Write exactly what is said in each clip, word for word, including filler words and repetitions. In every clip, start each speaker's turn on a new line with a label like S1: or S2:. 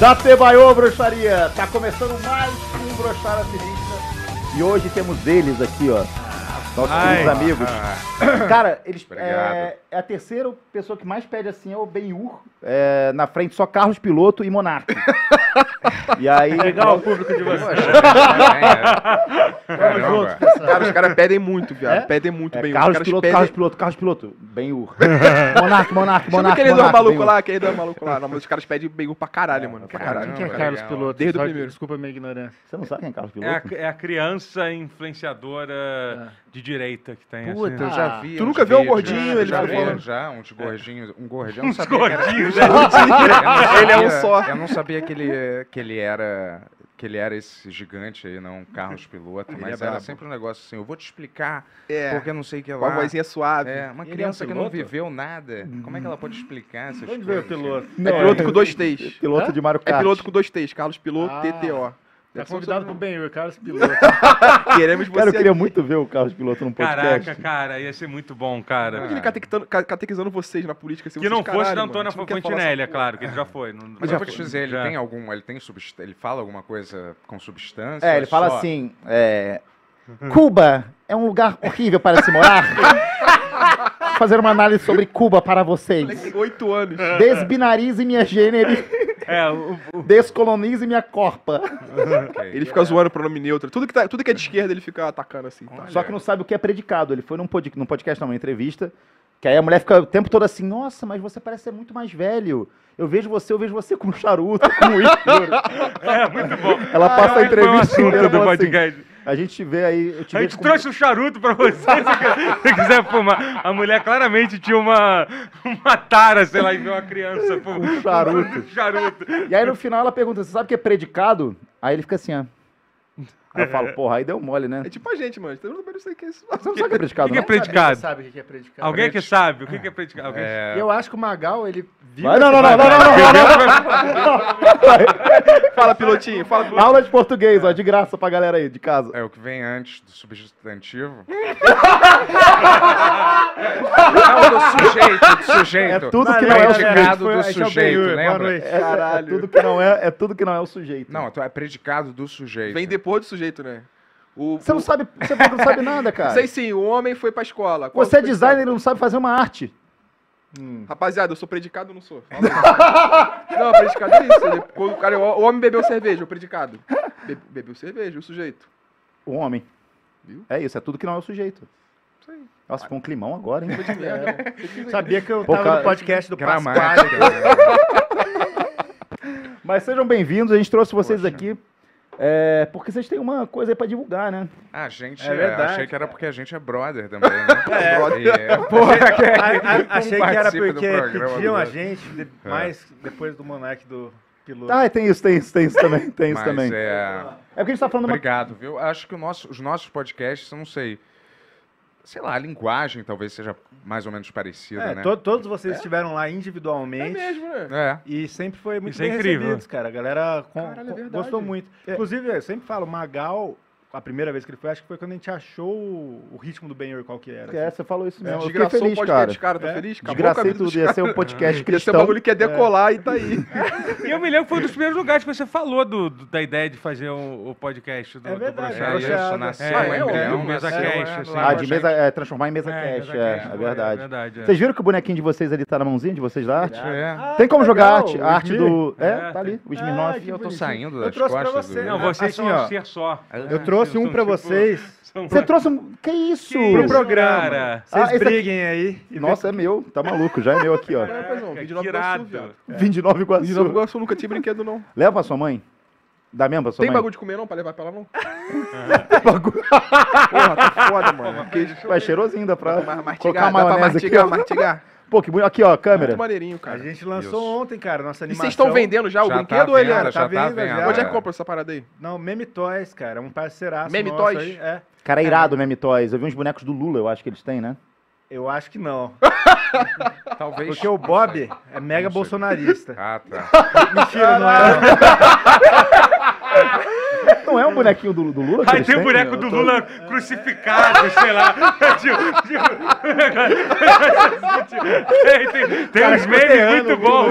S1: Datebaiô, broxaria! Tá começando mais um Broxara Sinistra. E hoje temos eles aqui, ó. Nossos
S2: Ai,
S1: queridos amigos.
S2: Ah.
S1: Cara, eles é, é a terceira pessoa que mais pede assim é o Ben-Hur. É, na frente só Carlos Piloto e Monark. E aí...
S2: Legal o público de vocês.
S3: Caramba. Cara, os caras pedem muito, viado.
S1: É?
S3: Pedem muito
S1: É,
S3: bem.
S1: Carlos
S3: os caras
S1: Piloto,
S3: pedem...
S1: Carlos Piloto, Carlos Piloto. Ben-Hur. Monark, Monark,
S3: Chama
S1: Monark,
S3: aquele do
S1: Monark,
S3: maluco
S1: Ben-Hur.
S3: lá, aquele do maluco lá. Não, mas os caras pedem bem pra caralho, mano. Pra caralho.
S2: Quem que é
S4: Caramba,
S2: Carlos
S4: legal.
S2: Piloto?
S3: Desde o
S2: Só-
S3: primeiro.
S2: Desculpa a minha ignorância.
S1: Você não sabe quem é Carlos
S4: É a,
S1: Piloto?
S4: é a criança influenciadora de direita que tem
S2: Puta,
S4: assim.
S2: eu já vi.
S3: Tu
S2: uns
S3: nunca viu o
S2: vídeos,
S3: gordinho?
S2: né?
S3: Ele
S2: já
S3: tá
S2: vi.
S3: falando.
S4: Já, uns gordinhos. Um gordinho.
S2: Uns
S4: Eu não sabia que era-
S2: gordinhos,
S4: Eu não sabia-
S3: Ele é um só.
S4: Eu não sabia que ele, que ele era... Que ele era esse gigante aí, não, Carlos Piloto,
S3: Ele
S4: mas
S3: é
S4: era
S3: brabo.
S4: sempre um negócio assim, eu vou te explicar,
S3: É.
S4: porque não sei o que lá.
S3: Com a vozinha suave.
S4: É, uma
S2: Ele é um
S4: criança que não
S2: piloto?
S4: viveu nada, como é que ela pode explicar essas
S2: Onde veio o
S4: coisas?
S2: piloto?
S3: É piloto com dois T's.
S1: Piloto
S2: Hã?
S1: de Mario
S3: É
S1: Kart.
S3: piloto com dois T's. Carlos Piloto,
S2: Ah.
S3: T T O.
S2: Tá
S3: Deve ser um
S2: convidado pro
S3: sobrenome.
S2: Ben-Hur, Carlos Piloto.
S3: Queremos você
S1: Cara, eu queria
S3: aqui.
S1: muito ver o Carlos Piloto num podcast.
S4: Caraca, cara, ia ser muito bom, cara.
S3: Imagina ele catequizando, ca- catequizando vocês na política. Assim,
S4: Que
S3: vocês,
S4: não fosse
S3: caralho,
S4: da
S3: mano,
S4: Antônia
S3: a gente não quer falar
S4: Fontinelli, é
S3: essa
S4: claro, que ele já foi. Não,
S5: Mas
S4: já
S5: eu vou te
S4: foi.
S5: dizer, ele
S4: Já.
S5: tem algum. Ele tem subst... ele fala alguma coisa com substância?
S1: É, ele fala
S5: só-
S1: assim, é... Cuba é um lugar horrível para se morar. Vou fazer uma análise sobre Cuba para vocês.
S3: Moleque tem oito anos.
S1: Desbinarize minha gênero,
S4: É, o, o-
S1: descolonize minha corpa.
S5: Ok.
S3: Ele fica zoando pronome neutro. Tudo que, tá, tudo que é de esquerda ele fica atacando assim. Tá?
S1: Só que não sabe o que é predicado. Ele foi num, pod... num podcast, não, uma entrevista, que aí a mulher fica o tempo todo assim, nossa, mas você parece ser muito mais velho. Eu vejo você, eu vejo você com um charuto, com um isqueiro.
S4: é muito bom.
S1: Ela passa a
S4: Foi um
S1: entrevista
S4: assunto
S1: inteira
S4: do
S1: falando assim,
S4: podcast.
S1: a gente vê aí... Eu te
S4: A
S1: vejo
S4: gente
S1: com-
S4: trouxe um charuto pra você, se você quiser fumar. A mulher claramente tinha uma, uma tara, sei lá, e viu uma criança fumando
S1: Um charuto.
S4: um charuto.
S1: E aí no final ela pergunta, você sabe o que é predicado? Aí ele fica assim, ó. Aí eu falo, porra, aí deu mole, né?
S3: É tipo a gente, mano. Eu não sei o que é isso.
S1: Você não sabe o que é predicado,
S4: O que é
S1: não?
S4: predicado?
S2: Sabe o que é predicado?
S4: Alguém que sabe o que que é predicado? Alguém...
S5: É,
S2: Eu acho que o Magal, ele viu...
S1: Vai, não, não, não, não, não, não, não.
S3: Fala, pilotinho. Fala, pilotinho.
S1: Aula de português, ó, de graça pra galera aí, de casa.
S5: é o que vem antes do substantivo.
S4: Não, do sujeito, do sujeito.
S1: É tudo que não é o sujeito.
S5: predicado
S2: Foi-
S5: do
S2: esse é o
S5: sujeito,
S2: Ben-Hur, boa
S5: lembra?
S2: noite.
S1: É, é tudo que não é, é tudo que não é o sujeito.
S5: Não, então é predicado do sujeito.
S3: Vem depois do sujeito, né? O,
S1: Você não
S3: o-
S1: sabe, você não sabe nada, cara.
S3: Sei sim, o homem foi pra escola. Qual
S1: Você é
S3: foi
S1: designer e não sabe fazer uma arte.
S3: escola? Rapaziada, eu sou predicado ou não sou? Fala aí. Não, predicado é isso. Ele- quando o, cara, o homem bebeu cerveja, o predicado. Be- bebeu cerveja, o sujeito.
S1: O homem.
S3: Viu?
S1: É isso, é tudo que não é o sujeito.
S3: Isso aí.
S1: Nossa, ficou um climão agora, hein?
S2: Sabia que eu
S1: Pô,
S2: tava
S1: cara,
S2: no podcast do Pasquale.
S5: Gramática.
S1: Mas sejam bem-vindos, a gente trouxe vocês
S5: Poxa.
S1: aqui é, porque vocês têm uma coisa aí pra divulgar, né?
S5: Ah, a gente.
S2: É verdade,
S5: achei que era
S2: cara.
S5: porque a gente é brother também, né?
S3: É.
S5: Brother. É.
S2: A- a- Achei que era
S5: participa do
S2: porque
S5: programa
S2: pediam
S5: do-
S2: a gente, de- mais depois do Monark do Piloto.
S1: Ah, tem isso, tem isso, tem isso também, tem isso
S5: Mas
S1: também. É
S5: é.
S1: porque a gente tá falando uma...
S5: Obrigado, viu? Acho que o nosso- os nossos podcasts, eu não sei. Sei lá, a linguagem talvez seja mais ou menos parecida,
S2: É,
S5: né?
S2: to- todos vocês estiveram lá individualmente.
S3: É mesmo, né?
S5: É.
S2: E sempre foi muito
S4: Isso é
S2: bem
S4: incrível.
S2: recebidos, cara. A galera com-
S3: Caralho, é
S2: com-
S3: verdade.
S2: gostou muito. Inclusive, eu sempre falo, o Magal, a primeira vez que ele foi, acho que foi quando a gente achou o o ritmo do Ben-Hur qual que era.
S1: É,
S2: assim.
S1: você falou isso mesmo. Eu fiquei
S3: Desgraçou o
S1: feliz,
S3: podcast
S1: cara.
S3: dos caras, tá
S2: É.
S3: feliz? Acabou com a
S1: Desgracei
S3: vida dos
S1: tudo, ia
S3: caras.
S1: ser um podcast
S3: Ia ser um
S1: cristão.
S3: bagulho que ia decolar e tá aí.
S4: E eu me lembro que foi um dos primeiros lugares que você falou do, do- da ideia de fazer o, o podcast do,
S2: É verdade,
S4: do
S5: É,
S4: Broxada.
S5: isso
S2: Broxada.
S5: nasceu
S4: É,
S5: em
S4: é,
S5: embrião,
S4: o Mesa
S5: nasceu,
S4: Cast,
S5: é,
S4: assim.
S5: lá
S1: Ah,
S5: com
S1: de
S5: a
S1: mesa,
S5: gente.
S1: é, transformar em mesa
S4: É,
S1: cash,
S4: mesa
S1: é,
S4: cast,
S1: é verdade.
S4: É verdade. é.
S1: Vocês viram que o bonequinho de vocês ali tá na mãozinha de vocês da arte?
S5: É.
S2: Ah,
S1: Tem como
S2: que
S1: jogar a
S2: legal,
S1: arte,
S2: o
S1: a arte do...
S2: Smir.
S1: É,
S4: É,
S1: tá ali, o
S2: Ah,
S1: Smirnoff.
S2: que
S5: Eu tô
S2: bonitinho.
S5: saindo
S2: Eu
S5: das
S2: trouxe pra
S5: costas
S2: você.
S5: do...
S4: Não, vocês
S2: Assim,
S4: são
S2: ó,
S4: um ser só.
S2: Eu trouxe um
S4: São
S2: pra
S4: tipo-
S2: vocês.
S4: são-
S1: Você trouxe um... Que isso?
S4: Que
S2: Pro
S4: isso,
S2: programa.
S4: cara?
S2: Vocês
S1: Ah, esse aqui-
S2: briguem aí. e
S1: Nossa, é meu, tá maluco, já é meu aqui, ó.
S3: Rapazão,
S4: Caraca,
S3: vim de Nova
S4: que
S3: Iguaçu,
S4: irado.
S3: viado.
S1: Vim de Nova Iguaçu.
S3: Vim de Nova Iguaçu, nunca tinha brinquedo, não.
S1: Leva pra sua mãe. Dá mesmo pra sua
S3: Tem
S1: mãe?
S3: bagulho de comer, não, pra levar pra lá, não?
S1: Bagulho.
S3: Porra, tá foda, mano. Queijo.
S1: Vai cheirosinho, dá pra
S3: Mas mastigar,
S1: colocar
S3: dá pra
S1: maionese aqui,
S3: mastigar,
S1: ó.
S3: mastigar.
S1: Pô, que bonito. Aqui, ó, câmera.
S3: Muito maneirinho,
S2: A
S3: cara.
S2: gente lançou
S5: Isso.
S2: ontem, cara, nossa
S3: E
S2: animação.
S3: vocês estão vendendo já o
S5: Já
S3: brinquedo
S5: tá
S3: ou ele
S5: vendo,
S3: era?
S5: já tá
S2: vendo,
S5: vendo.
S2: já.
S3: Onde é que compra essa parada aí?
S2: Não, Meme Toys, cara, é um parceiraço
S3: Meme
S2: nosso
S3: Toys?
S2: aí, É,
S1: Cara, é irado o Meme Toys. Eu vi uns bonecos do Lula, eu acho que eles têm, né?
S2: eu acho que não.
S5: Talvez...
S2: Porque o Bob é mega
S5: Não sei.
S2: bolsonarista.
S5: Ah, tá.
S2: Mentira, não é.
S1: Não é um bonequinho do, do Lula? que
S4: Aí
S1: eles
S4: tem o
S1: têm?
S4: boneco do Lula crucificado, sei lá. Tipo, tipo, tem tem, tem uns memes muito bons.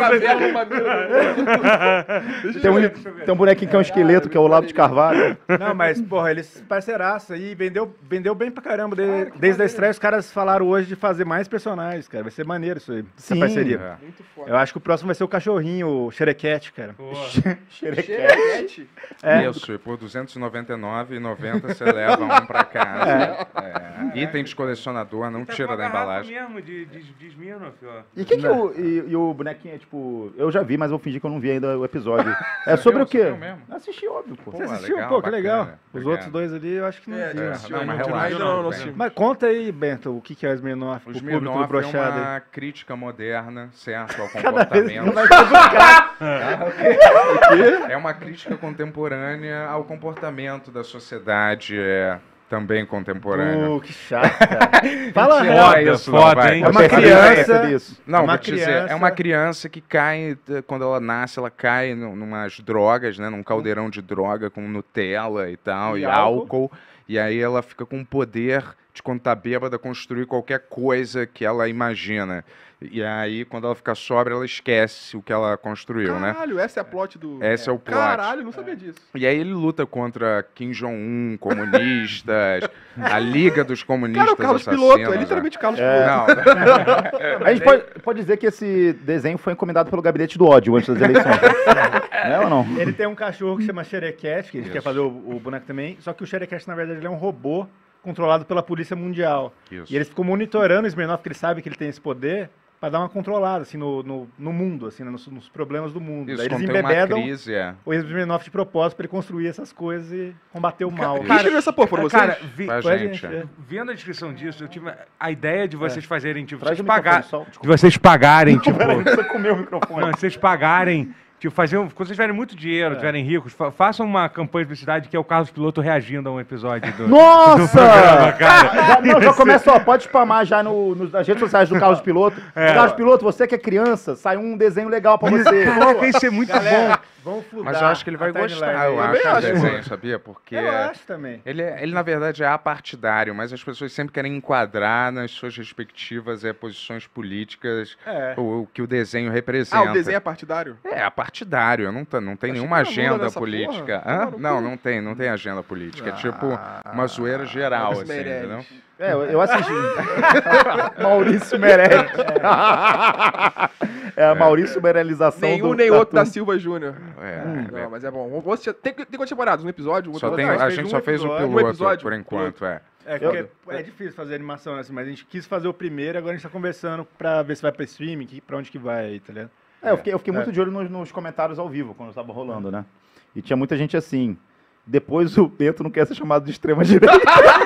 S1: Tem um, tem um bonequinho que é um esqueleto, que é o Olavo de Carvalho.
S2: Não, mas, porra, eles parceiraço aí, vendeu, vendeu bem pra caramba. De- desde a estreia, os caras falaram hoje de fazer mais personagens, cara. Vai ser maneiro isso aí, essa
S1: Sim.
S2: parceria.
S5: É.
S3: Muito foda.
S2: Eu acho que o próximo vai ser o cachorrinho, o Xerequete, cara.
S3: Xerequete.
S2: É.
S5: Isso, e por duzentos e noventa e nove reais e noventa centavos você leva um pra casa. É. Item de colecionador, não
S4: Tá
S5: tira
S4: com a
S5: da
S4: garrafa
S5: embalagem.
S4: mesmo de, de, de Smirnoff, ó.
S1: E, que que o, e, e o bonequinho é tipo. Eu já vi, mas eu vou fingir que eu não vi ainda o episódio. É sobre
S5: viu?
S1: o quê?
S5: Você viu mesmo?
S1: Assisti, óbvio, pô.
S5: Pô,
S2: Você assistiu?
S5: legal,
S2: Pô, que
S5: bacana.
S2: legal. Os
S5: Obrigado.
S2: outros dois ali, eu acho que não
S3: É,
S2: vi.
S3: não
S2: né?
S3: assistiu
S5: não,
S3: ainda,
S5: mas
S3: não,
S5: relaxa,
S3: não, não
S5: bem.
S3: assisti.
S2: Mas conta aí, Bento, o que que é o Smirnoff pro
S5: Os
S2: público do
S5: Smirnoff é
S2: brochado aí.
S5: uma crítica moderna, certo, ao
S2: Cada vez que
S5: comportamento.
S2: vai ser do cara.
S5: É uma crítica contemporânea ao comportamento da sociedade, é, também contemporânea.
S2: Pô, que chato, cara. Fala a
S5: Mentira,
S2: real.
S5: não é isso, não,
S4: foda,
S5: vai.
S4: hein?
S2: É uma
S1: Percebi,
S2: criança-
S1: percebi isso.
S5: Não,
S2: uma
S5: vou te dizer,
S2: criança-
S5: é uma criança que cai, eh, quando ela nasce, ela cai num- numas drogas, né? Num caldeirão de droga com Nutella e tal,
S2: E
S5: e,
S2: álcool.
S5: álcool. E aí ela fica com o poder de, quando tá bêbada, construir qualquer coisa que ela imagina. E aí, quando ela fica sóbria, ela esquece o que ela construiu, né?
S3: Caralho, essa é a plot do...
S5: Esse é o plot.
S3: Caralho, não sabia disso.
S5: E aí ele luta contra Kim Jong-un, comunistas, a Liga dos Comunistas
S3: Cara, o Carlos
S5: Assassinos.
S3: Piloto, é
S5: né?
S3: literalmente o Carlos
S1: É.
S3: Piloto.
S5: Não,
S1: A gente pode, pode dizer que esse desenho foi encomendado pelo Gabinete do Ódio antes das eleições. É ou não?
S2: Ele tem um cachorro que chama Xerequete, que a gente quer fazer o, o boneco também. Só que o Xerequete, na verdade, ele é um robô controlado pela Polícia Mundial.
S5: Isso.
S2: E eles ficam monitorando o Smirnoff, porque eles sabem que ele tem esse poder, pra dar uma controlada, assim, no, no, no mundo, assim, né, nos, nos problemas do mundo.
S5: Isso,
S2: Daí eles
S5: quando tem uma
S2: embebedam
S5: crise, é.
S2: o Smirnoff de propósito pra ele construir essas coisas e combater o mal.
S3: Quem escreveu essa porra? Foram vocês?
S4: Cara, vi-
S5: Foi a
S2: Foi a
S5: gente.
S2: gente,
S5: é.
S2: é.
S4: vendo a descrição disso, eu tive a ideia de vocês fazerem, tipo,
S1: Traz
S4: vocês
S1: o microfone,
S4: pagar,
S1: só.
S4: de vocês pagarem, tipo,
S1: Peraí, você comeu o microfone.
S4: não, de vocês pagarem, tipo, fazer um, quando vocês tiverem muito dinheiro, tiverem ricos, fa- façam uma campanha de publicidade que é o Carlos Piloto reagindo a um episódio do...
S1: Nossa!
S4: programa, cara.
S1: Já, não, já começa, ó, pode spamar já no, nos- nas redes sociais do Carlos Piloto. Carlos Piloto, você que é criança, sai um desenho legal pra você.
S4: Caraca, isso é muito
S2: Galera, vamos fludar
S5: Mas eu acho que ele vai
S2: a timeline
S5: gostar,
S2: aí.
S5: eu
S3: também
S5: acho, do
S3: acho,
S5: desenho,
S3: mano.
S5: sabia? Porque
S2: Eu acho também.
S5: ele, é- ele, na verdade, é apartidário, mas as pessoas sempre querem enquadrar nas suas respectivas é, posições políticas
S2: É.
S5: o, o que o desenho representa.
S3: Ah, o desenho é partidário?
S5: É, apartidário, não, tá, não tem
S3: Achei
S5: nenhuma
S3: que era Lula
S5: agenda
S3: nessa
S5: política.
S3: porra.
S5: Hã?
S3: Tomar no
S5: Não,
S3: cu.
S5: não tem, não tem agenda política. É tipo
S2: Ah.
S5: uma zoeira geral,
S3: Maurício
S5: assim,
S3: Meirelles.
S5: entendeu?
S1: É, eu, eu assisti. Maurício Meirelles. É a Maurício Meirelização
S3: Nenhum
S1: do
S3: nem outro da
S1: cartoon.
S3: Silva Júnior.
S5: É,
S3: Não,
S5: é.
S3: mas é bom. Vamos assistir. Tem, tem quantas temporadas? Um episódio? Um
S5: Só
S3: episódio?
S5: tem,
S2: Não, a
S5: a
S2: gente
S5: gente
S2: fez
S5: só
S2: um
S5: fez o
S2: episódio.
S5: piloto,
S3: Um episódio?
S5: por enquanto, é.
S2: É, porque é difícil fazer animação, né? assim, mas a gente quis fazer o primeiro, agora a gente tá conversando pra ver se vai pra streaming, que- pra onde que vai aí, tá ligado?
S1: É, eu fiquei, eu fiquei
S2: É.
S1: muito de olho nos, nos comentários ao vivo, quando estava rolando, né? E tinha muita gente assim. Depois o Bento não quer ser chamado de extrema-direita.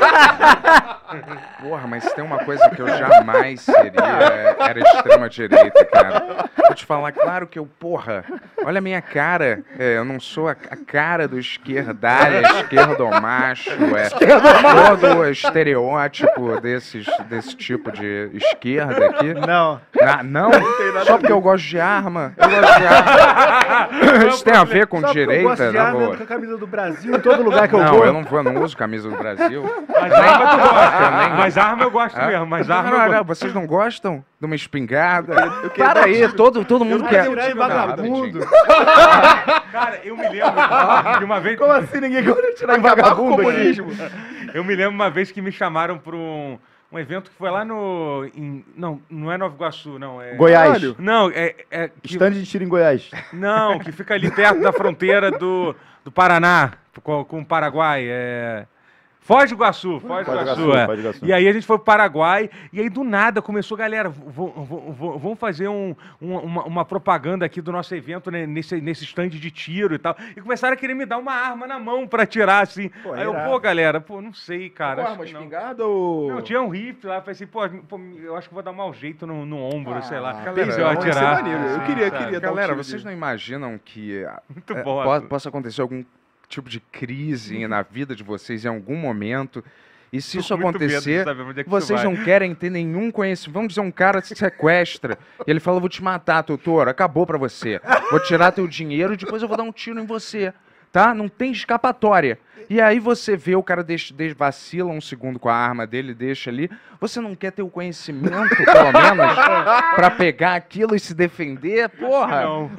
S5: Porra, mas tem uma coisa que eu jamais seria, é, era extrema-direita, cara. Vou te falar, claro que eu, porra, olha a minha cara, é, eu não sou a, a cara do esquerdalha, esquerdomacho, é todo o estereótipo desses, desse tipo de esquerda aqui.
S2: Não.
S5: Ah, não, só porque eu gosto de arma, eu gosto de arma. Isso tem a ver com
S2: Só porque eu
S5: direita,
S2: gosto de
S5: na
S2: arma, eu
S5: boa.
S2: ando com a camisa do Brasil em todo lugar que eu
S5: Não,
S2: vou.
S5: eu não vou, eu não uso camisa do Brasil.
S4: Mas arma tu gosta,
S5: Eu nem-
S4: mas arma eu gosto
S5: Hã?
S4: mesmo, mas
S5: Não,
S4: arma
S5: não,
S4: eu
S5: não,
S4: gosto.
S5: vocês não gostam de uma espingarda?
S3: Eu queria
S5: Para
S3: dar
S5: aí,
S3: tiro.
S5: todo, todo mundo
S2: Não
S5: quer.
S2: quero tirar em vagabundo.
S4: Cara, eu me lembro de uma vez...
S1: Como assim ninguém gosta de tirar em
S3: Acabar com o
S1: vagabundo aqui?
S3: comunismo.
S4: Eu me lembro uma vez que me chamaram para um, um evento que foi lá no... em- não, não é Nova Iguaçu, não. É,
S1: Goiás.
S3: Caralho.
S4: Não, é... é que-
S1: Stand de tiro em Goiás.
S4: não, que fica ali perto da fronteira do, do Paraná com, com o Paraguai. É... Foz do Iguaçu, Foz do
S1: Foz do
S4: Iguaçu,
S1: Iguaçu,
S4: é.
S1: Foz do Iguaçu.
S4: E aí a gente foi pro Paraguai, e aí do nada começou, galera, vamos- vamos vamos fazer um- um- uma, uma propaganda aqui do nosso evento, né, nesse, nesse stand de tiro e tal. E começaram a querer me dar uma arma na mão pra atirar, assim.
S2: Pô,
S4: aí eu,
S2: irado.
S4: pô, galera, pô, não sei, cara.
S3: Qual
S4: acho
S3: arma,
S4: que não.
S3: espingarda ou...
S4: Não, tinha um rifle lá, falei assim, pô, pô, eu acho que vou dar um mau jeito no, no ombro, sei lá.
S5: galera,
S4: Se eu
S5: ia ser
S4: atirar.
S3: maneiro, eu queria,
S4: sabe?
S3: queria. dar um
S5: Galera,
S3: tiro
S5: vocês
S3: de-
S5: não imaginam que
S4: Muito
S5: é,
S4: bom.
S5: po-
S4: Arthur.
S5: possa acontecer algum tipo de crise na vida de vocês em algum momento? E se isso
S4: Tô com muito medo de
S5: acontecer,
S4: saber onde é que isso
S5: vocês
S4: vai.
S5: não querem ter nenhum conhecimento. Vamos dizer, um cara te sequestra e ele fala, vou te matar, Totoro, acabou pra você. Vou tirar teu dinheiro e depois eu vou dar um tiro em você. tá? Não tem escapatória. E aí você vê o cara deixa, deixa, vacila um segundo com a arma dele, deixa ali. Você não quer ter o conhecimento, pelo menos, pra pegar aquilo e se defender? Porra!
S4: Não.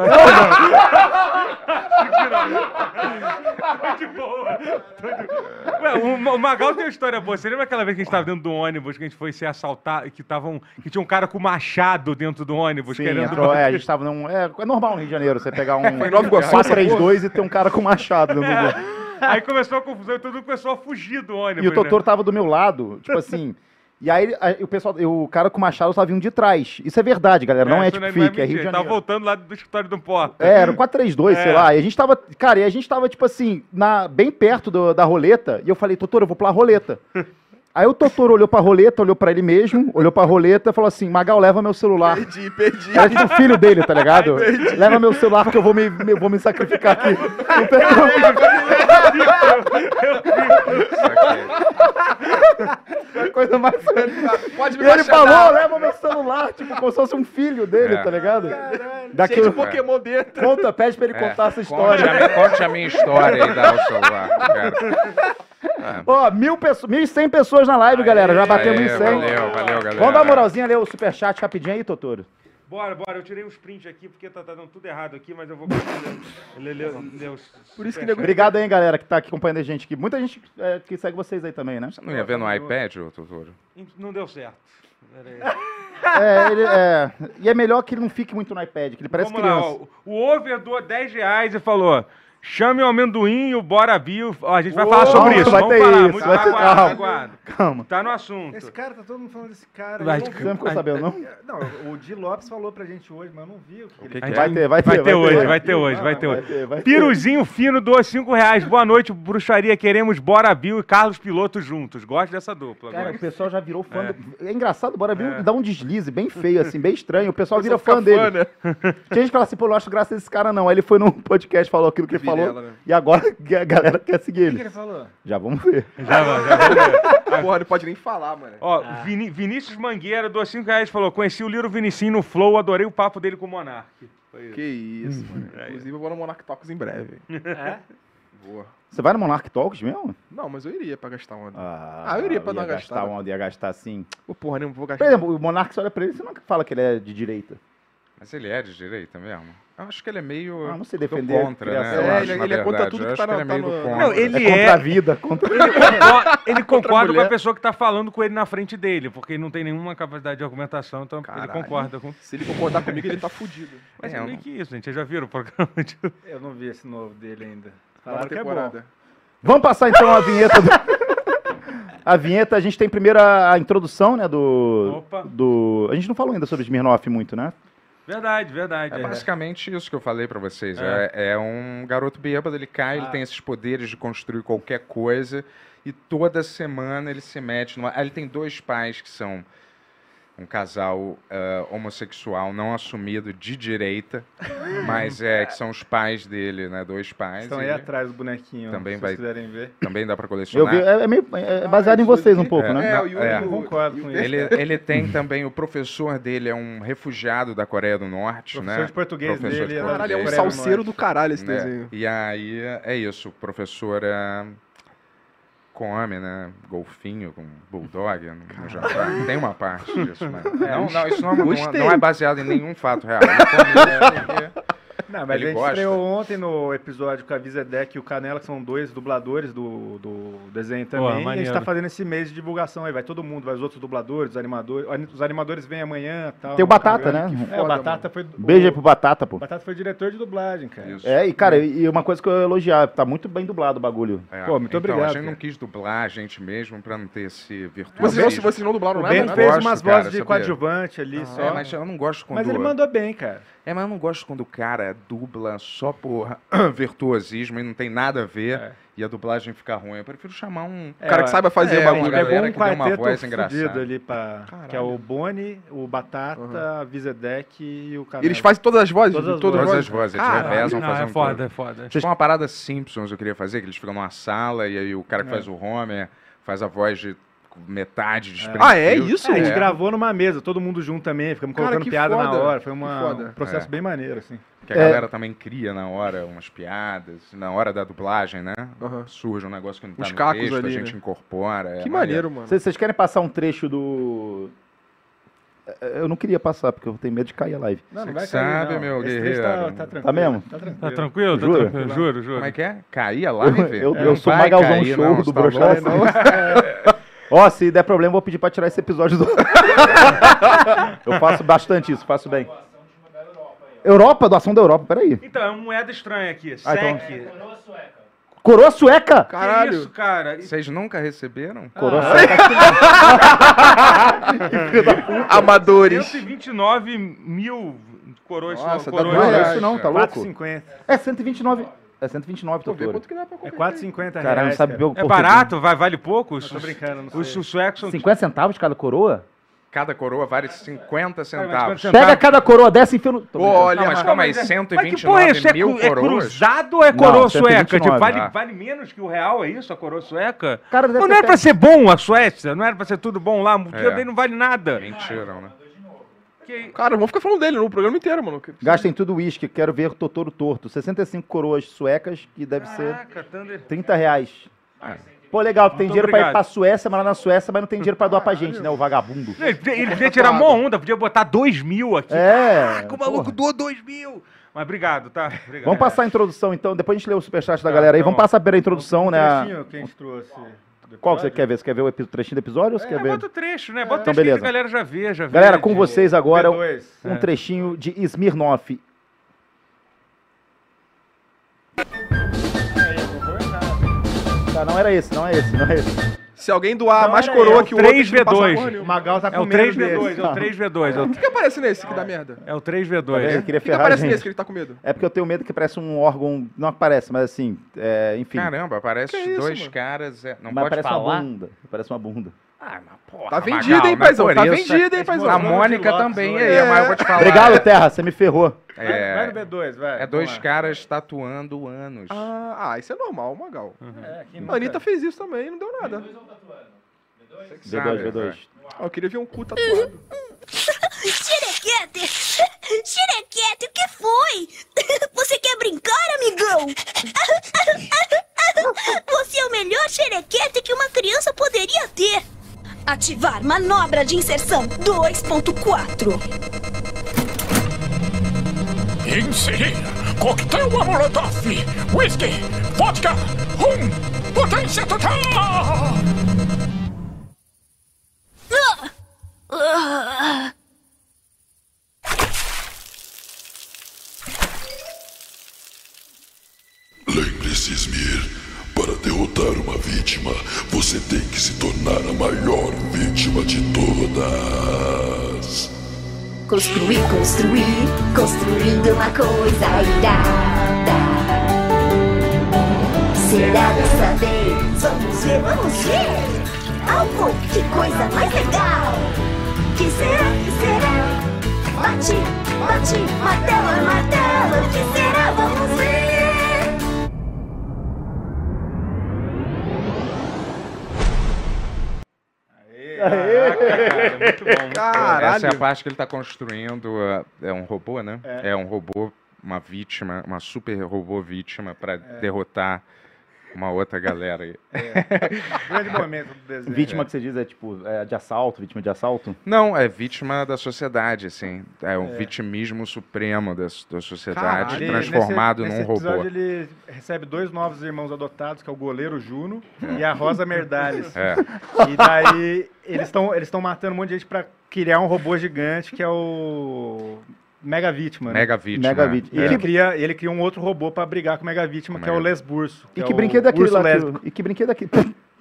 S4: Tô de boa. Tô de... Ué, o, o Magal tem uma história boa. Você lembra aquela vez que a gente tava dentro do ônibus, que a gente foi ser assaltado, que, tavam, que tinha um cara com machado dentro do ônibus
S1: Sim,
S4: querendo...
S1: entrou, é, a gente tava num... É, é normal no Rio de Janeiro você pegar um
S3: Foi em Nova Iguaçu,
S1: quatro três dois e ter um cara com machado dentro do...
S4: Aí começou a confusão e todo mundo começou a fugir do ônibus.
S1: E o Totoro
S4: né?
S1: tava do meu lado, tipo assim... E aí, aí o pessoal, o cara com o machado tava vindo de trás. Isso é verdade, galera. Não é,
S4: isso
S1: tipo
S4: não
S1: fique, é
S4: mentira,
S1: Rio de
S4: ele
S1: Janeiro.
S4: Tava voltando lá do escritório do Porta.
S1: É, era o quatro três dois,
S4: É.
S1: sei lá. E a gente tava, cara, e a gente tava, tipo assim, na, bem perto do- da roleta. E eu falei, Totoro, eu vou pular a roleta. Aí o Totoro olhou pra roleta, olhou pra ele mesmo, olhou pra roleta e falou assim, Magal, leva meu celular.
S3: Perdi, perdi.
S1: Era tipo o filho dele, tá ligado? Leva meu celular que eu vou me, me- vou me sacrificar aqui. Não pegou. A coisa mais...
S3: Pode
S1: E
S3: me
S1: ele
S3: baixar
S1: falou,
S3: da-
S1: leva meu celular, tipo, como se fosse um filho dele,
S5: É.
S1: tá ligado?
S3: Cheio
S1: Daquilo...
S3: de Pokémon dentro.
S1: Conta, pede pra ele
S5: É,
S1: contar essa
S5: Conte
S1: história.
S5: a, conte a minha história e dá o celular, cara.
S1: Ó, mil, pessoas, mil e cem pessoas na live, galera. Já batemos em
S5: Aê,
S1: cem.
S5: Valeu, valeu, galera.
S1: Vamos dar uma moralzinha, ler o superchat rapidinho aí, Totoro.
S4: Bora, bora. Eu tirei um sprint aqui porque tá, tá dando tudo errado aqui, mas eu vou ler, ler, ler os
S3: Por isso que
S4: superchats.
S1: Obrigado aí, galera, que tá aqui acompanhando a gente aqui. Muita gente é, que segue vocês aí também, né?
S5: Você não ia ver no iPad, ô Totoro?
S4: Não deu certo. Pera aí.
S1: É, ele, é, e é melhor que ele não fique muito no iPad, que ele parece
S4: Vamos lá,
S1: criança.
S4: ó. O Over doou dez reais e falou: chame o amendoim e o Bora Bio. Ó, a gente vai
S1: Ô,
S4: falar sobre isso.
S1: vai
S4: Vamos
S1: ter
S4: falar.
S1: isso,
S4: Muito
S1: vai ter-
S4: aguarda,
S1: calma.
S4: aguarda.
S1: Calma.
S4: Tá no assunto.
S2: Esse cara, tá todo mundo falando desse cara.
S4: Vai,
S2: eu não
S1: Você não ficou sabendo, não?
S2: vi. Não, o Di Lopes falou pra gente hoje, mas eu não vi o que,
S3: O
S2: ele
S3: que
S4: A
S3: que
S4: gente
S3: é?
S1: Vai ter, vai ter.
S4: Vai ter hoje,
S1: ter.
S4: vai ter hoje, vai ter
S1: Vai
S4: hoje.
S1: ter, vai ter.
S4: Piruzinho Fino doa cinco reais. Boa noite, bruxaria. Queremos Bora Bio e Carlos Piloto juntos. Gosto dessa dupla.
S1: Cara,
S4: gosto.
S1: o pessoal já virou fã. do... É engraçado, bora vir
S4: É.
S1: dá um deslize bem feio, assim, bem estranho. O pessoal vira
S3: Pessoal
S1: fã
S3: fica
S1: dele.
S3: né?
S1: Tinha gente que fala assim, pô, não acho graça desse cara, não. Aí ele foi num podcast, falou aquilo que ele
S3: Vilela,
S1: falou.
S3: né?
S1: E agora a galera quer seguir
S2: O que,
S1: ele.
S2: que ele falou?
S1: Já vamos ver.
S4: Já, vai, já vamos ver.
S3: Porra, não pode nem falar, mano.
S4: Ó, Vini- Vinícius Mangueira doou cinco reais e falou: conheci o Liro Vinicinho no Flow, adorei o papo dele com o Monark. Foi isso.
S3: Que isso, mano. Inclusive, eu vou no Monarch Talks em breve.
S2: É?
S3: Boa.
S1: Você vai no Monarch Talks mesmo?
S3: Não, mas eu iria pra gastar uma.
S1: Ah,
S3: Ah, eu iria pra
S1: ia
S3: dar uma
S1: gastar
S3: gastada.
S1: uma, ia gastar assim.
S3: Pô, porra, nem vou
S1: Por
S3: gastar.
S1: exemplo, o Monark, você olha pra ele, você nunca fala que ele é de direita.
S5: Mas ele é de direita mesmo? Eu acho que ele é meio
S1: Ah, não sei
S5: do
S1: defender
S5: contra,
S1: a
S5: né?
S1: criação.
S5: Eu
S3: É,
S5: acho,
S3: ele-
S5: na
S3: ele é contra
S5: verdade.
S3: tudo
S5: Eu
S3: que
S5: acho
S3: tá
S5: ele
S3: na-
S5: é meio
S3: tá
S5: do
S3: no-
S5: contra.
S4: Não, ele
S1: É contra
S4: é-
S1: a vida, contra...
S4: Ele concorda, ele concorda com a
S3: mulher.
S4: pessoa que tá falando com ele na frente dele, porque ele não tem nenhuma capacidade de argumentação, então
S3: Caralho.
S4: ele concorda com.
S3: Se ele concordar comigo, ele tá fudido.
S4: Mas
S5: É,
S4: é
S5: eu
S4: meio
S5: não-
S4: que isso, gente. Vocês já viram o programa de.
S2: Eu não vi esse novo dele ainda.
S3: Nova
S2: Falaram que é bom.
S3: temporada.
S1: Vamos passar então a vinheta do... A vinheta, a gente tem primeiro a, a introdução, né, do...
S4: Opa.
S1: do... A gente não falou ainda sobre Smirnoff muito, né?
S4: Verdade, verdade.
S5: É
S4: é.
S5: basicamente isso que eu falei pra vocês.
S4: É.
S5: É, é um garoto bêbado, ele cai, ele
S2: Ah.
S5: tem esses poderes de construir qualquer coisa e toda semana ele se mete numa... Ele tem dois pais que são um casal ah, homossexual não assumido de direita, mas é que são os pais dele, né? Dois pais.
S2: Estão
S5: e
S2: aí atrás do bonequinho,
S5: Também
S2: se
S5: vai-
S2: vocês quiserem ver.
S5: também dá pra
S1: Eu
S5: colecionar.
S1: vi, é, é meio, é baseado em vocês um pouco,
S5: É.
S1: né?
S3: É, o Yuri.
S5: É.
S3: o-
S2: Concordo
S3: e o
S2: com
S3: Dexter.
S5: Ele, ele tem também, o professor dele é um refugiado da Coreia do Norte,
S2: Professor
S5: né?
S2: de português
S5: Professor
S2: dele
S5: de
S2: é da
S3: Caralho, é um
S2: Coreia do
S3: salseiro
S2: Norte.
S3: do caralho esse
S5: né?
S3: desenho.
S5: E aí é isso, professora come, né? Golfinho com bulldog no, no jantar. Tem uma parte disso, né? Não, não, isso não, não,
S3: Gostei.
S5: não é baseado em nenhum fato real. Ele come isso porque-
S2: Não, mas
S5: Ele
S2: a gente
S5: gosta.
S2: estreou ontem no episódio com a Vizedec e o Canela, que são dois dubladores do, do desenho também. e a gente
S4: maneiro.
S2: tá fazendo esse mês de divulgação aí. Vai todo mundo, vai os outros dubladores, os animadores. Os animadores vêm amanhã e tal.
S1: Tem o
S2: no
S1: Batata,
S2: programa.
S1: né?
S2: É,
S3: foda,
S2: o Batata foi.
S1: Beijo aí
S2: o
S1: pro Batata, pô.
S2: Batata foi diretor de dublagem, cara.
S5: Isso.
S1: É, e cara, e uma coisa que eu ia elogiar, tá muito bem dublado o bagulho.
S5: É,
S2: Pô, muito
S5: então,
S2: obrigado,
S5: a gente não
S2: cara.
S5: quis dublar a gente mesmo pra não ter esse
S3: Vocês,
S5: virtuosismo.
S3: não- vocês não dublaram
S2: O
S3: nada,
S2: Ben
S3: né?
S2: fez
S5: gosto,
S2: umas
S5: cara,
S2: vozes de
S5: sabia?
S2: coadjuvante ali só.
S5: É, mas eu não gosto quando...
S2: Mas ele mandou bem, cara.
S5: É, mas eu não gosto quando o cara dubla só por virtuosismo e não tem nada a ver
S2: É.
S5: e a dublagem fica ruim. Eu prefiro chamar um...
S3: O cara que saiba fazer
S5: É,
S3: o
S5: uma
S3: bagulho.
S5: galera
S2: Pegou um
S5: que tem uma
S2: quarteto
S5: voz
S2: fudido
S5: engraçada.
S2: ali, pra, que é o Boni, o Batata, a Vizedec e o Canela.
S3: Eles fazem todas as vozes?
S2: Todas as
S3: todas
S5: Todas
S3: as
S5: as vozes, eles
S3: Caralho.
S5: revezam
S4: Não,
S5: fazendo
S4: é foda,
S5: tudo.
S4: é foda.
S5: Tipo uma parada Simpsons eu queria fazer, que eles ficam numa sala e aí o cara que
S2: É.
S5: faz o Homer faz a voz de metade de
S3: Ah, é isso?
S2: É, a gente
S5: É.
S2: gravou numa mesa, todo mundo junto também, ficamos
S3: Cara,
S2: colocando
S3: que
S2: piada na
S3: foda.
S2: hora. Foi
S3: Que
S2: uma,
S3: foda.
S2: um processo
S5: É.
S2: bem maneiro, assim.
S5: Que a
S1: É.
S5: galera também cria na hora umas piadas, na hora da dublagem, né?
S3: Aham.
S5: Surge um negócio que não tá
S3: Uns
S5: no
S3: cacos
S5: texto,
S3: ali,
S5: a gente
S3: né?
S5: incorpora. é
S3: Que maneiro, mano.
S1: Vocês vocês querem passar um trecho do... Eu não queria passar, porque eu tenho medo de cair a live.
S2: Não,
S5: Você
S2: não vai
S5: que
S2: cair,
S5: sabe,
S2: não.
S5: meu
S2: Esse trecho
S5: guerreiro.
S2: Tá, tá tranquilo.
S1: Tá mesmo?
S2: Tá tranquilo.
S4: Tá tranquilo? Tá
S1: Jura?
S4: tranquilo, juro, juro.
S5: Como é que é? Cair a live?
S1: Eu- eu
S5: Não
S1: sou
S5: vai
S1: Magalzão
S5: cair,
S1: Show
S5: não,
S1: do
S5: você tá
S1: Brochada.
S5: louco?
S1: Ó, se der problema, eu vou pedir pra tirar esse episódio do... Eu faço bastante isso, faço bem. Europa, doação da Europa, peraí.
S4: Então, é uma moeda estranha aqui.
S1: Ah, então-
S4: SEC.
S1: Coroa sueca?
S3: Caralho.
S4: Que isso, cara?
S5: Vocês nunca receberam?
S1: Coroa
S4: Ah.
S1: sueca.
S3: Amadores.
S4: cento e vinte e nove mil coroas.
S3: Nossa, dá
S4: coroas
S3: dois
S1: Não,
S3: reais.
S1: é isso não, tá
S2: quatro
S1: louco?
S2: e cinquenta.
S1: É cento e vinte e nove. É cento e vinte e nove,
S3: Pô, vê
S1: doutor.
S3: quanto que dá pra
S2: É
S3: converter.
S2: quatro e cinquenta reais.
S1: Caralho, não sabe
S2: cara.
S1: ver o
S4: É barato? Vai, vale pouco? Os,
S2: Eu tô brincando, não
S4: os,
S2: sei.
S4: os suecos são...
S1: cinquenta centavos cada coroa?
S5: Cada coroa vale cinquenta centavos.
S4: quantos
S1: Pega
S4: centavos?
S1: cada coroa dessa e enfia no... Tô
S3: Pô,
S1: brincando.
S3: olha,
S5: Não, mas
S3: mas
S5: calma aí,
S4: Mas que
S5: cento e vinte e
S4: porra é
S5: nove
S4: isso? É,
S5: mil
S4: cru- é
S5: coroas?
S4: cruzado ou é
S1: Não,
S4: coroa
S1: cento e vinte e
S4: sueca?
S1: nove.
S4: Tipo, vale,
S5: Ah.
S4: vale menos que o real, é isso? A coroa sueca?
S1: Cara, deve
S4: Não,
S1: ter
S4: não era pra
S1: pego-
S4: ser bom a Suécia? Não era pra ser tudo bom lá? Porque
S5: É.
S4: daí não vale nada.
S5: Mentiram, né?
S4: Que-
S3: Cara, vamos ficar falando dele no programa inteiro, mano.
S1: Gastem tudo uísque, quero ver Totoro torto. sessenta e cinco coroas suecas, que deve ser
S4: Caraca, Thunder...
S1: trinta reais. Pô, legal, tem
S4: Muito
S1: dinheiro pra ir
S4: obrigado.
S1: pra Suécia, mas lá na Suécia, mas não tem dinheiro pra doar pra gente, né, o vagabundo.
S4: Ele, ele podia tirar mó onda, podia botar dois mil aqui.
S1: É.
S4: Caraca, o maluco
S1: porra.
S4: doou dois mil. Mas obrigado, tá? Obrigado.
S1: Vamos passar a introdução, então. Depois a gente lê o superchat da
S4: Tá,
S1: galera aí.
S4: tá
S1: Vamos
S4: bom.
S1: passar pela introdução,
S2: Um
S1: né?
S2: trechinho que a gente trouxe. do
S1: Qual que você
S2: episódio.
S1: quer ver? Você quer ver o epi- trechinho do episódio ou você
S4: É,
S1: quer ver?
S4: bota o trecho, né? Bota o
S1: Então,
S4: trecho que
S1: beleza.
S4: a galera já vê, já vê.
S1: Galera, com
S4: de-
S1: vocês agora
S2: B dois.
S1: um trechinho de Smirnoff. Tá, não era esse, não é esse, não é esse.
S3: Se alguém doar
S2: Não,
S3: mais
S2: era
S3: coroa
S2: eu.
S3: que o outro, a
S4: três
S3: gente não passa
S4: V dois.
S3: porra
S2: O
S3: nenhuma.
S2: Magal tá
S4: É
S2: com
S4: o
S2: medo
S4: três V
S2: desse.
S4: dois, é o três V dois. É o,
S3: O que aparece nesse que dá merda?
S4: é o três V
S1: Eu
S4: dois.
S1: queria
S3: O que, que
S1: ferrar a
S3: aparece
S1: gente.
S3: nesse que ele tá com medo?
S1: É porque eu tenho medo que parece um órgão. Não aparece, mas assim, é, enfim.
S5: Caramba, aparece
S3: Que isso,
S5: dois
S3: mano?
S5: caras. é, Não
S1: mas
S5: pode
S1: parece
S5: falar.
S1: uma bunda. Parece uma bunda.
S5: Ah, mas porra,
S3: Tá vendido,
S5: Magal,
S3: hein,
S5: não é
S3: paizão?
S5: por
S3: Tá
S5: isso.
S3: vendido, hein, paizão?
S5: A
S2: Esse
S5: Mônica
S2: Lotus,
S5: também,
S2: olha.
S5: é, mas eu vou te falar.
S1: Obrigado, Terra, você me ferrou.
S2: Vai, vai
S5: É,
S2: no B dois, vai.
S5: é dois
S2: Vamos lá.
S5: caras tatuando anos.
S3: Ah, ah, isso é normal, Magal.
S2: É, aqui
S3: A
S2: nunca-
S3: Anitta fez isso também e não deu nada.
S5: Você que
S1: V dois,
S5: sabe,
S1: V dois.
S3: Ah, eu queria ver um cu tatuado.
S6: Xerequete! Xerequete, o que foi? Você quer brincar, amigão? Você é o melhor xerequete que uma criança poderia ter. Ativar manobra de inserção dois ponto quatro.
S7: Inserir coquetel Molotov, whisky, vodka, rum, potência total!
S6: Ah! Ah!
S7: Lembre-se, Smir, para derrotar uma vítima, você tem que se tornar a maior vítima de todas.
S8: Construir, construir, construindo uma coisa irada. Será dessa vez?
S6: Vamos ver, vamos ver! Algo, que coisa mais legal! Que será, que será? Bate, bate, martelo, martelo, que será? Vamos ver!
S4: Cara, muito bom.
S3: Caralho.
S5: Essa é a parte que ele tá construindo. uh, É um robô, né? É, um robô, uma vítima, uma super robô vítima pra derrotar uma outra galera aí.
S2: Grande momento do desenho.
S1: Vítima que você diz é tipo é de assalto, vítima de assalto?
S5: Não, é vítima da sociedade, assim. É um vitimismo supremo da, da sociedade,
S3: Caralho.
S2: Ele-
S5: transformado
S2: nesse,
S5: num
S2: nesse episódio,
S5: robô.
S2: ele recebe dois novos irmãos adotados, que é o goleiro Juno e a Rosa Merdales.
S5: É.
S2: E daí eles estão eles estão matando um monte de gente pra criar um robô gigante que é o Mega Vítima. né?
S5: Mega vítima.
S1: Mega vítima.
S2: E
S5: É.
S2: ele cria, ele cria um outro robô pra brigar com o Mega Vítima,
S5: Com
S2: que é o
S5: Mega-
S2: Lesburso.
S1: E
S2: é
S1: que
S2: o
S1: brinquedo é aquele
S2: urso
S1: lá? Que,
S2: lésbico.
S1: e que brinquedo é aquele?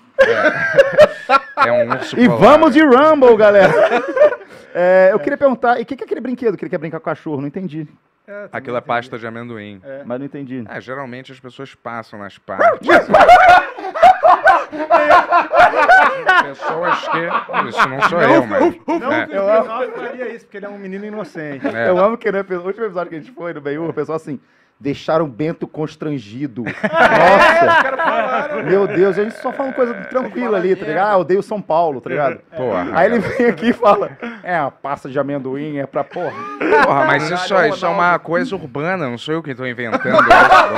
S5: É um urso
S1: E
S5: polar.
S1: vamos de Rumble, galera! É, eu queria perguntar, e o que, que é aquele brinquedo que ele quer brincar com o cachorro? Não entendi.
S2: É, também
S5: Aquilo é
S2: entendi.
S5: pasta de amendoim.
S2: É.
S1: Mas não entendi.
S5: Ah, geralmente as pessoas passam nas partes. Pessoas que. Isso não sou eu, mas.
S2: Não,
S5: é.
S2: eu não faria isso, porque ele é um menino inocente.
S5: É.
S1: Eu amo que no epi- último episódio que a gente foi no Benhur, o pessoal assim, Deixaram o Bento constrangido. Nossa. Meu Deus, a gente só fala coisa tranquila ali, tá ligado? Ah, eu odeio São Paulo, tá ligado?
S5: Porra,
S1: Aí ele vem aqui e fala, é, uma pasta de amendoim, é pra porra.
S5: Porra, mas isso, isso é uma coisa urbana, não sou eu que estou inventando isso do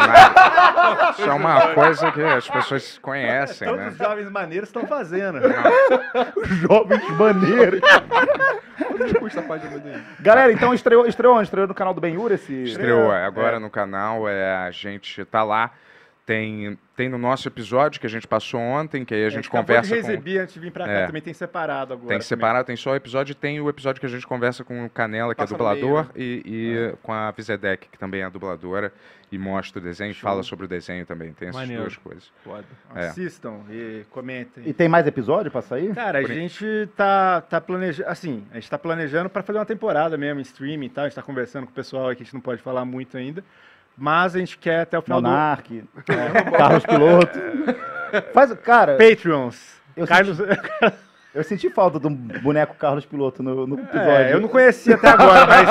S5: nada. Isso é uma coisa que as pessoas conhecem,
S2: Todos
S5: né?
S2: os jovens maneiros estão fazendo.
S1: Os jovens maneiros.
S3: Quanto custa a página de amendoim?
S1: Galera, então estreou, estreou onde? Estreou no canal do Ben-Hur esse...
S5: Estreou é, agora no canal, é, a gente tá lá, tem, tem no nosso episódio que a gente passou ontem, que aí a gente
S2: acabou
S5: conversa
S2: de
S5: com...
S2: receber antes de vir pra cá,
S5: É.
S2: também tem separado agora.
S5: Tem que
S2: também.
S5: separar, tem só o episódio e tem o episódio que a gente conversa com o Canela, que
S3: Passa
S5: é
S3: no meio,
S5: dublador,
S3: né?
S5: e, e com a Vizedec, que também é dubladora, e mostra o desenho, fala sobre o desenho também, tem essas
S4: Maneiro.
S5: duas coisas.
S4: Foda.
S5: É.
S2: Assistam e comentem.
S1: E tem mais episódio pra sair?
S2: Cara, a gente tá, tá planejando, assim, a gente tá planejando pra fazer uma temporada mesmo em streaming e tal, a gente tá conversando com o pessoal aqui, a gente não pode falar muito ainda, mas a gente quer até o final
S1: Monark, é, Carlos Piloto. Faz, cara,
S2: do... Patreons.
S1: eu
S2: Carlos...
S1: eu senti falta de um boneco Carlos Piloto no, no episódio.
S2: É, eu não conhecia até agora, mas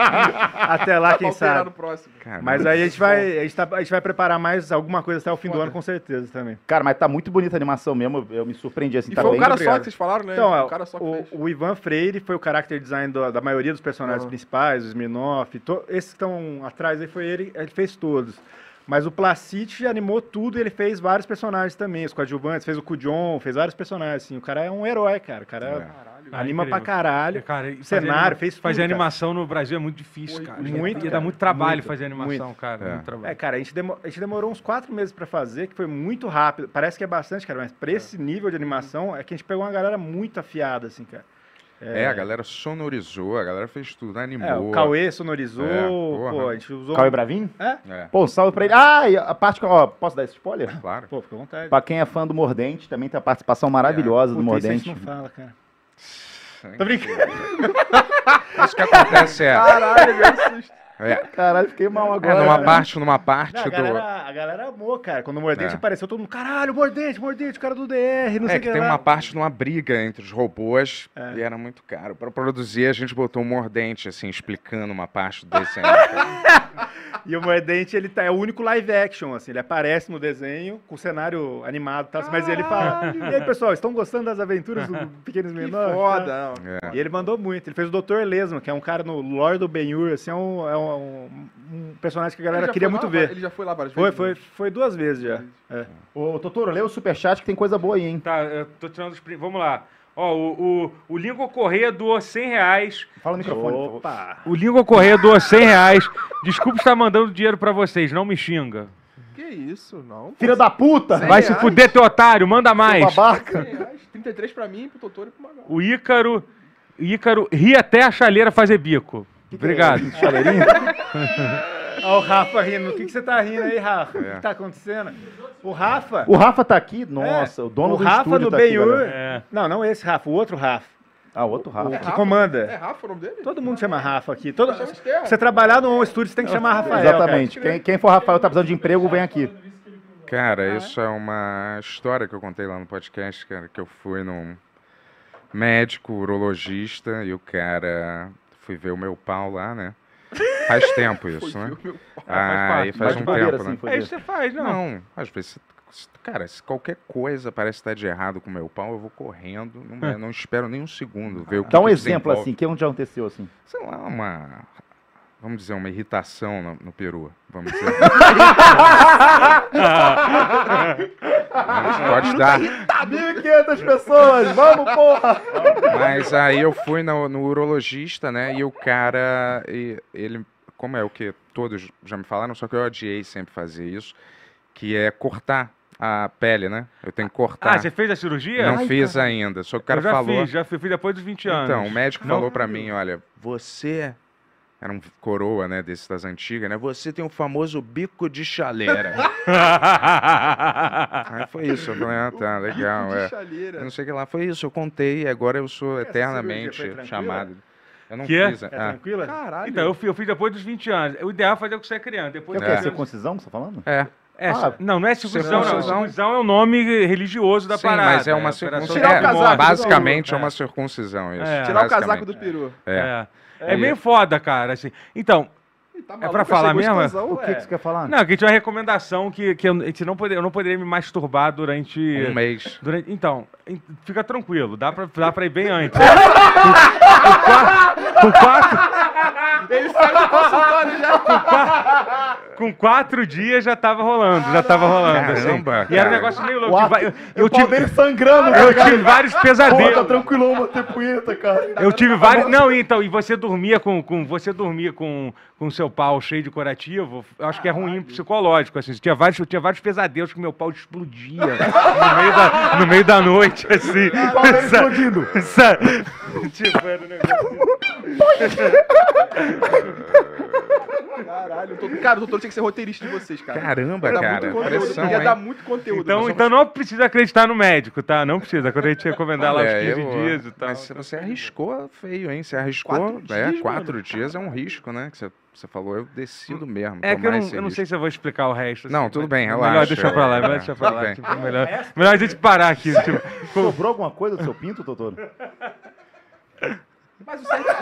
S2: até lá, quem
S3: Alterar
S2: sabe.
S3: no próximo.
S5: Cara,
S2: Mas aí a gente, vai, a, gente tá- a gente vai preparar mais alguma coisa até o fim do ano, com certeza, também.
S1: Cara, mas tá muito bonita a animação mesmo, eu, eu me surpreendi assim,
S3: E
S1: tá
S3: foi
S1: bem.
S3: um cara
S2: obrigado.
S3: só que vocês falaram, né?
S2: Então,
S3: um
S2: é,
S3: cara só que
S2: o,
S3: fez.
S2: o Ivan Freire foi o character design do- da maioria dos personagens
S3: Aham.
S2: principais, os Smirnoff, to- esses que estão atrás aí foi ele, ele fez todos. Mas o Placite animou tudo e ele fez vários personagens também, os coadjuvantes, fez o Kujon, fez vários personagens, assim. O cara é um herói, cara. O cara
S4: Ah,
S2: anima
S4: incrível.
S2: pra caralho.
S4: É, cara, e fazer
S2: cenário,
S4: anima-
S2: fez tudo,
S4: Fazer
S2: cara.
S4: animação no Brasil é muito difícil,
S3: Muito,
S4: cara.
S2: muito,
S4: Ia dar
S2: cara.
S4: muito trabalho
S2: Muito,
S4: fazer animação,
S2: muito.
S4: cara.
S5: É.
S4: Muito trabalho.
S2: É, cara, a gente, demo- a gente demorou uns quatro meses pra fazer, que foi muito rápido. Parece que é bastante, cara, mas pra esse nível de animação é que a gente pegou uma galera muito afiada, assim, cara.
S5: É, a galera sonorizou, a galera fez tudo, animou.
S2: É, o Cauê sonorizou,
S5: É, porra.
S2: pô, a gente usou...
S1: Cauê Bravin?
S2: É?
S5: É,
S1: Pô, um salve pra ele. Ah, e a parte que, ó, posso dar esse spoiler?
S5: claro.
S2: Pô, fica à vontade.
S1: Pra quem é fã do Mordente, também tem a participação maravilhosa do
S2: Puta, isso a
S1: Mordente.
S2: gente não fala, cara.
S5: Sim.
S2: Tô brincando.
S5: Mas o que acontece é,
S3: Caralho, meu susto.
S5: é,
S1: Caralho, fiquei mal
S5: é
S1: agora.
S5: numa
S1: né?
S5: parte, numa parte
S2: Não, a,
S5: do...
S2: galera, a galera amou, cara. Quando o Mordente
S5: É.
S2: apareceu, todo mundo, caralho, Mordente, Mordente, o cara do D R, não sei
S5: É
S2: o
S5: que
S2: que
S5: tem
S2: lá.
S5: uma parte numa briga entre os robôs
S2: É.
S5: e era muito caro. Pra produzir, a gente botou um Mordente, assim, explicando uma parte do desenho. cara.
S2: E o Mordente, ele tá, é o único live action, assim. Ele aparece no desenho, com o cenário animado e tal, mas ele fala, e aí, pessoal, estão gostando das aventuras do Pequeno
S3: Que
S2: Smirnoff?
S3: foda, não.
S5: É.
S2: E ele mandou muito. Ele fez o doutor Lesma, que é um cara no lore do Ben-Hur, assim, é um, é um, um personagem que a galera
S3: Ele já
S2: queria
S3: foi
S2: muito
S3: lá,
S2: ver.
S3: Ele já foi lá várias
S2: Foi,
S3: vezes.
S2: foi,
S3: né?
S2: foi duas vezes já. É.
S1: Ô, Totoro, lê o superchat que tem coisa boa aí, hein?
S4: Tá, eu tô tirando os print. Vamos lá. Ó, o, o, o Lincoln Correia doou cem reais.
S1: Fala no microfone, por favor.
S2: Opa!
S4: O Lincoln Correia doou cem reais. Desculpa estar mandando dinheiro pra vocês, não me xinga.
S3: Que isso, não.
S1: Filha da puta!
S3: Cem
S4: Vai se
S3: reais?
S4: fuder, teu otário, manda mais.
S1: Babaca!
S3: cem reais, trinta e três pra mim, pro Totoro e pro Magal.
S4: O Ícaro, Ícaro ri até a chaleira fazer bico. Obrigado.
S1: Chaleirinho?
S2: Olha o Rafa rindo. O que, que você tá rindo aí, Rafa? O
S5: É.
S2: que tá acontecendo? O Rafa...
S1: O Rafa tá aqui? Nossa,
S2: É,
S1: o dono
S2: o
S1: do
S2: Rafa
S1: estúdio
S2: no
S1: tá aqui,
S2: Ben-Hur...
S1: galera.
S4: É.
S2: Não, não esse Rafa, o outro Rafa.
S1: Ah, outro Rafa.
S2: O que
S3: Rafa?
S2: comanda.
S3: É Rafa o nome dele?
S2: Todo mundo chama Rafa aqui. Todo...
S3: Chama de terra.
S2: Você trabalhar no estúdio, você tem que chamar Rafael.
S1: Exatamente. Quem, quem for Rafael tá precisando de emprego, vem aqui.
S5: Cara, isso é uma história que eu contei lá no podcast, cara, que eu fui num médico urologista e o cara... Fui ver o meu pau lá, né? Faz tempo isso, né? Aí faz
S1: Mas de
S5: um
S1: bobeira,
S5: tempo,
S1: assim,
S5: né?
S1: foi
S4: É
S1: ver.
S4: isso que você faz, não.
S5: Não, às vezes, cara, se qualquer coisa parece estar de errado com o meu pau, eu vou correndo, não, não espero nem um segundo ver o que
S1: Dá um
S5: que
S1: exemplo
S5: desenvolve.
S1: assim, que onde já aconteceu assim.
S5: Sei lá, uma, vamos dizer, uma irritação no, no peru, vamos dizer. Mas pode dar.
S1: mil e quinhentas pessoas, vamos, porra!
S5: Mas aí eu fui no, no urologista, né, e o cara, e ele, como é o que todos já me falaram, só que eu odiei sempre fazer isso, que é cortar a pele, né? Eu tenho que cortar.
S4: Ah, você fez a cirurgia?
S5: Não fiz ainda, só que o cara
S4: eu já
S5: falou...
S4: fiz, já fiz, fiz depois dos vinte anos.
S5: Então, o médico
S4: Não?
S5: falou pra mim, olha, você... Era um coroa, né, desses das antigas, né? Você tem o famoso bico de chaleira. Aí foi isso, eu falei, ah, tá, legal,
S3: De
S5: é.
S3: chaleira.
S5: Eu não sei o que lá, foi isso, eu contei e agora eu sou
S2: Essa cirurgia foi
S5: eternamente
S2: tranquila?
S5: chamado. Eu não
S4: Que é?
S5: fiz...
S2: É
S5: ah,
S2: tranquila?
S3: Caralho.
S4: Então, eu fiz, eu fiz depois dos vinte anos. O ideal é fazer com você é criança. Depois
S1: É o
S4: dos
S1: que?
S5: É.
S4: vinte anos-
S1: Circuncisão que você tá falando?
S5: é,
S4: É,
S1: Ah,
S4: não, não é circuncisão, não.
S5: circuncisão.
S4: Circuncisão é o nome religioso da
S5: sim,
S4: parada.
S5: mas é uma
S4: operação
S5: circuncisão.
S3: Tirar o
S5: É,
S3: casaco,
S5: basicamente é
S4: é.
S5: uma circuncisão isso.
S4: É.
S3: Tirar o
S5: basicamente.
S3: casaco do peru.
S5: É.
S4: É, é meio foda, cara. Assim. Então,
S3: Tá
S4: É
S3: maluco,
S4: pra
S3: achei
S4: falar mesmo?
S3: gostosão,
S1: O que,
S3: é.
S1: que você quer falar?
S4: Não, que tinha uma recomendação que, que eu, que não poderia, eu não poderia me masturbar durante...
S5: Um mês.
S4: durante então, em- fica tranquilo, dá pra, dá pra ir bem antes. com, quatro,
S3: Ele saiu do consultório já.
S4: com quatro dias já tava rolando, já tava rolando. assim.
S5: Caramba,
S4: E era um
S5: cara.
S4: negócio meio louco.
S1: Quatro.
S4: Eu, eu,
S1: Eu
S4: eu
S1: tive
S4: tive,
S1: dele sangrando,
S4: eu
S1: cara.
S4: tive vários
S1: Porra, tá
S4: pesadelos.
S1: tranquilão bater punheta, cara.
S4: Eu tive vários. Não, então, e você dormia com. com você dormia com com seu pau cheio de curativo, eu acho que é ruim psicológico, assim. Tinha vários, eu tinha vários pesadelos que meu pau explodia no meio da, no meio da noite, assim.
S1: O pau dele explodindo.
S4: Sabe? Tipo, era um negócio.
S3: Caralho, o doutor- cara, o doutor tinha que ser roteirista de vocês, cara.
S5: Caramba,
S3: Ia dar
S5: cara.
S3: muito conteúdo,
S5: Pressão,
S3: ia
S5: hein?
S3: dar muito conteúdo.
S4: Então,
S3: Nós
S4: então não precisa acreditar no médico, tá? Não precisa. Quando a gente recomendar lá os
S5: Olha,
S4: quinze
S5: eu-
S4: dias e tal.
S5: Mas se você arriscou feio, hein? Você arriscou.
S3: Quatro
S5: é,
S3: dias,
S5: quatro
S3: mano.
S5: dias é um risco, né? Que você, você falou, eu decido mesmo.
S4: É que eu
S5: tomar
S4: não,
S5: esse
S4: eu não sei
S5: risco.
S4: se eu vou explicar o resto.
S5: Não,
S4: assim,
S5: tudo
S4: mas
S5: bem,
S4: Melhor
S5: relaxa.
S4: deixar pra lá, melhor
S5: É,
S4: deixar pra
S5: tudo
S4: lá.
S5: bem.
S4: Tipo, melhor, melhor a gente parar aqui. Tipo,
S1: Sobrou alguma coisa do seu pinto, doutor?
S3: Mas o certo...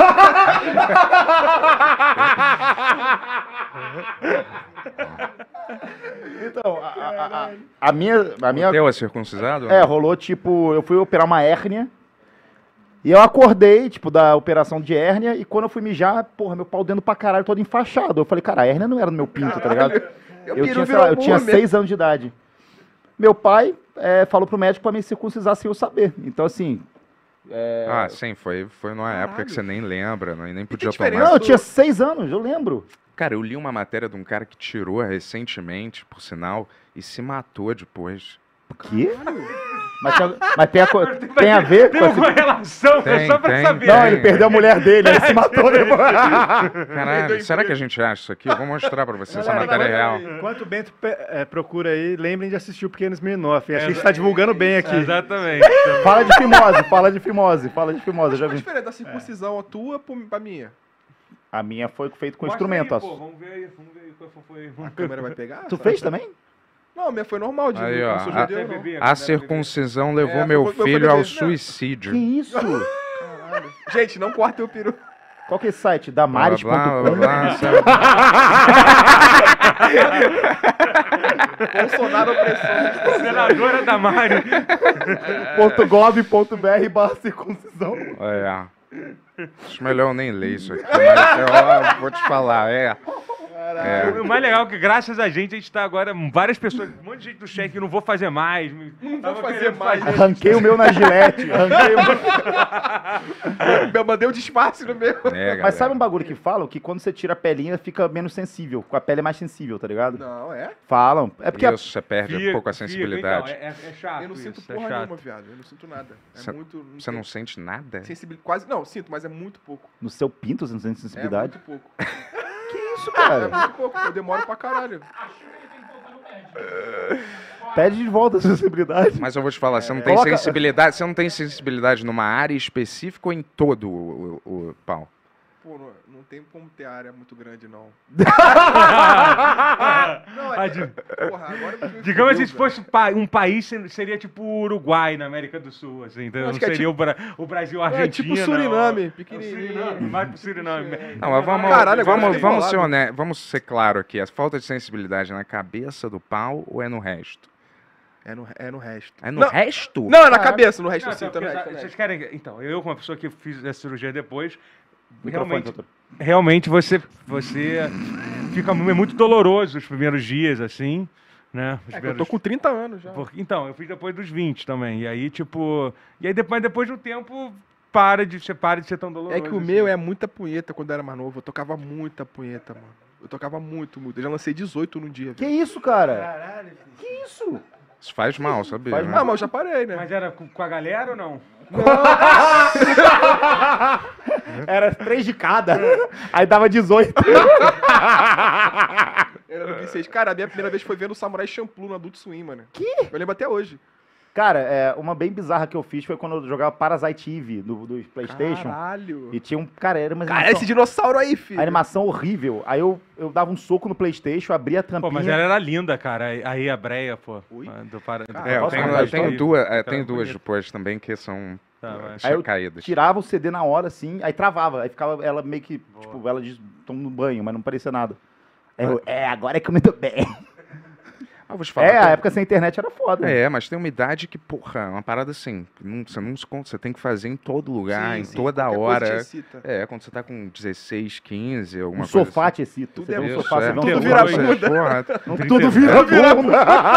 S1: Então, a, a- a- a minha... A minha
S5: Teu é circuncisado?
S1: é, rolou, tipo, eu fui operar uma hérnia. E eu acordei, tipo, da operação de hérnia, e quando eu fui mijar, porra, meu pau dentro pra caralho, todo enfaixado. Eu falei, cara, a hérnia não era no meu pinto, tá ligado?
S3: Eu
S1: Eu
S3: piru
S1: tinha, sei
S3: virou
S1: lá, eu tinha
S3: boa mesmo.
S1: seis anos de idade. Meu pai é, falou pro médico pra me circuncisar sem eu saber. Então, assim... é,
S5: Ah, sim, foi, foi numa época que você nem lembra, não, e nem podia
S3: diferença?
S5: tomar.
S1: Não, eu tinha seis anos, eu lembro.
S5: Cara, eu li uma matéria de um cara que tirou recentemente, por sinal, e se matou depois.
S1: O quê? Mas, tem, mas tem, a, co- tem a ver
S4: tem
S1: com
S4: alguma
S1: esse...
S4: relação?
S5: Tem,
S4: é só pra
S5: tem.
S4: saber.
S1: Não, ele perdeu a mulher dele, ele se matou depois.
S5: Caralho, será que a gente acha isso aqui? Eu vou mostrar pra vocês, essa
S2: Galera,
S5: matéria é real.
S2: enquanto- Enquanto o Bento pe- é, procura aí, lembrem de assistir o Pequeno Smirnoff. Acho que a gente tá divulgando bem aqui.
S4: Exatamente.
S1: Fala de fimose, fala de fimose, fala de fimose, eu já
S3: Qual a
S1: vi.
S3: diferença da circuncisão a tua pro- pra minha?
S1: A minha foi feita com
S4: Mostra
S1: instrumento.
S4: aí,
S1: ó.
S4: pô, vamos ver aí, vamos ver aí qual foi.
S3: A câmera vai pegar?
S1: Tu
S3: Só-
S1: fez também?
S3: Não, a minha foi normal, de
S5: Aí,
S3: não
S5: ó,
S3: sou
S5: a-
S3: judeu, não.
S5: A circuncisão levou
S3: É,
S5: meu
S3: foi- foi
S5: filho
S3: pra
S5: ao
S3: ver.
S5: suicídio.
S1: Que isso?
S3: Caralho. Gente, não corta o peru.
S1: Qual que é esse site?
S5: Blá, blá, blá, blá,
S1: Damares ponto com?
S5: blá, sabe?
S3: Bolsonaro opressor.
S4: Senadora da Mari.
S1: ponto gov ponto br barra circuncisão.
S5: É. Acho melhor eu nem ler isso aqui, mas eu, eu vou te falar, é. É.
S4: O mais legal é que, graças a gente, a gente tá agora. Várias pessoas, um monte de gente do chat que não vou fazer mais. Não
S3: vou fazer mais.
S1: Arranquei o meu na gilete. Arranquei o meu...
S3: Eu mandei um disfarce no meu.
S5: É, galera.
S1: Mas sabe um bagulho que falam? Que quando você tira a pelinha, fica menos sensível. Com a pele é mais sensível, tá ligado?
S3: Não, é?
S1: Falam. É porque a-
S5: Isso, você perde um pouco a sensibilidade.
S4: Então, é, é chato.
S3: Eu não sinto
S4: isso, é
S3: porra
S4: chato.
S3: nenhuma, viado. Eu não sinto nada. É
S5: Cê-
S3: muito...
S5: Você não sente nada?
S3: Sensibilidade. Quase. Não, sinto, mas é muito pouco.
S1: no seu pinto você não sente
S3: É
S1: sensibilidade?
S3: muito pouco.
S1: Que isso,
S3: É
S1: cara?
S3: muito pouco. Eu demoro pra caralho.
S1: Pede de volta a sensibilidade.
S5: Mas eu vou te falar, você não tem
S1: Coloca-
S5: sensibilidade, você não tem sensibilidade numa área específica ou em todo o, o- o pau?
S3: Pô, não, não tem como ter área muito grande, não.
S4: Ah,
S3: Não, é...
S4: di-
S3: Porra, agora... me
S4: Digamos
S3: fudeu,
S4: assim, se fosse pa- um país, se- seria tipo o Uruguai na América do Sul, assim, entendeu?
S3: Acho
S4: Não
S3: que é
S4: seria
S3: tipo-
S4: o, Bra- o Brasil, a
S3: velho. É
S4: Argentina.
S3: tipo Suriname,
S4: ó. É o
S3: pequenininho.
S4: Suriname, mais pro Suriname.
S5: Não, mas vamos,
S3: Caralho, agora
S5: vamos,
S3: fiquei
S5: vamos, ser
S3: bolado.
S5: honestos, vamos ser claro aqui. A falta de sensibilidade é na cabeça do pau ou é no resto?
S3: É no, é no resto.
S5: É no
S3: Não.
S5: resto?
S3: Não, é na cabeça, no resto
S4: Não,
S3: eu sinto.
S4: porque
S3: no resto,
S4: sa-
S3: no
S4: vocês
S3: resto.
S4: querem. Então, eu, como uma pessoa que fiz essa cirurgia depois,
S1: Microfone,
S4: realmente,
S1: doutor.
S4: realmente você, você fica mu- é muito doloroso os primeiros dias, assim, né? Os
S3: É que eu
S4: primeiros-
S3: tô com trinta anos já.
S4: Porque- então, eu fiz depois dos vinte também. E aí, tipo. E aí, depois, depois de um tempo, para de, você para de ser tão doloroso.
S3: É que o
S4: assim.
S3: meu é muita punheta quando eu era mais novo. Eu tocava muita punheta, mano. Eu tocava muito, muito. Eu já lancei dezoito num dia.
S1: Que
S3: velho.
S1: isso, cara? Que isso?
S5: Isso faz mal, sabia?
S1: Faz
S5: né?
S3: Ah, mas eu já parei, né?
S4: Mas era com, com a galera ou não?
S1: Era três de cada. Aí dava dezoito.
S3: Era no seis. Cara, a minha primeira vez foi vendo o Samurai Champloo no Adult Swim, mano.
S1: Que?
S3: Eu lembro até hoje.
S1: Cara, é, uma bem bizarra que eu fiz foi quando eu jogava Parasite Eve do, do PlayStation.
S3: Caralho.
S1: E tinha um. Cara, era uma
S3: Cara,
S1: animação,
S3: esse dinossauro aí, filho.
S1: a animação horrível. Aí eu, eu dava um soco no PlayStation, abria a tampinha.
S4: Pô, mas ela era linda, cara. Aí a Breia, pô.
S3: Ui.
S4: ah, Do para, do
S5: É, eu
S1: Posso
S5: tenho,
S1: contar a
S5: eu tenho
S1: história?
S5: duas, é,
S4: Aquela
S5: tenho duas
S4: bonita.
S5: depois também que são
S4: Tá, mas-
S5: é,
S1: Aí eu
S5: caídas.
S1: tirava o C D na hora, assim, aí travava. Aí ficava ela meio que, tipo, ela des- tomo no banho, mas não parecia nada. Aí eu, é, agora é que eu me dou bem.
S5: Ah, vou te falar.
S1: É, a
S5: tem-
S1: época sem internet era foda.
S5: É, mas tem uma idade que, porra, é uma parada assim, não- você não se conta, você tem que fazer em todo lugar,
S3: Sim,
S5: em
S3: sim,
S5: toda
S3: qualquer coisa te
S5: hora.
S3: excita.
S5: É, quando você tá com dezesseis, quinze, alguma
S1: Um
S5: coisa
S1: sofá
S5: assim.
S1: te excita.
S3: Tudo
S1: Você
S3: é
S1: vê um
S5: Isso,
S1: sofá,
S5: é.
S1: você vê um
S3: Tudo
S1: sofá.
S3: vira
S5: Você-
S3: bunda.
S5: porra,
S1: Tudo vira bunda.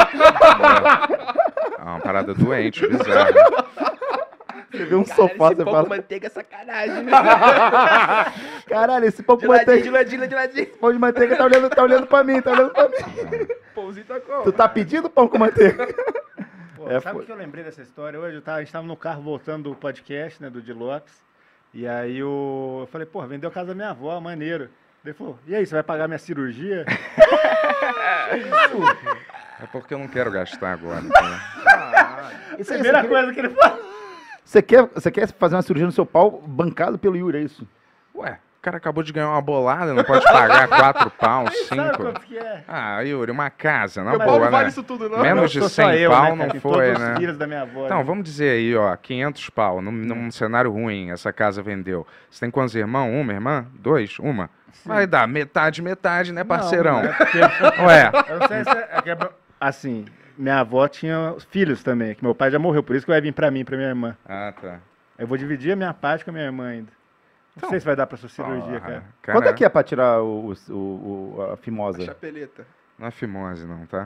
S5: é uma parada doente, bizarra.
S1: Você vê um sofá, você fala...
S3: manteiga é sacanagem.
S1: Caralho, esse pão com
S3: De ladinho, de
S1: manteiga...
S3: ladinho, de ladinho.
S1: Pão de manteiga tá olhando, tá olhando pra mim, tá olhando pra mim.
S3: Pãozinho tá como?
S1: Tu tá pedindo pão com manteiga?
S2: Pô,
S1: É,
S2: sabe o
S1: foi.
S2: que eu lembrei dessa história hoje? Eu tava, a gente tava no carro voltando do podcast, né, do Di Lopes. E aí eu, eu falei, pô, vendeu a casa da minha avó, maneiro. Ele falou, e aí, você vai pagar minha cirurgia?
S5: É porque eu não quero gastar agora. Então.
S1: Isso aí,
S2: Primeira
S1: você,
S2: coisa que ele falou.
S1: você, quer, você quer fazer uma cirurgia no seu pau bancado pelo Yuri, é isso?
S5: Ué, o cara acabou de ganhar uma bolada, não pode pagar quatro pau,
S2: Sabe
S5: cinco.
S2: quanto que é?
S5: Ah, Yuri, uma casa, na
S3: Meu pau
S5: boa,
S3: não vale
S5: né?
S3: isso tudo, não.
S5: Menos
S2: Não
S5: de
S2: sou só
S5: cem
S2: eu,
S5: pau
S2: né,
S5: não
S2: cara? Tem
S5: foi,
S2: todos
S5: né?
S2: os filhos da minha avó.
S5: Então,
S2: né?
S5: vamos dizer aí, ó, quinhentos pau, num, num cenário ruim, essa casa vendeu. Você tem quantos irmãos? Uma irmã? Dois? Uma? Vai dar metade, metade, né, parceirão?
S2: Não, é porque-
S5: Ué,
S2: Eu não sei se é, é que é- assim, minha avó tinha filhos também, que meu pai já morreu, por isso que vai vir pra mim, pra minha irmã.
S5: ah, tá.
S2: Eu vou dividir a minha parte com a minha irmã ainda. Não
S5: Então,
S2: sei se vai dar pra sua cirurgia,
S5: Porra,
S2: cara.
S1: Quanto é que é pra tirar o, o, o- a fimosa?
S3: Chapeleta.
S5: Não é fimose, não, tá?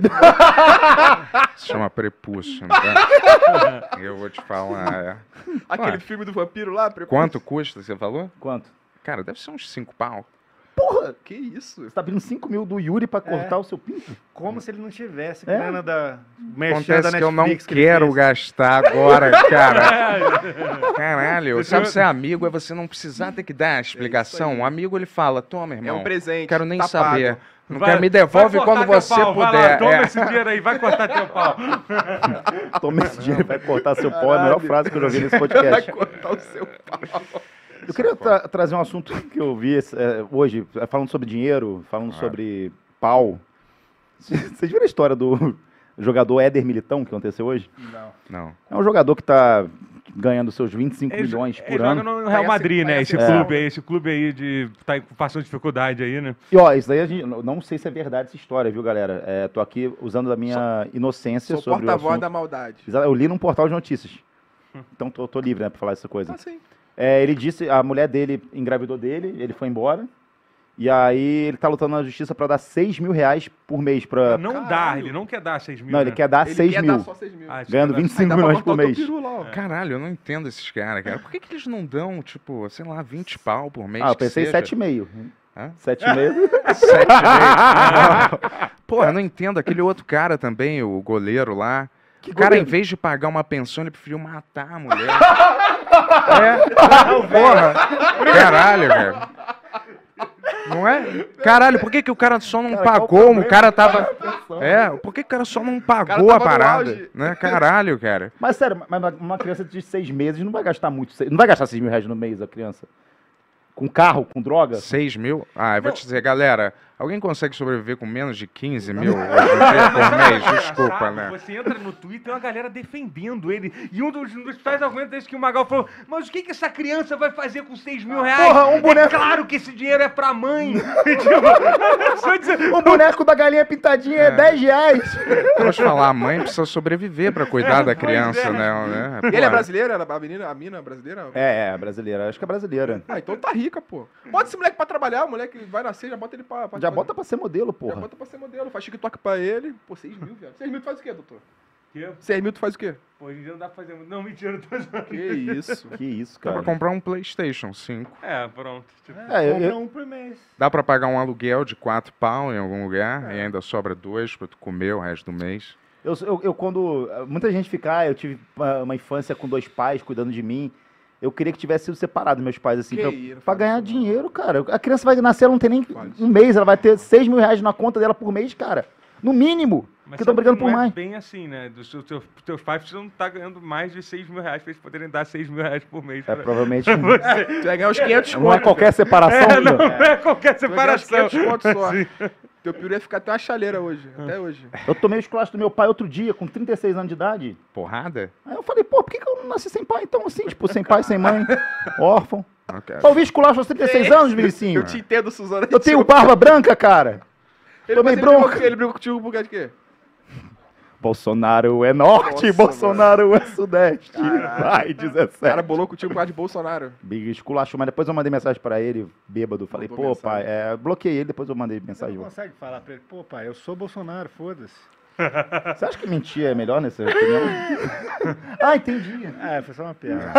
S5: Se chama prepúcio, não tá? Eu vou te falar, é.
S3: Aquele
S5: Ué.
S3: filme do vampiro lá, prepara-
S5: Quanto custa, você falou?
S1: Quanto?
S5: Cara, deve ser uns cinco pau.
S1: Porra!
S3: Que isso?
S1: Você tá pedindo cinco mil do Yuri pra cortar o seu pinto?
S2: Como se ele não tivesse
S1: É?
S2: grana da merchan
S5: Acontece
S2: da
S5: que eu não
S2: Netflix ele
S5: quero
S2: fez.
S5: gastar agora, cara. Caralho, sabe ser amigo é você não precisar ter que dar a explicação.
S3: aí.
S5: Um amigo, ele fala, toma, irmão.
S3: É um presente.
S5: Quero nem
S3: tá
S5: saber.
S3: pago.
S5: Não
S4: Vai-
S5: quero, me devolve
S4: vai
S5: quando
S4: cortar teu
S5: você
S4: pau, vai
S5: puder.
S4: lá, toma
S5: É.
S4: esse dinheiro aí, vai cortar teu pau.
S1: Toma esse dinheiro e vai cortar seu pau. É a melhor frase que eu já ouvi nesse
S3: Vai
S1: podcast.
S3: cortar o seu pau.
S1: Eu queria tra- trazer um assunto que eu vi esse, é, hoje, é, falando sobre dinheiro, falando sobre pau. Vocês viram a história do jogador Éder Militão, que aconteceu hoje?
S2: Não.
S5: Não.
S1: É um jogador que tá ganhando seus vinte e cinco
S4: Ele,
S1: milhões
S4: ele
S1: por
S4: joga
S1: ano.
S4: no
S3: Vai
S4: Real
S3: a
S4: Madrid,
S3: se- vai
S4: né?
S3: a
S4: Esse
S3: seleção.
S4: clube aí, esse clube aí de tá passando dificuldade aí, né?
S1: E ó, isso daí a gente, eu não sei se é verdade essa história, viu, galera? É, tô aqui usando da minha inocência
S3: Sou
S1: sobre o
S3: porta-voz
S1: assunto.
S3: da maldade.
S1: Exa- Eu li num portal de notícias. Então tô, tô livre, né, pra falar essa coisa.
S3: Ah, sim.
S1: É, ele disse, a mulher dele engravidou dele, ele foi embora. E aí ele tá lutando na justiça pra dar seis mil reais por mês pra...
S4: Não dá,
S3: Caralho.
S4: ele não quer dar seis mil.
S1: Não, ele
S4: né?
S1: quer dar
S3: Ele
S1: seis
S3: quer
S1: mil.
S3: dar só seis mil.
S4: Ah, isso
S1: Ganhando
S4: é verdade.
S1: vinte e cinco
S3: Aí dá pra
S1: milhões por
S3: cortar o
S1: mês.
S3: teu peru lá, ó.
S5: Caralho, eu não entendo esses caras, cara. Por que, que eles não dão, tipo, sei lá, vinte pau por mês?
S1: Ah, eu
S5: que
S1: pensei
S5: seja?
S1: sete e meio.
S5: Hã?
S1: Sete e meio.
S5: Sete vezes. Pô, eu não entendo. Aquele outro cara também, o goleiro lá. o cara,
S1: goleiro?
S5: em vez de pagar uma pensão, ele preferiu matar a mulher. é? Porra. Caralho, velho. Não é? Caralho, por que, que o cara só não
S1: Cara, qual o
S5: pagou? O
S1: problema?
S5: cara tava. É, por que, que o cara só não pagou
S3: tava
S5: a
S3: no
S5: parada?
S3: auge.
S5: Né? Caralho, cara.
S1: Mas sério, mas uma criança de seis meses não vai gastar muito. Não vai gastar seis mil reais no mês a criança. Com carro, com droga.
S5: seis mil? Ah, eu vou te dizer, galera, alguém consegue sobreviver com menos de quinze mil hoje em dia por mês? Desculpa,
S4: Engraçado,
S5: né?
S4: Você entra no Twitter, tem uma galera defendendo ele. E um dos, um dos tais argumentos é esse que o Magal falou: mas o que, que essa criança vai fazer com seis mil reais?
S1: Porra, um boneco-
S4: É claro que esse dinheiro é pra mãe. Tipo, só dizer-
S1: O boneco da galinha pintadinha é, dez reais.
S5: Eu vou te falar, a mãe precisa sobreviver pra cuidar da criança,
S4: é.
S5: né? né?
S3: E ele é
S5: Pô,
S3: brasileiro? Ela- A menina, a mina é brasileira?
S1: É, é, brasileira. Acho que é brasileira.
S3: Ah, então tá rica, pô. Bota esse moleque pra trabalhar, o moleque vai nascer, já bota ele pra... pra
S1: Já bota pra ser modelo,
S3: Já
S1: porra.
S3: bota pra ser modelo, faz TikTok pra ele. Pô, seis mil, viado. seis mil tu faz o quê, doutor?
S4: Que?
S3: seis mil tu faz o quê?
S4: Pô, hoje em dia não dá pra fazer muito. Não, mentira, eu tô zoando.
S3: Que isso.
S1: Que isso,
S5: Dá pra
S1: cara.
S5: comprar um PlayStation cinco.
S4: É, pronto. Tipo,
S1: É, eu-
S2: Compra
S1: eu-
S2: um por mês.
S5: Dá pra pagar um aluguel de quatro pau em algum lugar e ainda sobra dois pra tu comer o resto do mês.
S1: Eu, eu, eu quando. Muita gente fica, ah, eu tive uma, uma infância com dois pais cuidando de mim. Eu queria que tivesse sido separado, meus pais, assim,
S3: Que
S1: pra,
S3: isso, não
S1: pra
S3: fala
S1: ganhar
S3: isso não.
S1: dinheiro, cara. A criança vai nascer, ela não tem nem
S3: Fala isso.
S1: um mês, ela vai ter seis mil reais na conta dela por mês, cara. No mínimo.
S4: mas
S1: Porque estão
S4: sabe
S1: brigando
S4: que
S1: por
S4: não
S1: mais.
S4: É bem assim, né? Dos seus, teus, teus pais precisam estar ganhando mais de seis mil reais pra eles poderem dar seis mil reais por mês.
S1: É,
S4: pra-
S1: provavelmente.
S3: Tu vai ganhar uns quinhentos
S1: Não é
S3: conto.
S1: qualquer separação,
S4: É, não,
S1: Igor.
S4: não é qualquer
S3: Tu vai ganhar uns
S4: separação.
S3: quinhentos conto só.
S4: Sim.
S3: Teu peru ia ficar até uma chaleira hoje, até hoje.
S1: Eu tomei o esculacho do meu pai outro dia, com trinta e seis anos de idade.
S5: Porrada?
S1: Aí eu falei, pô, por que, que eu não nasci sem pai então, assim? Tipo, sem pai, sem mãe, órfão.
S5: Ok.
S1: Pra ouvir esculacho aos trinta e seis anos, Vinicinho?
S3: Eu te entendo, Suzana.
S1: Eu tenho barba branca, cara.
S3: Ele,
S1: Tomei
S3: mas ele
S1: bronca.
S3: brigou- Ele brigou contigo por causa de quê?
S1: Bolsonaro é norte,
S3: Nossa,
S1: Bolsonaro é sudeste. Vai,
S3: O cara
S1: dezessete.
S3: bolou contigo por causa de Bolsonaro.
S1: Big esculacho, mas depois eu mandei mensagem pra ele, bêbado. Falei,
S3: Mandou
S1: pô,
S3: mensagem.
S1: pai, é, bloqueei ele, depois eu mandei
S2: Você
S1: mensagem.
S2: não consegue falar pra ele, pô, pai, eu sou Bolsonaro, foda-se.
S1: Você acha que mentir é melhor nessa opinião? Ah, entendi.
S2: Ah, foi só uma piada.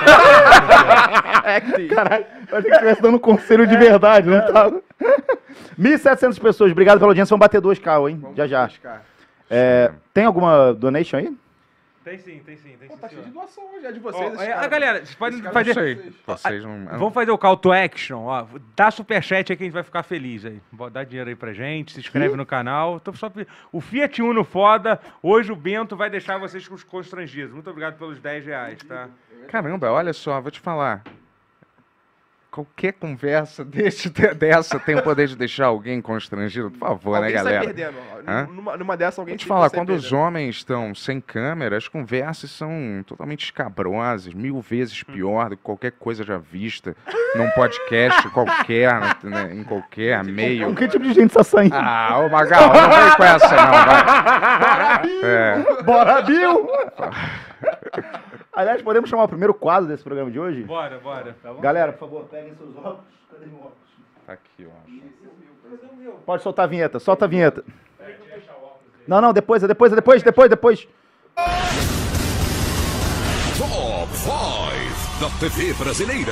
S3: Acting.
S1: Caralho, eu achei que estivesse dando um conselho de verdade, não tava? mil e setecentas pessoas, obrigado pela audiência, vamos bater dois K, hein?
S3: Vamos
S1: Já já.
S3: buscar.
S1: É, tem alguma donation aí?
S4: Tem sim, tem sim, tem
S3: Pô,
S4: sim.
S3: tá cheio
S4: senhor.
S3: de doação hoje, é de
S4: Ó,
S3: vocês. esses
S4: é, a
S3: caras.
S4: galera, vocês podem
S3: Esse cara
S4: fazer...
S5: Não sei. Vocês não...
S4: Vamos fazer o call to action, ó. Dá superchat aí que a gente vai ficar feliz aí. Bo- Dá dinheiro aí pra gente, se inscreve no canal. Tô só... pe- O Fiat Uno foda, hoje o Bento vai deixar vocês constrangidos. Muito obrigado pelos dez reais, tá?
S5: Caramba, olha só, vou te falar. Qualquer conversa desse, dessa tem o poder de deixar alguém constrangido, por favor,
S3: Alguém
S5: né,
S3: sai
S5: galera?
S3: perdendo. ó.
S5: Hã?
S3: Numa, numa dessa, alguém
S5: Vou te
S3: sempre
S5: falar,
S3: sai
S5: quando os
S3: perdendo.
S5: homens estão sem câmera, as conversas são totalmente escabrosas, mil vezes pior do que qualquer coisa já vista num podcast qualquer, né, em qualquer meio.
S1: Com que tipo de gente está saindo?
S5: Ah, ô Magal, não vem com essa não, vai. É,
S1: Bora, Bill! Aliás, podemos chamar o primeiro quadro desse programa de hoje?
S4: Bora, bora. Tá bom?
S1: Galera, por favor, peguem seus óculos. Cadê meu óculos?
S5: tá aqui, eu acho.
S1: Pode soltar a vinheta, solta a vinheta. Não, não, depois, é depois, é depois, depois, depois.
S7: Top cinco da T V brasileira.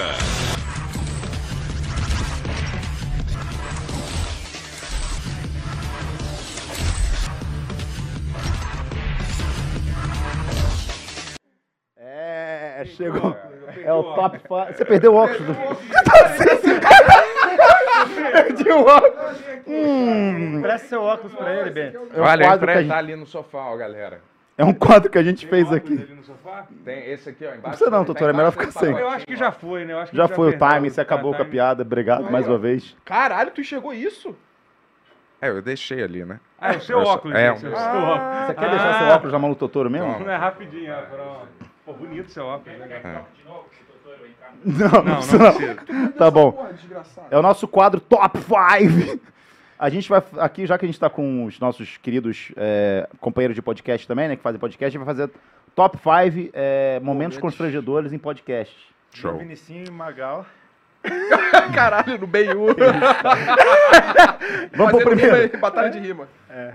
S1: É, chegou. É o top cinco. Você perdeu o óculos. Perdi o óculos. Hum,
S2: Presta seu óculos pra ele, Bento.
S1: é um
S5: Olha,
S1: quadro que a
S5: empre-
S1: gente-
S5: tá ali no sofá, ó, galera.
S1: é um quadro que a gente fez
S4: Óculos
S1: aqui.
S4: ali no sofá?
S5: Tem esse aqui, ó, embaixo.
S1: Não precisa não,
S5: tá
S1: doutor, é
S5: embaixo
S1: melhor
S5: desse
S1: ficar sem.
S5: pacotinho,
S4: Eu acho que já foi, né? Eu acho que
S1: Já foi o
S4: perdeu.
S1: time, você acabou
S4: Tá,
S1: com a
S4: time.
S1: piada. Obrigado mais uma vez.
S3: Caralho, tu enxergou isso?
S5: É, eu deixei ali, né?
S4: Ah, é o seu
S5: Eu só-
S4: óculos,
S5: é,
S4: gente.
S5: o
S4: o
S5: meu.
S4: seu óculos.
S1: Você quer deixar seu óculos na mão do Totoro mesmo?
S5: Toma.
S4: Não é rapidinho, ó. Pronto. Pô, bonito seu óculos, né?
S5: É.
S1: Não, não,
S4: Não,
S1: precisa
S4: não
S1: não.
S4: precisa.
S1: Tá bom.
S3: Porra, desgraçado.
S1: É o nosso quadro Top cinco. A gente vai, aqui, já que a gente tá com os nossos queridos é, companheiros de podcast também, né, que fazem podcast, a gente vai fazer Top cinco é, momentos constrangedores em podcast.
S5: Show.
S2: Vinicinho e Magal.
S3: Caralho, no B U.
S1: Vamos pro primeiro.
S3: Rima, batalha de rima.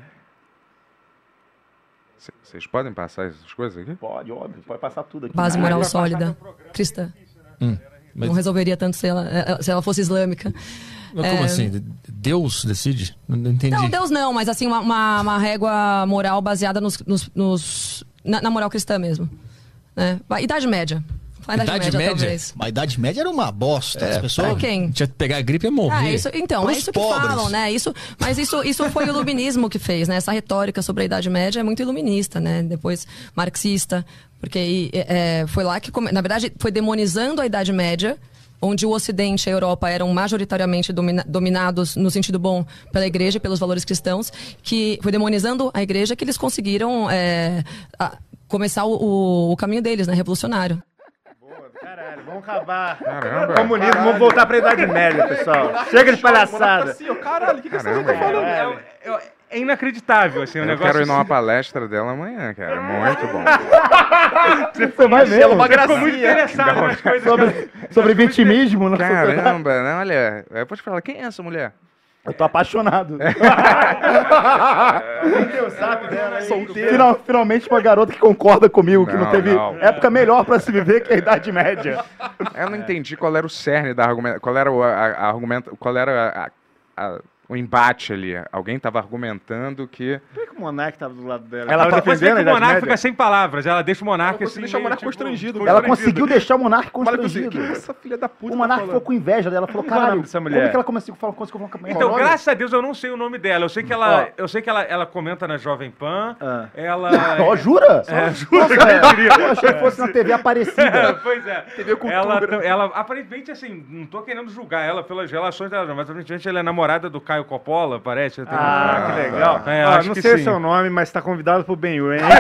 S5: C- Vocês podem passar essas coisas aqui?
S1: Pode, óbvio, pode passar tudo aqui.
S9: Base moral sólida, cristã.
S10: Mas,
S9: Não resolveria tanto se ela, eh, se ela fosse islâmica.
S10: mas como assim? Deus decide? Não, não entendi.
S9: Não, Deus não, mas assim, uma, uma, uma régua moral baseada nos, nos, nos- na, na moral cristã mesmo. Né? Vai, Idade Média. A Idade,
S10: Idade
S9: Média,
S10: Média?
S9: talvez.
S11: Mas a Idade Média era uma bosta. As pessoas.
S9: Pra quem?
S10: Tinha que pegar a gripe e morrer.
S9: Ah, isso, então,
S11: Pros
S9: é isso que
S11: pobres.
S9: falam, né? Isso, mas isso, isso foi o iluminismo que fez, né? Essa retórica sobre a Idade Média é muito iluminista, né? Depois marxista, porque aí, é, foi lá que, come- na verdade, foi demonizando a Idade Média, onde o Ocidente e a Europa eram majoritariamente domina- dominados, no sentido bom, pela Igreja e pelos valores cristãos, que foi demonizando a Igreja que eles conseguiram é, a- começar o, o- o caminho deles, né? Revolucionário.
S2: Caralho, vamos acabar.
S5: Caramba.
S2: O comunismo, vamos voltar pra Idade Média, pessoal. Chega de palhaçada.
S3: Assim, ó, caralro, o que, que essa
S5: Caramba.
S3: tá falando?
S4: É, é- é inacreditável, assim, o
S5: Eu
S4: negócio.
S5: quero ir numa
S4: assim.
S5: palestra dela amanhã, cara. Muito bom.
S1: Você vai mesmo?
S3: uma
S4: Ficou muito
S3: gracinha.
S4: interessado nas coisas.
S1: Sobre, sobre vitimismo, não sei.
S5: Caramba, né? Olha, eu vou te falar, quem é essa mulher?
S1: Eu tô apaixonado.
S2: Tem o zap dela aí.
S3: Solteiro.
S1: Final- finalmente uma garota que concorda comigo, que não
S5: Não,
S1: teve
S5: não.
S1: época melhor pra se viver que a Idade Média.
S5: Eu não entendi qual era o cerne da argumento, qual era o a, a argumento, qual era a- a- o embate ali. Alguém estava argumentando que
S2: Por que o Monark tava do lado dela?
S1: Ela
S2: Tava
S1: tá-
S4: Depois vê
S2: defendendo
S4: que
S2: a
S4: o
S2: Idade
S4: monarca
S2: Média?
S4: fica sem palavras. Ela deixa o monarca
S3: Ela
S4: assim.
S3: deixa o
S4: meio,
S3: monarca
S4: tipo,
S3: constrangido.
S1: Ela
S4: constrangido.
S1: conseguiu deixar o monarca
S3: Olha, o que
S1: constrangido.
S3: essa filha da puta
S1: O monarca
S3: tá
S1: ficou
S3: falando?
S1: com inveja dela, falou,
S2: Qual é o nome
S1: caralho,
S2: dessa
S1: como
S2: mulher?
S1: é que ela conseguiu falar, conseguiu falar com a
S4: Então, graças a Deus, eu não sei o nome dela. Eu sei que ela,
S1: Ó.
S4: eu sei que ela, ela comenta na Jovem Pan.
S2: Ah.
S4: Ela.
S1: Ó, jura?
S4: É, juro que
S1: É,
S4: eu queria.
S1: eu achei que fosse na T V Aparecida.
S4: Pois é.
S3: T V Cultura.
S4: Ela, ela, aparentemente, assim, não tô querendo julgar ela pelas relações dela, não, mas aparentemente ela é namorada do Caio Caio Coppola, parece. Tem
S2: Ah,
S4: um...
S2: que legal.
S4: É,
S2: ah,
S4: acho
S2: não
S4: que
S2: sei o
S4: sim.
S2: seu nome, mas tá convidado pro Ben-Hur, hein?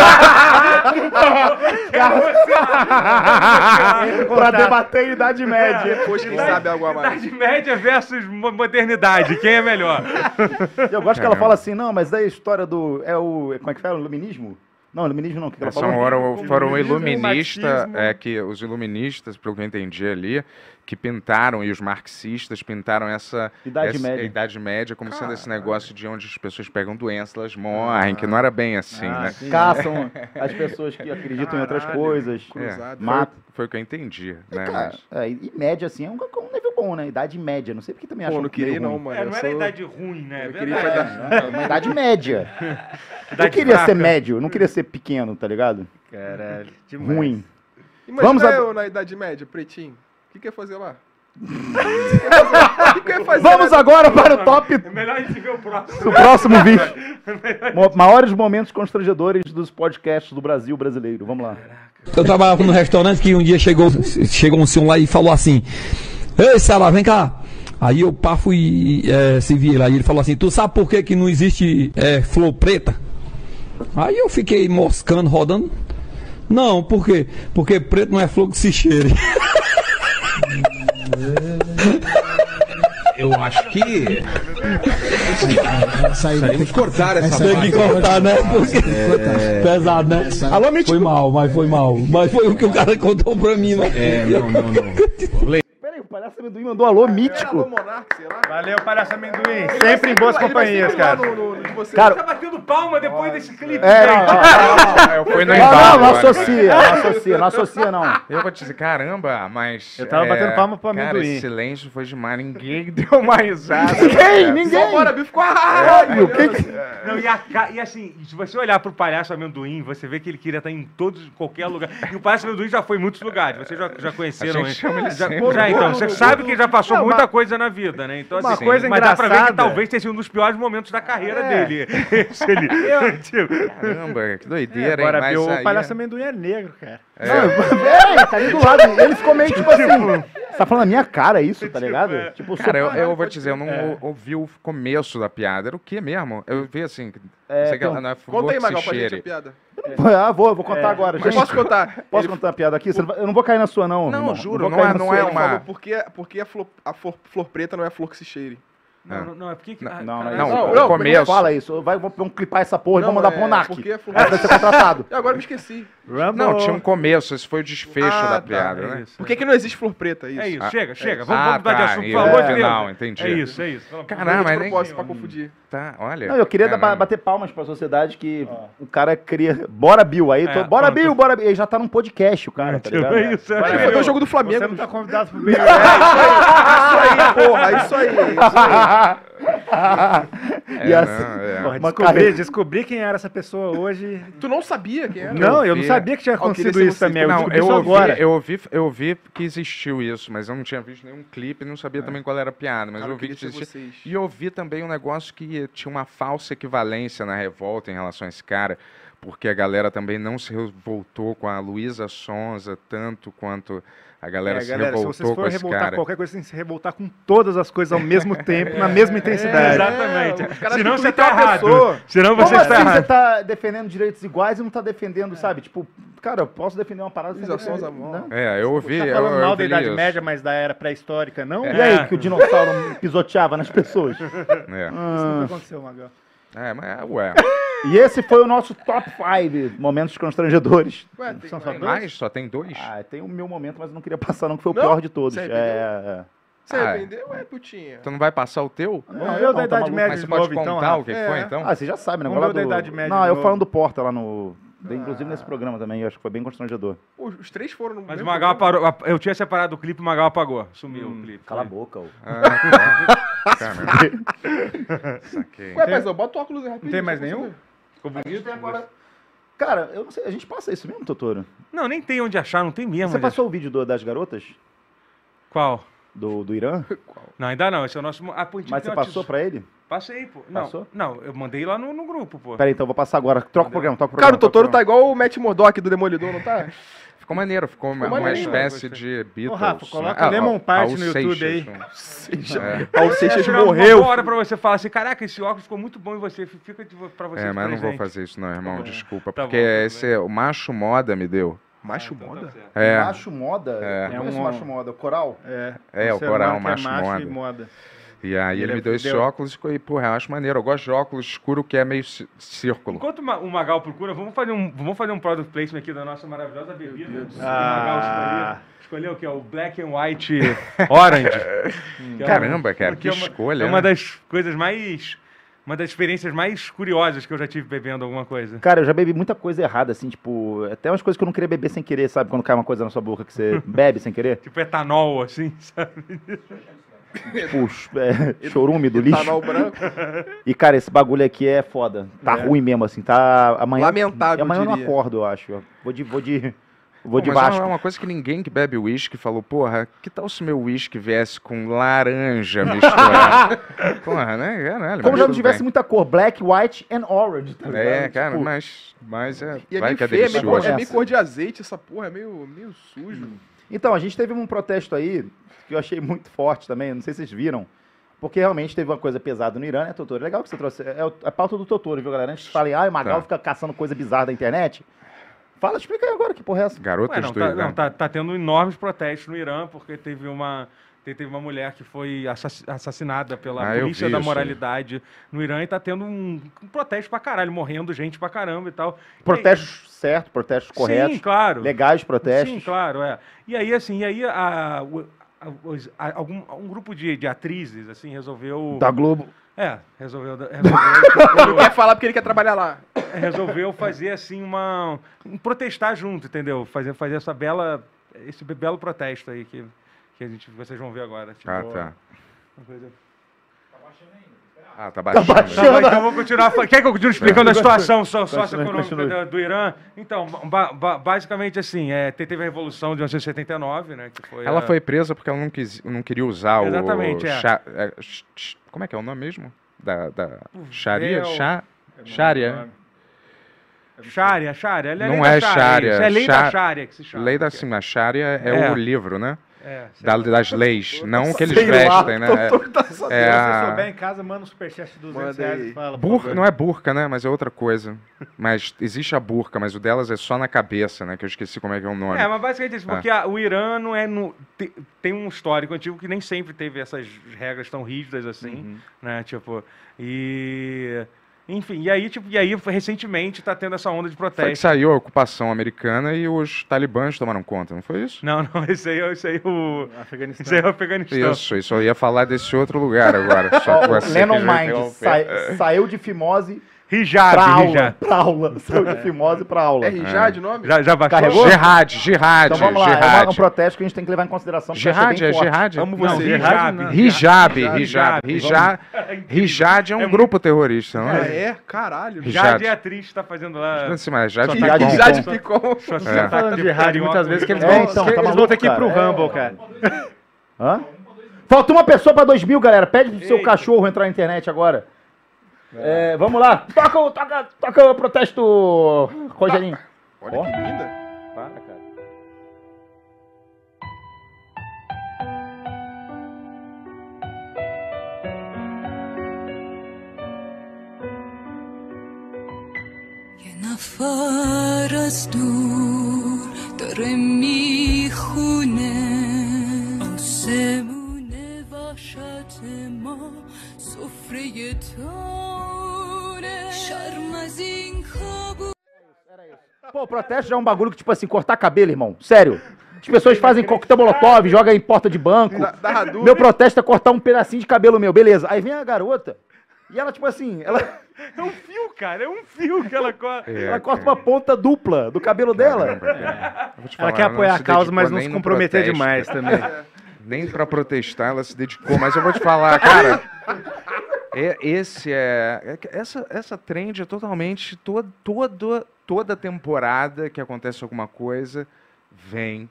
S1: Pra debater a Idade Média.
S3: Depois quem sabe algo a mais.
S4: Idade Média versus mo- modernidade, quem é melhor?
S1: Eu gosto que ela fala assim, não, mas é a história do... É o... Como é que fala? O iluminismo? Não, iluminismo não. O que que ela
S5: São,
S1: falou?
S5: foram, foram
S2: Iluminismo,
S5: iluministas,
S2: marxismo.
S5: é que os iluministas, pelo que eu entendi ali, que pintaram, e os marxistas pintaram essa
S1: Idade
S5: essa,
S1: Média.
S5: Idade Média como sendo esse negócio de onde as pessoas pegam doenças, elas morrem, que não era bem assim,
S1: Ah,
S5: né?
S1: sim. Caçam as pessoas que acreditam em outras
S2: Caralho,
S1: coisas.
S5: É,
S1: Matam.
S5: foi, foi o que eu entendi, né?
S1: Cara,
S5: Mas-
S1: é, e média, assim, é um, um nível bom, né? Idade média. Não sei porque também acham
S3: Pô, não queria
S1: meio
S3: não,
S1: ruim.
S3: mano.
S4: É,
S3: eu
S4: não era
S3: sou-
S4: idade ruim, né?
S3: Eu
S4: É
S3: queria
S4: verdade.
S3: foi da-
S1: É uma idade média. Eu
S4: Idade
S1: queria
S4: fraca.
S1: ser médio, não queria ser pequeno, tá ligado?
S2: Caralho, demais.
S1: Ruim.
S3: Imagina
S1: Vamos a-
S3: eu na Idade Média, pretinho. O que que ia fazer lá? O que que eu ia fazer
S1: Vamos
S3: na-
S1: agora para o top,
S4: É melhor a gente ver o próximo.
S1: o próximo vídeo. Mo- Maiores momentos constrangedores dos podcasts do Brasil brasileiro. Vamos lá.
S12: Eu trabalhava no restaurante que um dia chegou, chegou um senhor lá e falou assim: Ei, Ceará, vem cá. Aí eu pá fui é, se vir lá e ele falou assim: Tu sabe por que, que não existe é, flor preta? Aí eu fiquei moscando, rodando. Não, por quê? Porque preto não é flor que se cheire.
S13: Eu acho que. Tem que cortar essa
S12: Tem que cortar, né? Porque...
S13: É.
S12: Pesado, né?
S13: Alô, Mítico.
S12: Foi mal, mas foi mal. Mas foi o que o cara contou pra mim, né?
S13: É, não, não, não.
S1: Peraí, o Palhaço Amendoim mandou alô mítico.
S2: Valeu, Palhaço Amendoim. Sempre em boas companhias, cara.
S1: Cara,
S4: Tá batendo palma depois desse clipe,
S1: É,
S4: gente.
S1: não, não, não.
S5: Eu fui no
S1: Não, não,
S5: embalo,
S1: não
S5: olha.
S1: associa, não associa, não associa, não.
S5: Eu vou te dizer, caramba, mas...
S2: Eu tava batendo palma pro
S5: Cara,
S2: amendoim.
S5: esse silêncio foi demais, ninguém deu uma risada.
S1: Ninguém, ninguém.
S3: Bora, Bill, ficou
S1: Óbvio, quem que-
S4: Não, e, a ca- e assim, se você olhar pro Palhaço Amendoim, você vê que ele queria estar em todos, em qualquer lugar. E o Palhaço Amendoim já foi em muitos lugares. Vocês já, já conheceram
S5: A gente
S4: ele?
S5: chama ele
S4: já,
S5: sempre.
S4: já, então, você sabe que ele já passou
S2: Não,
S4: muita
S2: uma-
S4: coisa na vida, né? Então,
S2: uma
S4: assim,
S2: coisa
S4: mas dá pra ver que
S2: engraçada-
S4: talvez tenha sido um dos piores momentos da carreira
S2: É.
S4: dele. Esse ele, tipo,
S5: Caramba, que doideira, hein?
S2: Agora,
S5: Mas
S2: Bill,
S5: aí-
S2: o Palhaço Amendoim é negro, cara.
S5: É.
S1: Não, peraí, tá ali do lado. Ele ficou meio tipo assim. Você tá falando na minha cara isso, tá ligado? Tipo, eu sou-
S5: Cara, eu, eu vou te dizer, eu não ou- ouvi o começo da piada. Era o que mesmo? Eu vi assim...
S1: É,
S5: sei que ela
S1: então,
S5: não é
S3: Conta aí,
S5: flor que
S3: Magal,
S5: se
S3: pra gente a
S5: cheire.
S3: piada.
S1: Ah, vou, eu vou contar agora.
S3: Mas
S1: gente.
S3: posso contar?
S1: Posso
S3: Ele-
S1: contar a piada aqui? Você não vai- Eu não vou cair na sua, não.
S5: Não,
S1: irmão.
S5: juro,
S1: vou
S5: não
S1: cair
S5: é-
S1: na
S5: não
S1: sua.
S5: é
S3: Ele
S5: uma-
S3: falou por que, por que a, flor, a flor, flor preta não é flor que se cheire.
S4: não, não, não, é porque...
S5: Não,
S4: ah,
S1: Não, não,
S4: caralho,
S5: Não,
S3: Não,
S5: o
S3: não,
S5: começo...
S1: Fala isso. Vai, vamos clipar essa porra e
S3: Não,
S1: vamos mandar
S3: é,
S1: pro Monark.
S3: porque a flor-
S1: Aí vai ser contratado.
S3: Eu agora me esqueci.
S2: Rumble.
S5: Não, tinha um começo, esse foi o desfecho
S3: Ah,
S5: da
S3: tá,
S5: piada,
S4: é
S5: né?
S4: isso.
S3: Por que, que não existe flor preta? É isso.
S4: É isso,
S5: Ah,
S4: chega,
S3: é
S4: chega.
S3: isso.
S4: Vamos,
S5: Ah,
S4: vamos mudar de
S5: tá,
S4: assunto,
S5: e
S4: pelo amor de
S5: é,
S4: Deus.
S5: não, entendi.
S4: É isso, é isso.
S5: Caramba, mas
S3: de
S5: nem...
S3: propósito, pra confundir.
S5: Tá, olha.
S1: Não, eu queria dar-
S5: caramba.
S1: bater palmas pra sociedade que o cara queria. Bora, Bill. Aí, tô-
S4: É,
S1: bora,
S4: pronto.
S1: Bill, bora, Bill. Aí já tá num podcast, o cara, tá ligado?
S4: É isso, é
S3: Vai
S4: isso.
S3: fazer o jogo do Flamengo.
S2: Você não tá convidado pro Ben-Hur.
S3: Isso aí, porra, isso aí. Isso aí.
S1: E
S5: É,
S1: assim,
S5: não, é.
S2: Porra,
S1: uma
S2: descobri,
S1: carreira-
S2: descobri quem era essa pessoa hoje.
S3: Tu não sabia quem era?
S2: Não, eu não
S5: vi.
S2: sabia que tinha
S3: Ó, queria
S2: acontecido
S3: ser
S2: isso
S3: você.
S2: também. Eu
S5: Não,
S2: descobri
S5: eu
S2: isso
S5: ouvi,
S2: agora.
S5: eu, ouvi, eu ouvi que existiu isso, mas eu não tinha visto nenhum clipe, não sabia também qual era a piada, mas
S3: Cara,
S5: eu ouvi
S3: eu
S5: que
S3: queria ser
S5: existia.
S3: vocês.
S5: E eu ouvi também um negócio que tinha uma falsa equivalência na revolta em relação a esse cara, porque a galera também não se revoltou com a Luísa Sonza tanto quanto a galera
S2: É,
S5: se
S2: galera, se
S5: revoltou
S2: vocês
S5: com
S2: forem
S5: esse
S2: revoltar
S5: cara.
S2: qualquer coisa, tem que se revoltar com todas as coisas ao mesmo tempo, na mesma intensidade.
S4: Exatamente.
S3: os caras
S4: Senão
S3: que
S4: você
S3: tu
S4: tá
S3: é uma
S4: errado.
S3: pessoa.
S4: Senão
S1: Como
S4: você
S1: assim
S4: está
S1: você
S4: errado.
S1: tá defendendo direitos iguais e não tá defendendo, sabe? Tipo, cara, eu posso defender uma parada sem
S3: Luísa
S1: defender,
S3: Sonza, mó.
S1: né?
S5: É, eu ouvi.
S2: Tá
S5: eu,
S2: falando
S5: eu
S2: mal
S5: vi
S2: da Idade
S5: isso.
S2: Média, mas da era pré-histórica, não?
S1: E aí, que o dinossauro pisoteava nas pessoas?
S5: É,
S2: Isso nunca aconteceu, Magal.
S5: é mas ué.
S1: E esse foi o nosso top cinco momentos constrangedores.
S3: Ué, tem
S2: São só
S5: Tem
S2: dois?
S5: mais? Só tem dois?
S1: Ah, tem o meu momento, mas eu não queria passar não, que foi o
S3: Não?
S1: pior de todos.
S3: Você
S1: É,
S3: arrependeu?
S1: é.
S3: Você
S5: Ah,
S3: arrependeu? Ué, putinha.
S5: Tu não vai passar o teu?
S2: Vamos
S1: Não,
S2: ver o
S1: não,
S2: da
S1: tá
S2: Idade
S1: maluco,
S2: Média
S5: Mas você
S2: de
S5: pode
S2: novo, então,
S5: contar
S2: Rafa.
S5: o que, que
S3: É.
S5: foi, então?
S1: Ah, você já sabe, né?
S2: Vamos
S1: Agora
S2: ver o
S1: do...
S2: da Idade Média
S1: Não,
S2: de
S1: eu
S2: novo.
S1: falando do Porta lá no... Inclusive nesse programa também, eu acho que foi bem constrangedor.
S3: Os, os três foram no
S4: Mas o
S3: mesmo
S4: Magal
S3: programa.
S4: parou. Eu tinha separado o clipe e o Magal apagou. Sumiu o clipe.
S1: Cala a boca, ô.
S5: Ah, tá. Caramba. Saquei.
S3: Ué, paizão, bota o óculos aí rapidinho.
S2: Não tem mais
S3: só pra
S2: nenhum?
S3: saber.
S4: Ficou bonito?
S1: agora... Cara, eu não sei, a gente passa isso mesmo, Totoro?
S4: Não, nem tem onde achar, não tem mesmo.
S1: Você
S4: onde
S1: passou o vídeo do- das garotas?
S4: achar. Qual?
S1: Do, do Irã?
S4: Não, ainda não. Esse é o nosso. Ah, pô, a gente
S1: Mas
S4: tem
S1: você
S4: uma
S1: passou
S4: tesoura.
S1: pra ele?
S4: Passei, pô. Não,
S1: Passou?
S4: não, eu mandei lá no, no grupo, pô.
S1: Pera aí, então eu vou passar agora. Troca o programa, troca o
S3: Cara,
S1: programa.
S3: o Totoro
S1: troca
S3: tá igual o Matt Murdock do Demolidor, não tá?
S5: Ficou maneiro, ficou uma, uma
S2: maneiro,
S5: espécie
S2: né?
S5: de Beatles.
S2: Ô, Rafa, coloca
S5: né?
S2: Lemon
S5: Ah,
S2: Party
S5: Raul
S2: no YouTube
S5: Seixas,
S2: aí.
S5: né?
S3: Seja,
S5: É.
S3: Raul Seixas
S4: Tirar uma
S3: morreu.
S4: hora pra você falar assim, caraca, esse óculos ficou muito bom em você, fica de- pra você
S5: É,
S4: de
S5: mas eu não vou
S4: presente.
S5: fazer isso não, irmão, desculpa.
S4: Tá
S5: porque
S4: bom, tudo
S5: esse é o macho moda me deu.
S3: Macho
S4: então tá
S3: moda?
S4: certo.
S5: É,
S1: Macho moda?
S5: É.
S1: Não conheço
S2: É um-
S1: macho moda. Coral?
S2: É,
S5: É,
S2: um
S5: o
S2: ser
S5: coral,
S2: humano que
S5: macho
S2: é macho
S5: moda.
S2: e moda.
S5: e aí
S2: Ele
S5: ele
S2: é-
S5: me deu esse
S2: deu-
S5: óculos e ficou, porra, eu acho maneiro. Eu gosto de óculos escuro que é meio ci- círculo.
S4: Enquanto o Ma- o Magal procura, vamos fazer um, vamos fazer um product placement aqui da nossa maravilhosa bebida. O Magal
S2: Ah.
S4: escolheu, escolheu que é o Black and White Orange. que é
S5: Caramba, cara,
S4: que
S5: que
S4: é uma,
S5: escolha,
S4: É uma
S5: né?
S4: das coisas mais... Uma das experiências mais curiosas que eu já tive bebendo alguma coisa.
S1: Cara, eu já bebi muita coisa errada, assim, tipo, até umas coisas que eu não queria beber sem querer, sabe? Quando cai uma coisa na sua boca que você bebe sem querer.
S4: Tipo etanol, assim, sabe?
S1: Tipo, é, chorume do lixo.
S3: Etanol branco.
S1: E, cara, esse bagulho aqui é foda. Tá ruim mesmo, assim, tá... Amanhã,
S3: Lamentável,
S1: Amanhã eu não
S3: diria.
S1: acordo, eu acho. Vou de... Vou de... Vou de
S5: Pô, mas
S1: Vasco.
S5: é uma coisa que ninguém que bebe uísque falou, porra, que tal se meu uísque viesse com laranja misturado? Porra, né? Caralho,
S1: Como
S5: mas
S1: já não
S5: tudo
S1: tivesse
S5: bem.
S1: muita cor, black, white and orange, tá ligado?
S5: É, cara,
S1: Tipo,
S5: mas, mas é,
S3: E é
S5: vai
S3: meio
S5: que é
S3: feio, é meio,
S5: delicioso.
S3: cor- é meio cor de azeite essa porra, é meio, meio sujo.
S1: Então, a gente teve um protesto aí que eu achei muito forte também, não sei se vocês viram, porque realmente teve uma coisa pesada no Irã, né, Totoro? Legal que você trouxe, é o- a pauta do Totoro, viu, galera? Antes de falarem, ah, o Magal
S5: Tá.
S1: fica caçando coisa bizarra da internet. Fala, explica aí agora que porra é essa.
S5: Garotas
S4: Ué, não,
S5: do
S4: tá,
S5: Irã.
S4: não, tá, tá tendo enormes protestos no Irã, porque teve uma, te- teve uma mulher que foi assass- assassinada pela
S5: Ah, eu
S4: polícia
S5: vi
S4: da
S5: isso.
S4: moralidade no Irã e tá tendo um, um protesto pra caralho, morrendo gente pra caramba e tal.
S1: Protestos certos, protestos corretos.
S4: Sim, claro.
S1: Legais protestos.
S4: Sim, claro, é. E aí, assim, e aí a, o- a- os- a- algum, um grupo de, de atrizes, assim, resolveu...
S1: Da Globo.
S4: É, resolveu... resolveu
S3: Ele não quer falar porque ele quer trabalhar lá.
S4: resolveu fazer assim uma um protestar junto, entendeu? Fazer fazer essa bela esse be- belo protesto aí que que a gente vocês vão ver agora. Tipo,
S5: Ah, tá.
S4: uma coisa-
S5: Ah, tá baixando.
S4: Tá, então eu vou continuar. fa- Quer que eu continue explicando a situação so-
S1: Continue,
S4: socioeconômica
S1: continue.
S4: da- do Irã? Então, ba- ba- basicamente assim, é, te- teve a Revolução de mil novecentos e setenta e nove, né? Que foi
S5: Ela
S4: a-
S5: foi presa porque ela não, quis, não queria usar
S4: Exatamente,
S5: o...
S4: é.
S5: cha- é, sh- sh- como é que é o nome mesmo? Da, da Sharia?
S4: véu.
S5: Chá? Sharia.
S4: Sharia, Sharia. Ela é
S5: Não
S4: lei da
S5: é Sharia.
S4: isso, É lei da
S5: Sha-
S4: Sharia que se chama.
S5: Lei da, sim, a Sharia é,
S4: É.
S5: o livro, né?
S4: É, sei
S5: Da-
S4: lá.
S5: das leis, não que eles
S1: Sei lá,
S5: vestem, né?
S1: tô- tô-
S5: É-
S1: tá
S5: é
S2: Se você
S5: a-
S2: souber em casa, manda um superchat de duzentos
S3: Manda
S2: reais
S3: aí.
S2: e fala. por
S5: Burca,
S2: favor.
S5: não é burca, né? Mas é outra coisa. Mas existe a burca, mas o delas é só na cabeça, né? Que eu esqueci como é que é o nome.
S4: É, mas basicamente isso,
S5: Ah.
S4: porque a- o Irã não é no, te- tem um histórico antigo que nem sempre teve essas regras tão rígidas assim, né? Tipo, e enfim, e aí tipo, e aí recentemente tá tendo essa onda de
S5: Foi que
S4: protesto.
S5: saiu a ocupação americana e os talibãs tomaram conta, não foi isso?
S4: Não, não, esse aí, é- esse aí é o
S2: Afeganistão.
S4: esse aí é o Afeganistão.
S5: Isso, isso. Eu ia falar desse outro lugar agora. Só que
S1: Ó,
S5: você
S1: Lennon
S5: que já
S1: Mind
S5: interrompeu.
S1: sai- saiu de fimose
S4: Hijab,
S1: pra aula.
S4: hijab.
S1: Pra aula. Saiu de fimose pra aula.
S3: É Rijad o nome?
S4: Já, já baixou?
S1: Carregou?
S5: Jihad, jihad,
S1: Então vamos lá, é
S5: jihad.
S1: uma- um protesto que a gente tem que levar em consideração. porque eu achei
S5: Jihad,
S1: bem
S5: é
S1: forte.
S5: jihad?
S3: Amo
S4: Não,
S3: você.
S4: hijab.
S5: Hijab,
S4: Hijab.
S5: hijab. Hijab,
S4: Hijab.
S5: hijab é um grupo terrorista, não
S3: Ah,
S5: é?
S3: é? Caralho.
S5: Hijab.
S4: Jade é a atriz que tá fazendo lá.
S5: Não sei mais, Jihad
S4: Só
S5: Picon.
S1: tá-
S3: Rijad Picon.
S4: Só- só-
S5: É.
S2: Falando de rádio muitas vezes que eles
S1: É,
S2: vão,
S1: então,
S2: que
S1: tá
S2: eles
S1: maluco,
S2: vão ter aqui
S1: cara?
S2: pro
S1: É.
S2: Rumble, cara.
S1: Hã? Falta uma pessoa pra dois mil, galera. Pede pro seu
S4: Eita.
S1: cachorro entrar na internet agora. É, vamos lá. Toca, o- toca, toca o protesto, Rogerinho.
S3: Olha
S1: Ó.
S3: que linda.
S1: Para, cara.
S8: یه نفر از دور داره میخونه آسمون وحشت ما سفره تاره شرم از این کابو
S1: Pô, o protesto já é um bagulho que, tipo assim, cortar cabelo, irmão. Sério. As pessoas fazem coquetel molotov, jogam em porta de banco.
S3: Da, da Hadouken.
S1: Meu protesto é cortar um pedacinho de cabelo meu, beleza. Aí vem a garota e ela, tipo assim, ela,
S4: É um fio, cara, é um fio que ela corta.
S5: É,
S1: ela corta
S5: cara.
S1: uma ponta dupla do cabelo dela.
S5: Caramba, cara. Eu vou te
S2: Ela
S5: falar,
S2: quer
S5: ela não
S2: apoiar
S5: se
S2: a causa,
S5: dedicou
S2: mas não
S5: nem
S2: se
S5: no
S2: comprometer
S5: protesto.
S2: demais também.
S5: Nem pra protestar ela se dedicou, mas eu vou te falar, cara. é- esse é, é que essa essa trend é totalmente todo, todo toda temporada que acontece alguma coisa vem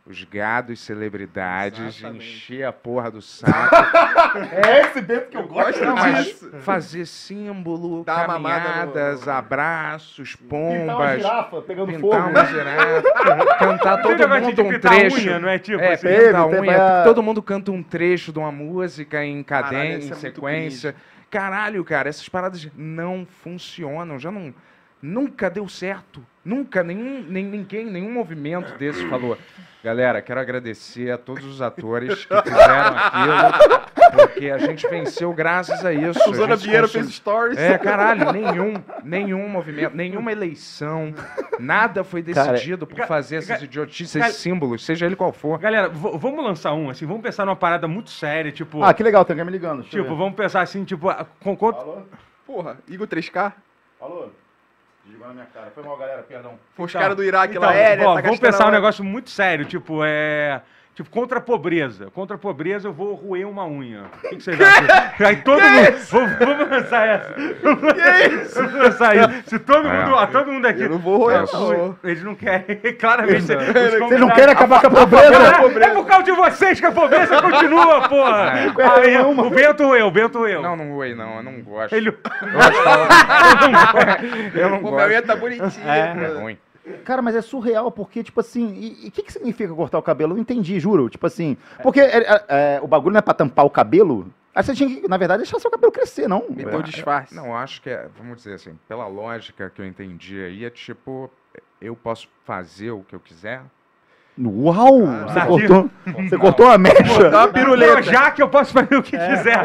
S5: os gados celebridades, encher a porra do saco.
S1: É esse Bento que eu gosto
S5: Não, mas
S1: disso.
S5: fazer símbolo,
S3: Dar uma mamada
S5: caminhadas,
S3: no-
S5: abraços,
S1: Pintar uma
S5: pombas,
S1: girafa pegando
S5: pintar
S1: fogo.
S5: uma girafa, cantar todo
S4: negócio
S5: mundo
S4: de
S5: um
S4: pintar a
S5: trecho.
S4: unha, não é tipo
S5: é,
S4: assim?
S5: pintar a
S1: Teve,
S5: unha,
S1: teve a-
S5: todo mundo canta um trecho de uma música em
S3: Caralho,
S5: cadência,
S3: isso
S5: em
S3: é muito
S5: sequência. Caralho, cara, essas paradas não funcionam, já não... Nunca deu certo. Nunca, nenhum, nem, ninguém, nenhum movimento desses falou. Galera, quero agradecer a todos os atores que fizeram aquilo, porque a gente venceu graças a isso.
S3: Suzana
S5: A gente
S3: Vieira
S5: consoli-
S3: fez stories.
S5: É, caralho, nenhum, nenhum movimento, nenhuma eleição, nada foi decidido por fazer essas idiotices,
S4: cara-
S5: esses símbolos, seja ele qual for.
S4: Galera, v- vamos lançar um, assim, vamos pensar numa parada muito séria, tipo...
S1: Ah, que legal, tem alguém me ligando. deixa eu
S4: tipo,
S1: ver.
S4: vamos pensar assim, tipo... a- Com, com...
S1: Alô?
S3: Porra, Igor três K?
S1: Alô? Desligou na minha cara. Foi mal, galera, perdão.
S3: Foi os
S4: Então,
S3: caras do Iraque
S4: então,
S3: lá, é, né?
S4: ó,
S3: tá
S4: vamos
S3: gastando
S4: pensar um
S3: a-
S4: negócio muito sério, tipo, é... Tipo, contra a pobreza. Contra a pobreza, eu vou roer uma unha. O que, que vocês acham? Aí todo mundo... Vamos, vamos lançar essa. Que isso? Vamos lançar isso. Se todo
S5: É.
S4: mundo... ó, todo mundo aqui...
S3: Eu não vou roer,
S4: É,
S3: não.
S4: Eles não querem... Claramente...
S1: Vocês não querem acabar com a pobreza?
S4: Caralho, é por causa de vocês que a pobreza continua, porra!
S5: É.
S4: Aí, o Bento roeu, o Bento roeu.
S5: Não, não oi, não, eu não gosto.
S4: Ele...
S5: Eu gosto de falar- Eu não
S3: Pô, minha
S5: gosto.
S3: unha tá bonitinha.
S5: É
S3: mano.
S5: ruim.
S1: Cara, mas é surreal, porque, tipo assim, e o que, que significa cortar o cabelo? Eu não entendi, juro. Tipo assim, porque é, é, é, o bagulho não é pra tampar o cabelo? Aí você tinha que, na verdade, deixar seu cabelo crescer, não?
S3: Meteu o disfarce.
S5: Não, eu acho que é, vamos dizer assim, pela lógica que eu entendi aí, é tipo, eu posso fazer o que eu quiser.
S1: Uau! Você
S4: Caralho.
S1: cortou, você cortou a mecha?
S3: Dá uma piruleta.
S4: Já que eu posso fazer o que quiser.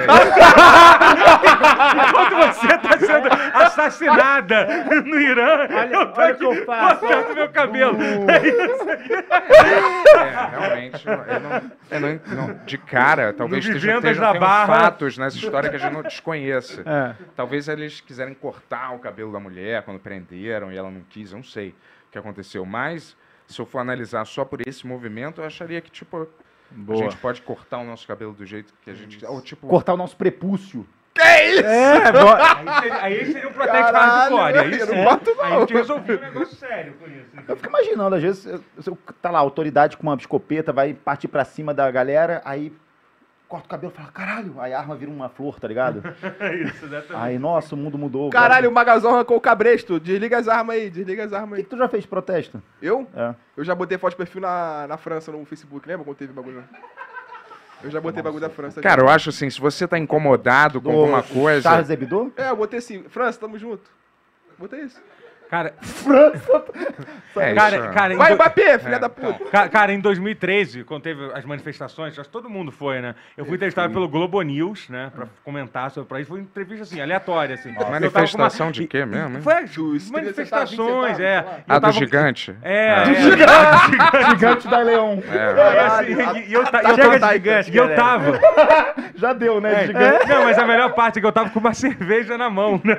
S4: Enquanto você tá sendo assassinada no Irã, eu tô
S2: olha
S4: aqui
S2: o que eu faço.
S4: cortando meu cabelo. É isso aí.
S5: É, realmente, eu não, eu não- não- de cara, talvez
S4: No
S5: esteja,
S4: Vivendas
S5: esteja,
S4: da
S5: tenham
S4: Barra.
S5: fatos nessa história que a gente não desconheça.
S2: É.
S5: Talvez eles quiserem cortar o cabelo da mulher quando prenderam e ela não quis, eu não sei o que aconteceu. Mas, se eu for analisar só por esse movimento, eu acharia que, tipo, a gente pode cortar o nosso cabelo do jeito que a gente quiser. Ou, tipo,
S1: Cortar o nosso prepúcio.
S2: É, bo-
S4: Aí seria, aí seria um protesto
S3: Caralho,
S4: hardcore. Aí,
S3: eu não
S4: sim.
S3: boto, não.
S4: Aí a gente resolveu um negócio sério com isso.
S1: Eu fico imaginando, às vezes, você tá lá, a autoridade com uma escopeta, vai partir pra cima da galera, aí corta o cabelo e fala, caralho, aí a arma vira uma flor, tá ligado?
S4: É isso, exatamente.
S1: Aí, nossa, o mundo mudou.
S3: Caralho, o Magazão arrancou o cabresto. Desliga as armas aí, desliga as
S1: O
S3: armas
S1: que,
S3: aí.
S1: que tu já fez de protesto?
S3: Eu?
S1: É.
S3: Eu já botei foto de perfil na, na França, no Facebook. Lembra quando teve bagulho? Eu já botei bagulho da França.
S5: cara,
S3: já.
S5: eu acho assim, se você tá incomodado com alguma coisa...
S1: Charles Hebdo?
S3: É, eu botei assim. França, tamo junto. Botei isso.
S4: Cara,
S5: É,
S4: cara,
S5: isso,
S4: cara, em
S3: Vai,
S4: do-
S3: Mbappé, filha
S5: É,
S3: da puta.
S4: Ca- Cara, em dois mil e treze, quando teve as manifestações, acho que todo mundo foi, né? Eu fui entrevistado pelo Globo News, né? Pra comentar sobre pra isso. Foi uma entrevista, assim, aleatória, assim. Eu tava com uma-
S5: Manifestação de quê mesmo, hein?
S4: Foi as
S3: Dos
S4: manifestações,
S3: trinta centavos,
S4: é.
S3: vinte
S4: E eu
S5: Ah, do
S4: tava-
S5: gigante?
S4: É,
S5: Ah.
S4: é.
S1: Gigante da Leão.
S5: É.
S4: E, assim, e- e eu, ta- e eu
S2: Chega
S4: tava,
S2: de gigante,
S4: e eu
S2: galera.
S4: tava.
S1: Já deu, né?
S4: É,
S1: Gigante.
S4: Não, mas a melhor parte é que eu tava com uma cerveja na mão, né?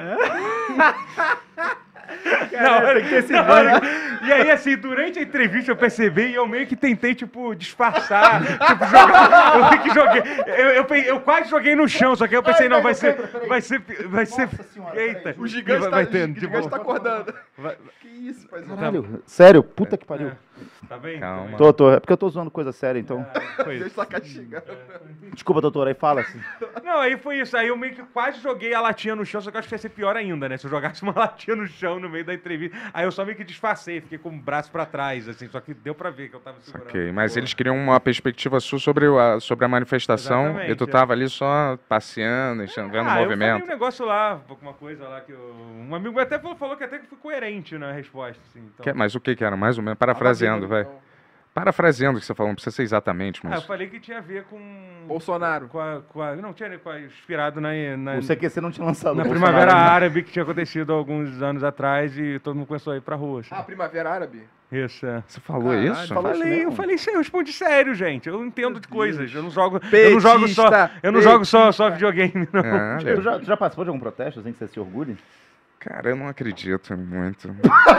S4: Na hora-
S2: tem que ter esse
S4: na hora- E aí, assim, durante a entrevista eu percebi e eu meio que tentei, tipo, disfarçar. tipo, jogar. Eu meio que joguei. Eu, eu, pe- eu quase joguei no chão, só que eu pensei,
S1: Ai,
S4: não,
S1: peraí,
S4: vai ser.
S1: peraí, peraí.
S4: Vai ser. Vai ser.
S1: Nossa senhora,
S4: Eita.
S1: peraí.
S3: O gigante
S4: vai,
S3: tá,
S4: vai
S3: o
S4: tendo, de
S3: gigante
S4: boa.
S3: tá acordando.
S4: Vai-
S3: Que isso, pai?
S1: Caralho, sério, puta que pariu.
S4: Tá bem?
S5: Calma.
S1: Tô, tô, é porque eu tô zoando coisa séria, então.
S4: Foi
S3: Deus
S4: isso.
S3: tá castigando.
S1: Desculpa, doutor, aí fala assim.
S4: Não, aí foi isso. Aí eu meio que quase joguei a latinha no chão, só que eu acho que ia ser pior ainda, né? Se eu jogasse uma latinha no chão no meio da entrevista. Aí eu só meio que disfarcei, fiquei com o braço pra trás, assim, só que deu pra ver que eu tava segurando.
S5: Ok, mas
S4: Pô.
S5: eles queriam uma perspectiva sua sobre, o- a, sobre a manifestação
S4: Exatamente,
S5: e tu
S4: é.
S5: tava ali só passeando, enchendo- vendo o
S4: Ah, eu falei
S5: movimento.
S4: um negócio lá, alguma coisa lá que eu... Um amigo até falou, falou que até que fui coerente na resposta, assim. Então...
S5: Que- mas o que que era? Mais ou menos, parafraseando, vai. Parafraseando o que você falou, não precisa ser exatamente,
S4: Ah, eu
S5: mas...
S4: falei que tinha a ver com...
S3: Bolsonaro.
S4: Com a, com a- não, tinha com a- inspirado na... na
S1: O C Q C não tinha lançado.
S4: na
S1: o
S4: Primavera
S1: Bolsonaro.
S4: Árabe que tinha acontecido alguns anos atrás e todo mundo começou a ir pra rua. Assim.
S3: Ah, Primavera Árabe?
S4: Isso, é.
S5: Você falou
S3: Caralho,
S5: isso?
S1: falou isso
S4: Falei, eu
S1: mesmo?
S4: falei sério, eu respondi sério, gente. Eu entendo de coisas. Eu não jogo, eu não
S3: Petista,
S4: jogo só, eu não jogo só, só videogame, não.
S5: Ah,
S1: Tu já, tu já participou de algum protesto, assim, que você se orgulhe?
S5: Cara, eu não acredito muito.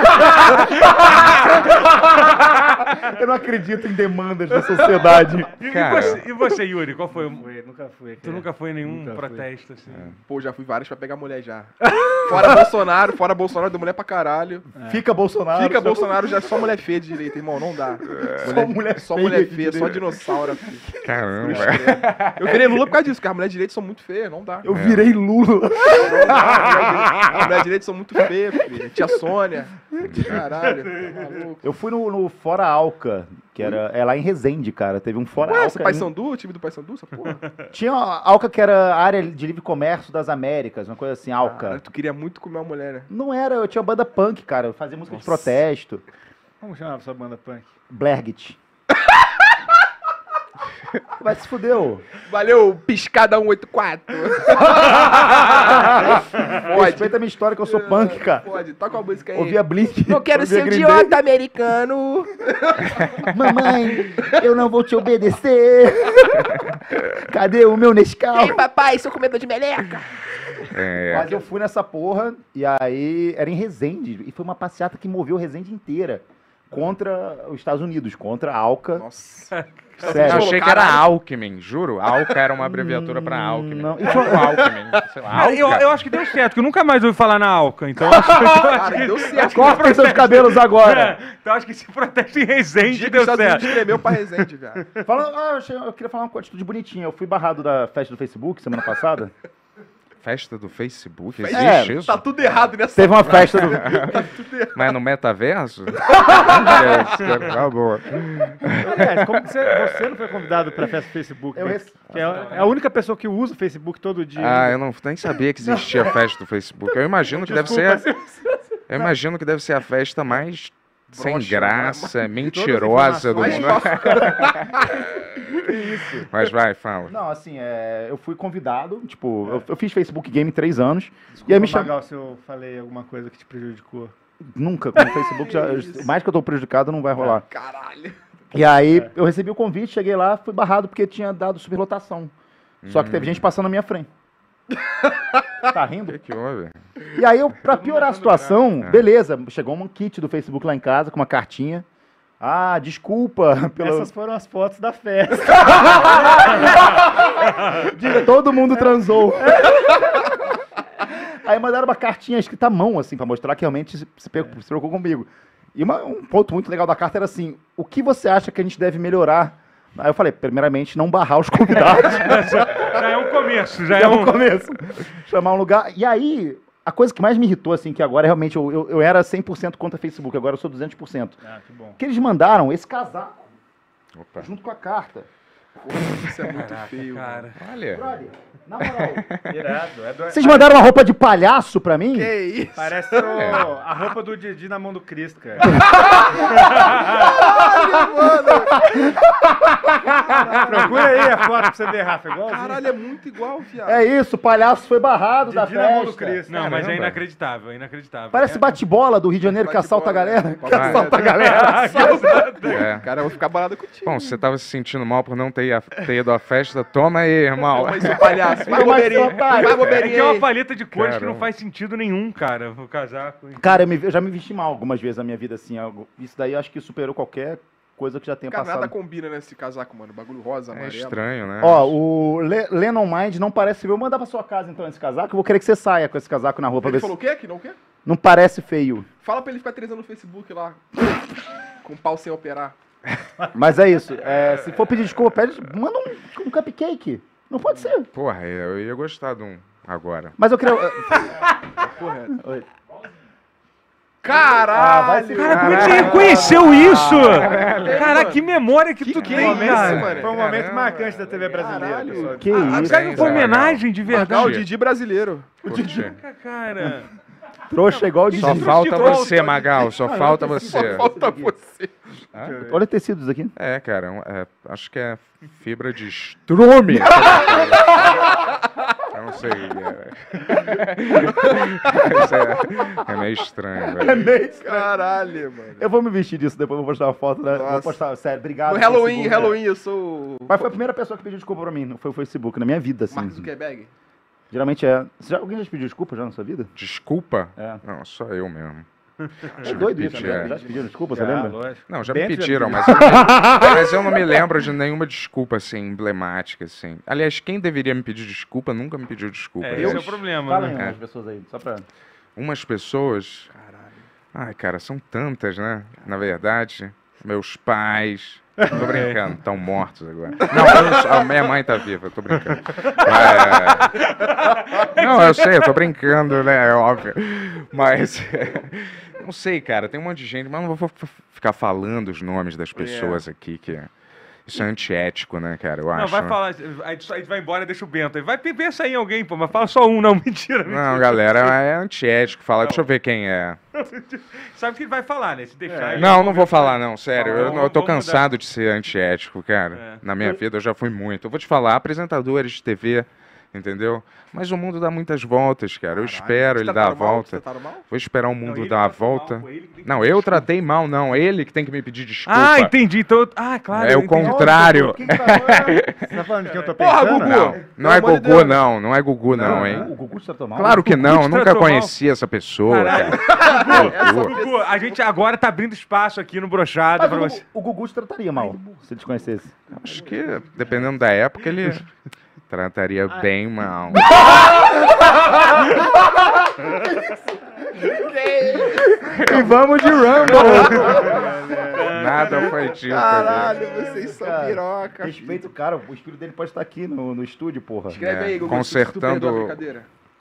S1: Eu não acredito em demandas da sociedade.
S4: E,
S5: Cara.
S4: e, você, e você, Yuri, qual foi? o-
S2: Fui, nunca fui.
S4: Tu
S2: cara.
S4: nunca foi em nenhum
S2: Nunca fui.
S4: protesto, assim?
S3: Pô, já fui vários pra pegar mulher já. Fora Bolsonaro, fora Bolsonaro, deu mulher pra caralho.
S1: Fica Bolsonaro.
S3: Fica
S1: só-
S3: Bolsonaro, já só mulher feia de direita, irmão, não dá.
S1: Só mulher
S3: só
S1: feia
S3: mulher
S1: de
S3: feia, só
S1: direita.
S3: dinossauro. Filho.
S5: Caramba.
S3: Eu virei Lula por causa disso, porque as mulheres de direita são muito feias, não dá.
S1: Eu virei Lula.
S3: Não dá, as mulheres de direita são muito feias, filho. Tia Sônia. Caralho, tá maluco.
S1: Eu fui no, no Fora Alca, que era é lá em Resende, cara. Teve um Fora
S3: Ué,
S1: Alca.
S3: essa Paysandu, o time do Paysandu, essa porra?
S1: Tinha a Alca que era a área de livre comércio das Américas, uma coisa assim, Alca.
S3: Cara, tu queria muito comer uma mulher, né?
S1: Não era, eu tinha uma banda punk, cara. Eu fazia música de protesto.
S2: Como chamava sua banda punk?
S1: Blergit. Vai se fudeu.
S3: Valeu, piscada cento e oitenta e quatro.
S1: Respeita a minha história que eu sou punk, cara.
S3: Pode, toca uma música aí.
S1: Ouvia Blink.
S3: Não quero
S1: ouvia
S3: ser um
S1: Green
S3: idiota
S1: Day.
S3: americano.
S1: Mamãe, eu não vou te obedecer. Cadê o meu Nescau?
S3: Ei, papai, sou comedor de meleca.
S5: É,
S1: Mas eu fui nessa porra e aí era em Resende. E foi uma passeata que moveu Resende inteira. Contra os Estados Unidos, contra a Alca.
S3: Nossa.
S5: eu
S1: Sério.
S5: achei que era Alckmin, juro. Alca era uma abreviatura pra Alckmin.
S1: não.
S5: Não, Alckmin, sei lá,
S4: Cara, eu,
S5: Alca.
S4: eu acho que deu certo, que eu nunca mais ouvi falar na Alca, então acho que...
S3: Cara, deu certo.
S1: Cortem seus cabelos agora.
S4: É, então acho que esse protesto em Resende
S3: Dia que
S4: deu
S3: os Estados
S4: certo.
S3: Unidos tremeu pra Resende, velho.
S1: Falando, ah, eu, achei- eu queria falar uma atitude bonitinha. Eu fui barrado da festa do Facebook semana passada.
S5: Festa do Facebook?
S1: É,
S5: Existe isso?
S3: Tá tudo errado nessa.
S1: Teve uma festa do.
S5: Mas no metaverso? É, tá boa.
S2: É, como que você, você não foi convidado pra festa do Facebook?
S1: Eu
S2: né?
S1: rece-
S2: Que é é a única pessoa que usa o Facebook todo dia.
S5: Ah, eu não nem sabia que existia a festa do Facebook. Eu imagino que deve
S2: Desculpa,
S5: ser. Eu imagino que deve ser a festa mais sem
S3: Broxa,
S5: graça, mentirosa do
S3: Mais
S5: mundo.
S1: Isso.
S5: Mas vai, fala.
S1: Não, assim, é, eu fui convidado. Tipo, eu, eu fiz Facebook Game três anos. e aí me chamaram.
S2: Magal, se eu falei alguma coisa que te prejudicou.
S1: Nunca, com o Facebook, já, mais que eu tô prejudicado, não vai rolar.
S3: Caralho.
S1: E aí eu recebi o convite, cheguei lá, fui barrado porque tinha dado superlotação. Só que teve gente passando na minha frente. Tá
S5: O
S1: rindo?
S5: que, que houve?
S1: E aí, eu, pra piorar a situação, beleza, chegou um kit do Facebook lá em casa com uma cartinha. Ah, desculpa pelo...
S2: Essas foram as fotos da festa.
S1: de- Todo mundo transou. Aí mandaram uma cartinha escrita à mão, assim, pra mostrar que realmente se, se, pe- se preocupou comigo. E uma- um ponto muito legal da carta era assim, o que você acha que a gente deve melhorar? Aí eu falei, primeiramente, não barrar os convidados.
S4: Já é um começo, já
S1: Já
S4: é
S1: é um
S4: um...
S1: começo. Chamar um lugar. E aí, a coisa que mais me irritou, assim, que agora realmente eu, eu, eu era cem por cento contra Facebook, agora eu sou duzentos por cento.
S2: Ah, que bom.
S1: Que eles mandaram esse casaco
S5: Opa.
S1: junto com a carta.
S3: Isso é muito feio.
S4: Cara,
S5: Olha.
S1: Brother, na moral,
S2: Irado. É do...
S1: vocês mandaram uma roupa de palhaço pra mim?
S3: Que isso?
S2: Parece o- a roupa do Didi na mão do Cristo, cara. Procura aí a foto pra você ver, Rafa. Igualzinho.
S3: Caralho, é muito igual, viado.
S1: É isso, o palhaço foi barrado da
S2: Didi na mão do
S1: festa.
S2: Cristo.
S4: não, mas é
S5: Caramba.
S4: inacreditável, é inacreditável.
S1: Parece bate-bola do Rio de Janeiro que assalta a galera. Que
S3: Bate-bola.
S1: assalta a galera.
S5: É.
S3: Cara, eu vou ficar balado contigo.
S5: Bom, você tava se sentindo mal por não ter, a- ter ido à festa, toma aí, irmão.
S3: Mas seu palhaço, vai
S1: Toma esse
S3: bobeirinho.
S1: otário.
S3: Vai
S4: É que
S3: bobeirinho
S4: é uma
S3: aí.
S4: paleta de cores que
S5: Caramba.
S4: não faz sentido nenhum, cara, o casaco.
S1: Cara, eu, me- eu já me vesti mal algumas vezes na minha vida, assim. algo- Isso daí eu acho que superou qualquer coisa que já tenha
S3: Cara,
S1: passado.
S3: nada combina nesse casaco, mano. Bagulho rosa,
S5: É
S3: amarelo.
S5: estranho, né?
S1: Ó, o Le Lennon Mind não parece feio. Eu vou mandar pra sua casa, então, esse casaco. Eu vou querer que você saia com esse casaco na rua pra
S3: Ele
S1: ver
S3: falou
S1: se...
S3: o quê? Que não o quê?
S1: Não parece feio.
S3: Fala pra ele ficar três anos no Facebook lá. Com pau sem operar.
S1: Mas é isso. É, se for pedir desculpa, pede, manda um, um cupcake. Não pode ser.
S5: Porra, eu ia gostar de um agora.
S1: Mas eu queria...
S3: Correto.
S1: Oi.
S3: Caralho!
S1: vai se-
S4: Cara, como é que você
S5: Caralho.
S4: reconheceu isso?
S3: Caralho.
S4: Cara, que memória que, tu
S3: que
S4: tem,
S3: é isso,
S4: cara.
S3: mano?
S2: Foi um momento
S5: Caramba.
S2: marcante da T V brasileira.
S3: Caralho.
S2: pessoal.
S1: Que
S5: Ah,
S1: isso.
S4: Será que foi homenagem de
S3: Magal, o
S4: verdade?
S3: Didi brasileiro.
S5: Curti.
S4: Cara,
S1: Trouxa igual de...
S5: Só
S4: Didi
S5: falta
S4: de volta.
S5: você, Magal, só falta você.
S3: Falta você.
S1: Olha tecidos aqui.
S5: É, cara, um- é, acho que é fibra de estrume. Eu não sei. É, Isso é, é meio estranho, velho.
S3: Caralho, mano.
S1: Eu vou me vestir disso, depois eu vou postar uma foto, né? Vou
S3: Nossa.
S1: postar, sério, obrigado.
S3: No Halloween,
S1: Facebook,
S3: Halloween, eu sou o
S1: Mas foi a primeira pessoa que pediu desculpa pra mim, não foi o Facebook, na minha vida, assim.
S3: Mark Zuckerberg.
S1: Geralmente é. Você já, alguém já te pediu desculpa já na sua vida?
S5: Desculpa?
S1: É.
S5: Não, só eu mesmo.
S1: É doido isso,
S5: Pedi,
S1: né?
S5: é.
S1: Já te pediram desculpa, você
S2: Já,
S1: lembra?
S2: lógico.
S5: Não, já
S2: Bento
S5: me
S2: já
S5: pediram,
S2: pediu.
S5: mas eu, não- mas eu não me lembro de nenhuma desculpa, assim, emblemática, assim. Aliás, quem deveria me pedir desculpa nunca me pediu desculpa.
S4: É,
S5: eu,
S4: esse é o problema,
S1: Fala
S4: né?
S1: aí
S5: É.
S1: umas pessoas aí, só pra...
S5: Umas pessoas... Ai, cara, são tantas, né? Na verdade, meus pais... Tô brincando, estão mortos agora. Não, eu não sou- a minha mãe tá viva, eu tô brincando. Mas- Não, eu sei, eu tô brincando, né? É óbvio. Mas... Não sei, cara, tem um monte de gente, mas não vou f- ficar falando os nomes das pessoas aqui, que... Isso é antiético, né, cara? Eu
S4: Não,
S5: acho.
S4: vai falar. Aí tu- aí tu vai embora e deixa o Bento. Aí vai, pensa aí em alguém, pô, mas fala só um, não, mentira. mentira.
S5: Não, galera, é antiético falar. Deixa eu ver quem é.
S4: Sabe o que ele vai falar, né? Se deixar. ele-
S5: Não, não vou falar, não, sério.
S4: Não,
S5: Eu,
S4: vamos-
S5: eu tô
S4: vamos
S5: cansado de ser antiético, cara.
S4: É.
S5: Na minha vida eu já fui muito. Eu vou te falar, apresentadores de T V, entendeu? Mas o mundo dá muitas voltas, cara. Eu espero ele dar a volta. Vou esperar o mundo
S4: ele
S5: dar a
S4: tratou mal,
S5: volta.
S4: pô, ele que tem que
S5: Não,
S4: pedir
S5: eu
S4: desculpa.
S5: tratei mal, não. Ele que tem que me pedir desculpa.
S4: Ah, entendi. Então, ah, claro.
S5: É
S4: eu
S5: o
S4: entendi.
S5: contrário.
S1: Quem que tá falando?
S2: Você tá falando de quem eu tô
S3: Porra,
S2: pensando?
S3: Gugu!
S5: Não, não é
S3: Pelo amor de
S5: Gugu,
S3: Deus.
S5: não. Não é Gugu, não, hein?
S1: O Gugu te tratou mal?
S5: Claro que
S4: Gugu
S5: não.
S4: te
S5: Eu nunca
S4: tratou mal.
S5: conheci essa pessoa,
S4: Caralho.
S5: cara. Gugu.
S4: Gugu, a gente agora tá abrindo espaço aqui no Brochada
S1: Mas
S4: pra
S1: o,
S4: você.
S1: Gugu- o Gugu te trataria mal, se ele te conhecesse.
S5: Acho que, dependendo da época, ele trataria bem mal.
S1: E vamos de Rumble!
S5: Nada foi dito.
S3: Caralho, vocês são
S1: Cara,
S3: piroca.
S1: Respeita o cara, o espírito dele pode estar aqui no, no estúdio, porra.
S3: Escreve
S5: É,
S3: aí, Gugu.
S5: consertando-
S3: se tu perdoa a brincadeira.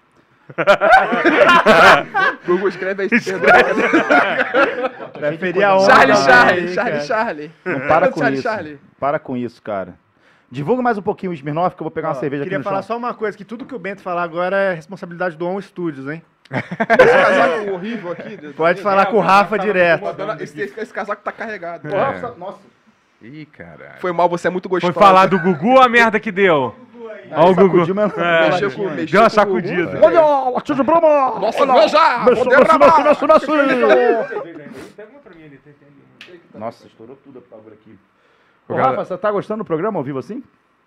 S3: Gugu, escreve aí se tu perdoa a brincadeira.
S2: Preferia a onda.
S3: Charlie,
S2: também,
S3: Charlie,
S2: cara.
S3: Charlie, Charlie.
S1: Não para com
S3: Charlie,
S1: isso.
S3: Charlie.
S1: Para com isso, cara. Divulga mais um pouquinho o Smirnoff, que eu vou pegar uma
S2: Ó,
S1: cerveja aqui
S2: queria
S1: no
S2: falar
S1: chão.
S2: só uma coisa, que tudo que o Bento falar agora é responsabilidade do On Studios, hein?
S3: Esse casaco horrível aqui.
S2: Pode falar com o Rafa direto.
S3: Esse, esse, esse casaco tá carregado.
S5: É.
S1: Nossa.
S5: Ih, caralho.
S3: Foi mal, você é muito
S4: Foi
S3: gostoso.
S4: falar do Gugu ou a merda que deu? Olha o Gugu.
S1: Sacudiu mesmo.
S4: É,
S3: Mexeu com- mexeu
S4: deu uma
S3: com o
S4: sacudida.
S3: Gugu.
S1: Olha, tio de Brahma!
S3: Nossa, veja!
S1: Mexe,
S3: Vou
S1: mexe,
S3: derramar!
S1: mexe, mexe, mexe.
S4: Pega uma pra mim ali, tem ali.
S1: Nossa, estourou tudo a bagulho aqui.
S5: Ô,
S1: Ô,
S5: galera-
S1: Rafa, você tá gostando do programa ao vivo assim?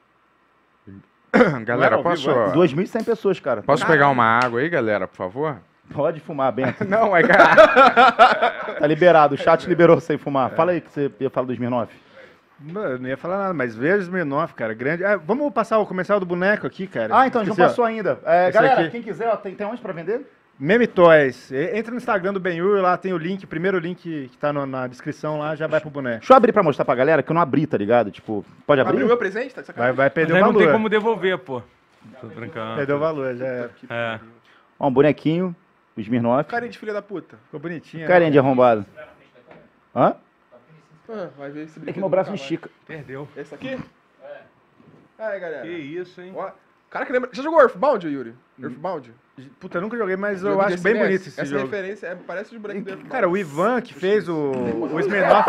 S5: Galera,
S2: ao
S5: posso,
S2: vivo,
S1: dois mil e cem pessoas, cara.
S5: posso pegar uma água aí, galera, por favor?
S1: Pode fumar, Bento.
S5: Não, é cara.
S1: Tá liberado, o chat liberou sem fumar. Fala aí que você ia falar do Smirnoff.
S2: Não, eu não ia falar nada, mas veja o Smirnoff, cara, grande. Ah, vamos passar o comercial do boneco aqui, cara.
S1: Ah, então, a gente
S2: Esqueci,
S1: não
S2: ó.
S1: passou ainda. É,
S2: Esse
S1: galera,
S2: aqui.
S1: quem quiser, ó, tem, tem onde pra vender?
S2: Meme Toys. E- Entra no Instagram do Ben-Hur, lá tem o link, o primeiro link que tá no- na descrição lá, já vai pro boneco.
S1: Deixa eu abrir pra mostrar pra galera, que eu não abri, tá ligado? Tipo, pode abrir?
S3: Abriu o meu presente? Tá de
S2: Vai,
S3: sacanagem?
S2: vai
S4: Mas
S2: perder
S4: aí
S2: o
S4: não tem
S2: valor.
S4: como devolver, pô. Tô brincando.
S2: Perdeu o valor, já é.
S4: É.
S1: Ó, um bonequinho, o Smirnoff.
S3: Carinha de filha da puta.
S2: Ficou bonitinho.
S1: Carinha de arrombado. Hã?
S3: Ah, vai ver esse
S1: É que meu braço me
S3: nunca
S1: estica.
S4: Perdeu.
S3: mais. Esse aqui? É. Aí, galera.
S4: Que isso, hein?
S3: Ó, cara que lembra... Já jogou Earthbound, Yuri? Earthbound?
S2: Puta, eu nunca joguei, mas eu
S3: Jogo de
S2: acho bem
S3: S N E S.
S2: bonito esse
S3: Essa
S2: jogo.
S3: referência é, parece os bonecos do Earthbound.
S2: Cara, o Ivan que fez o, o Smirnoff,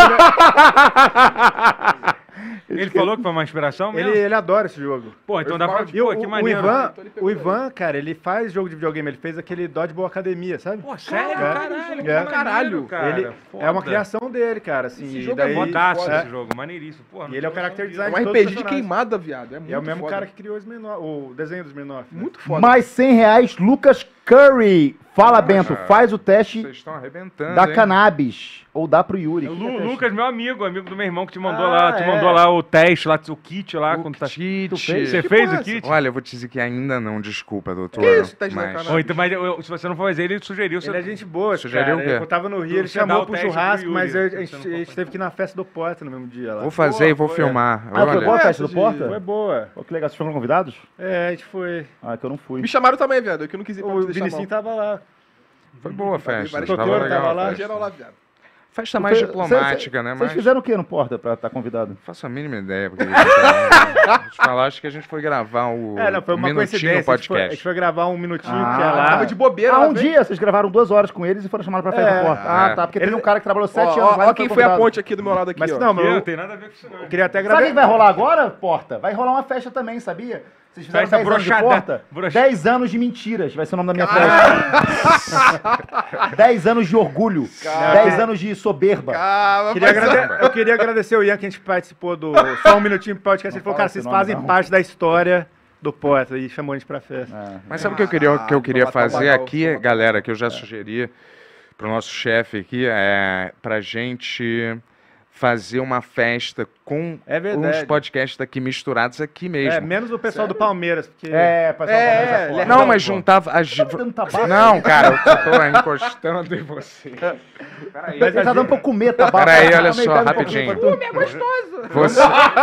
S2: ele,
S4: Ele falou que foi uma inspiração mesmo?
S2: ele, ele adora esse jogo.
S4: Pô, então dá pra...
S2: E o,
S4: Pô, que
S2: o- o
S4: maneiro.
S2: Ivan,
S3: Então ele pegou
S2: o Ivan, cara, ele faz jogo de videogame, ele fez aquele Dodgeball Academia, sabe?
S4: Pô, sério?
S2: É.
S4: Caralho, que
S2: É.
S4: caralho, cara.
S2: Ele,
S4: Foda.
S2: é uma criação dele, cara, assim.
S3: Esse
S2: e
S3: jogo é
S2: daí,
S4: Fodaço
S2: é,
S4: esse jogo, maneiríssimo. Porra,
S2: E ele é o character
S3: É
S2: design
S3: um
S2: de
S3: R
S2: todos
S3: P
S2: os
S3: G de
S2: personagens.
S3: queimada, viado. É muito
S2: E é o mesmo
S3: foda.
S2: cara que criou o, Smirnoff, o desenho do Smirnoff.
S3: Muito foda.
S1: Mais cem reais, Lucas Curry. Fala, Bento, faz o teste
S5: Vocês estão arrebentando,
S1: da
S5: hein?
S1: cannabis. Ou dá pro Yuri.
S4: O
S1: Que que é
S4: Lu-
S1: teste?
S4: Lucas, meu amigo, amigo do meu irmão que te mandou
S2: Ah,
S4: lá, te
S2: é.
S4: mandou lá o teste, lá, o kit lá.
S5: O
S4: quando tá...
S5: kit.
S1: Tu fez?
S4: Você
S3: Que
S4: fez
S3: porra é
S4: o
S3: essa?
S4: kit?
S5: Olha, eu vou te dizer que ainda não, desculpa, doutor.
S3: Que isso, teste da
S5: mas...
S3: cannabis?
S4: Ou então, mas eu- eu- se você não for fazer, ele sugeriu.
S2: Ele é gente boa,
S5: Sugeriu
S2: cara.
S5: o quê?
S2: Eu tava no Rio,
S4: Tu-
S2: ele
S4: você dá
S2: chamou
S4: o
S2: pro
S4: teste pro
S2: churrasco,
S4: Yuri,
S2: mas
S4: se
S2: a,
S4: você
S2: gente,
S4: não
S2: a
S4: for
S2: gente teve que ir na festa do Porta no mesmo dia lá.
S5: Vou fazer e vou
S2: foi.
S5: filmar.
S1: Ah, foi
S5: Olha,
S1: boa a festa do
S3: de-
S1: Porta?
S2: Foi boa.
S1: Pô, que legal, vocês foram convidados?
S2: É, a gente foi.
S1: Ah, que eu não fui.
S3: Me chamaram também, viado. Eu que não quis ir pra
S2: O
S3: te deixar
S2: Vinicinho
S3: mal.
S2: tava lá.
S5: foi boa a festa.
S3: várias
S5: Tava
S2: toqueiros,
S5: legal
S2: tava
S5: a
S2: lá.
S5: festa.
S3: Geral lá, viado.
S5: Festa mais
S1: Cê-
S5: diplomática,
S1: cê-
S5: né?
S1: Vocês
S5: Mas
S1: fizeram o que no Porta pra estar convidado?
S5: não faço a mínima ideia. Porque Vou te falar, acho que a gente foi gravar o
S2: É, não, foi
S5: o
S2: uma
S5: Minutinho
S2: coincidência. A gente, foi, a gente
S5: podcast.
S2: foi gravar um minutinho
S1: Ah,
S2: que é lá.
S3: Tava de bobeira
S1: Ah,
S3: lá,
S1: um
S3: velho.
S1: dia vocês gravaram duas horas com eles e foram chamados pra festa
S2: É.
S1: do Porta. Ah,
S5: É.
S1: tá, porque
S2: Ele-
S1: teve um cara que trabalhou sete
S3: Ó,
S1: anos
S3: ó,
S1: lá e
S3: ó
S1: não
S3: quem
S1: foi
S3: foi a
S1: convidado.
S3: ponte aqui do meu lado aqui,
S2: Mas
S3: ó.
S2: não,
S4: Que
S2: mas
S4: não
S2: eu,
S4: tem nada a ver com isso, não.
S2: eu queria até
S1: Sabe o
S2: gravar.
S1: que vai rolar agora, Porta? Vai rolar uma festa também, sabia? Vocês fizeram
S4: Festa
S1: dez anos de
S4: broxada-
S1: Porta?
S4: broxa-
S1: dez anos de mentiras, vai ser o nome da minha festa. dez anos de orgulho. dez anos de soberba.
S3: Ah,
S2: Queria
S3: mas-
S2: agrade- Eu queria agradecer o Ian que a gente participou do Só um Minutinho podcast. Ele falou,
S1: fala
S2: cara,
S1: esse
S2: vocês
S1: nome,
S2: fazem
S1: não.
S2: parte da história do Potter e chamou a gente pra festa.
S5: Mas sabe o que eu queria, que eu queria
S3: pra matar o
S5: fazer
S3: Magal,
S5: aqui,
S3: pra matar
S5: galera, que eu já sugeri pro nosso chefe aqui, é pra gente fazer uma festa com
S2: É verdade.
S5: uns podcasts daqui misturados aqui mesmo.
S2: É, menos o pessoal do Palmeiras, porque...
S1: É, pessoal,
S2: É,
S1: Palmeiras
S2: ele
S1: foda.
S2: é
S5: Não,
S2: Não,
S5: mas
S2: pô.
S5: juntava... A... gi-
S1: Tá dando tabaco?
S5: Não, cara, eu tô encostando em você.
S1: Mas ele tá dando pra eu comer tabaco.
S5: Peraí, olha
S1: Também
S5: só,
S1: pega um
S5: rapidinho.
S1: pouquinho pra tu.
S3: É gostoso.
S5: Você...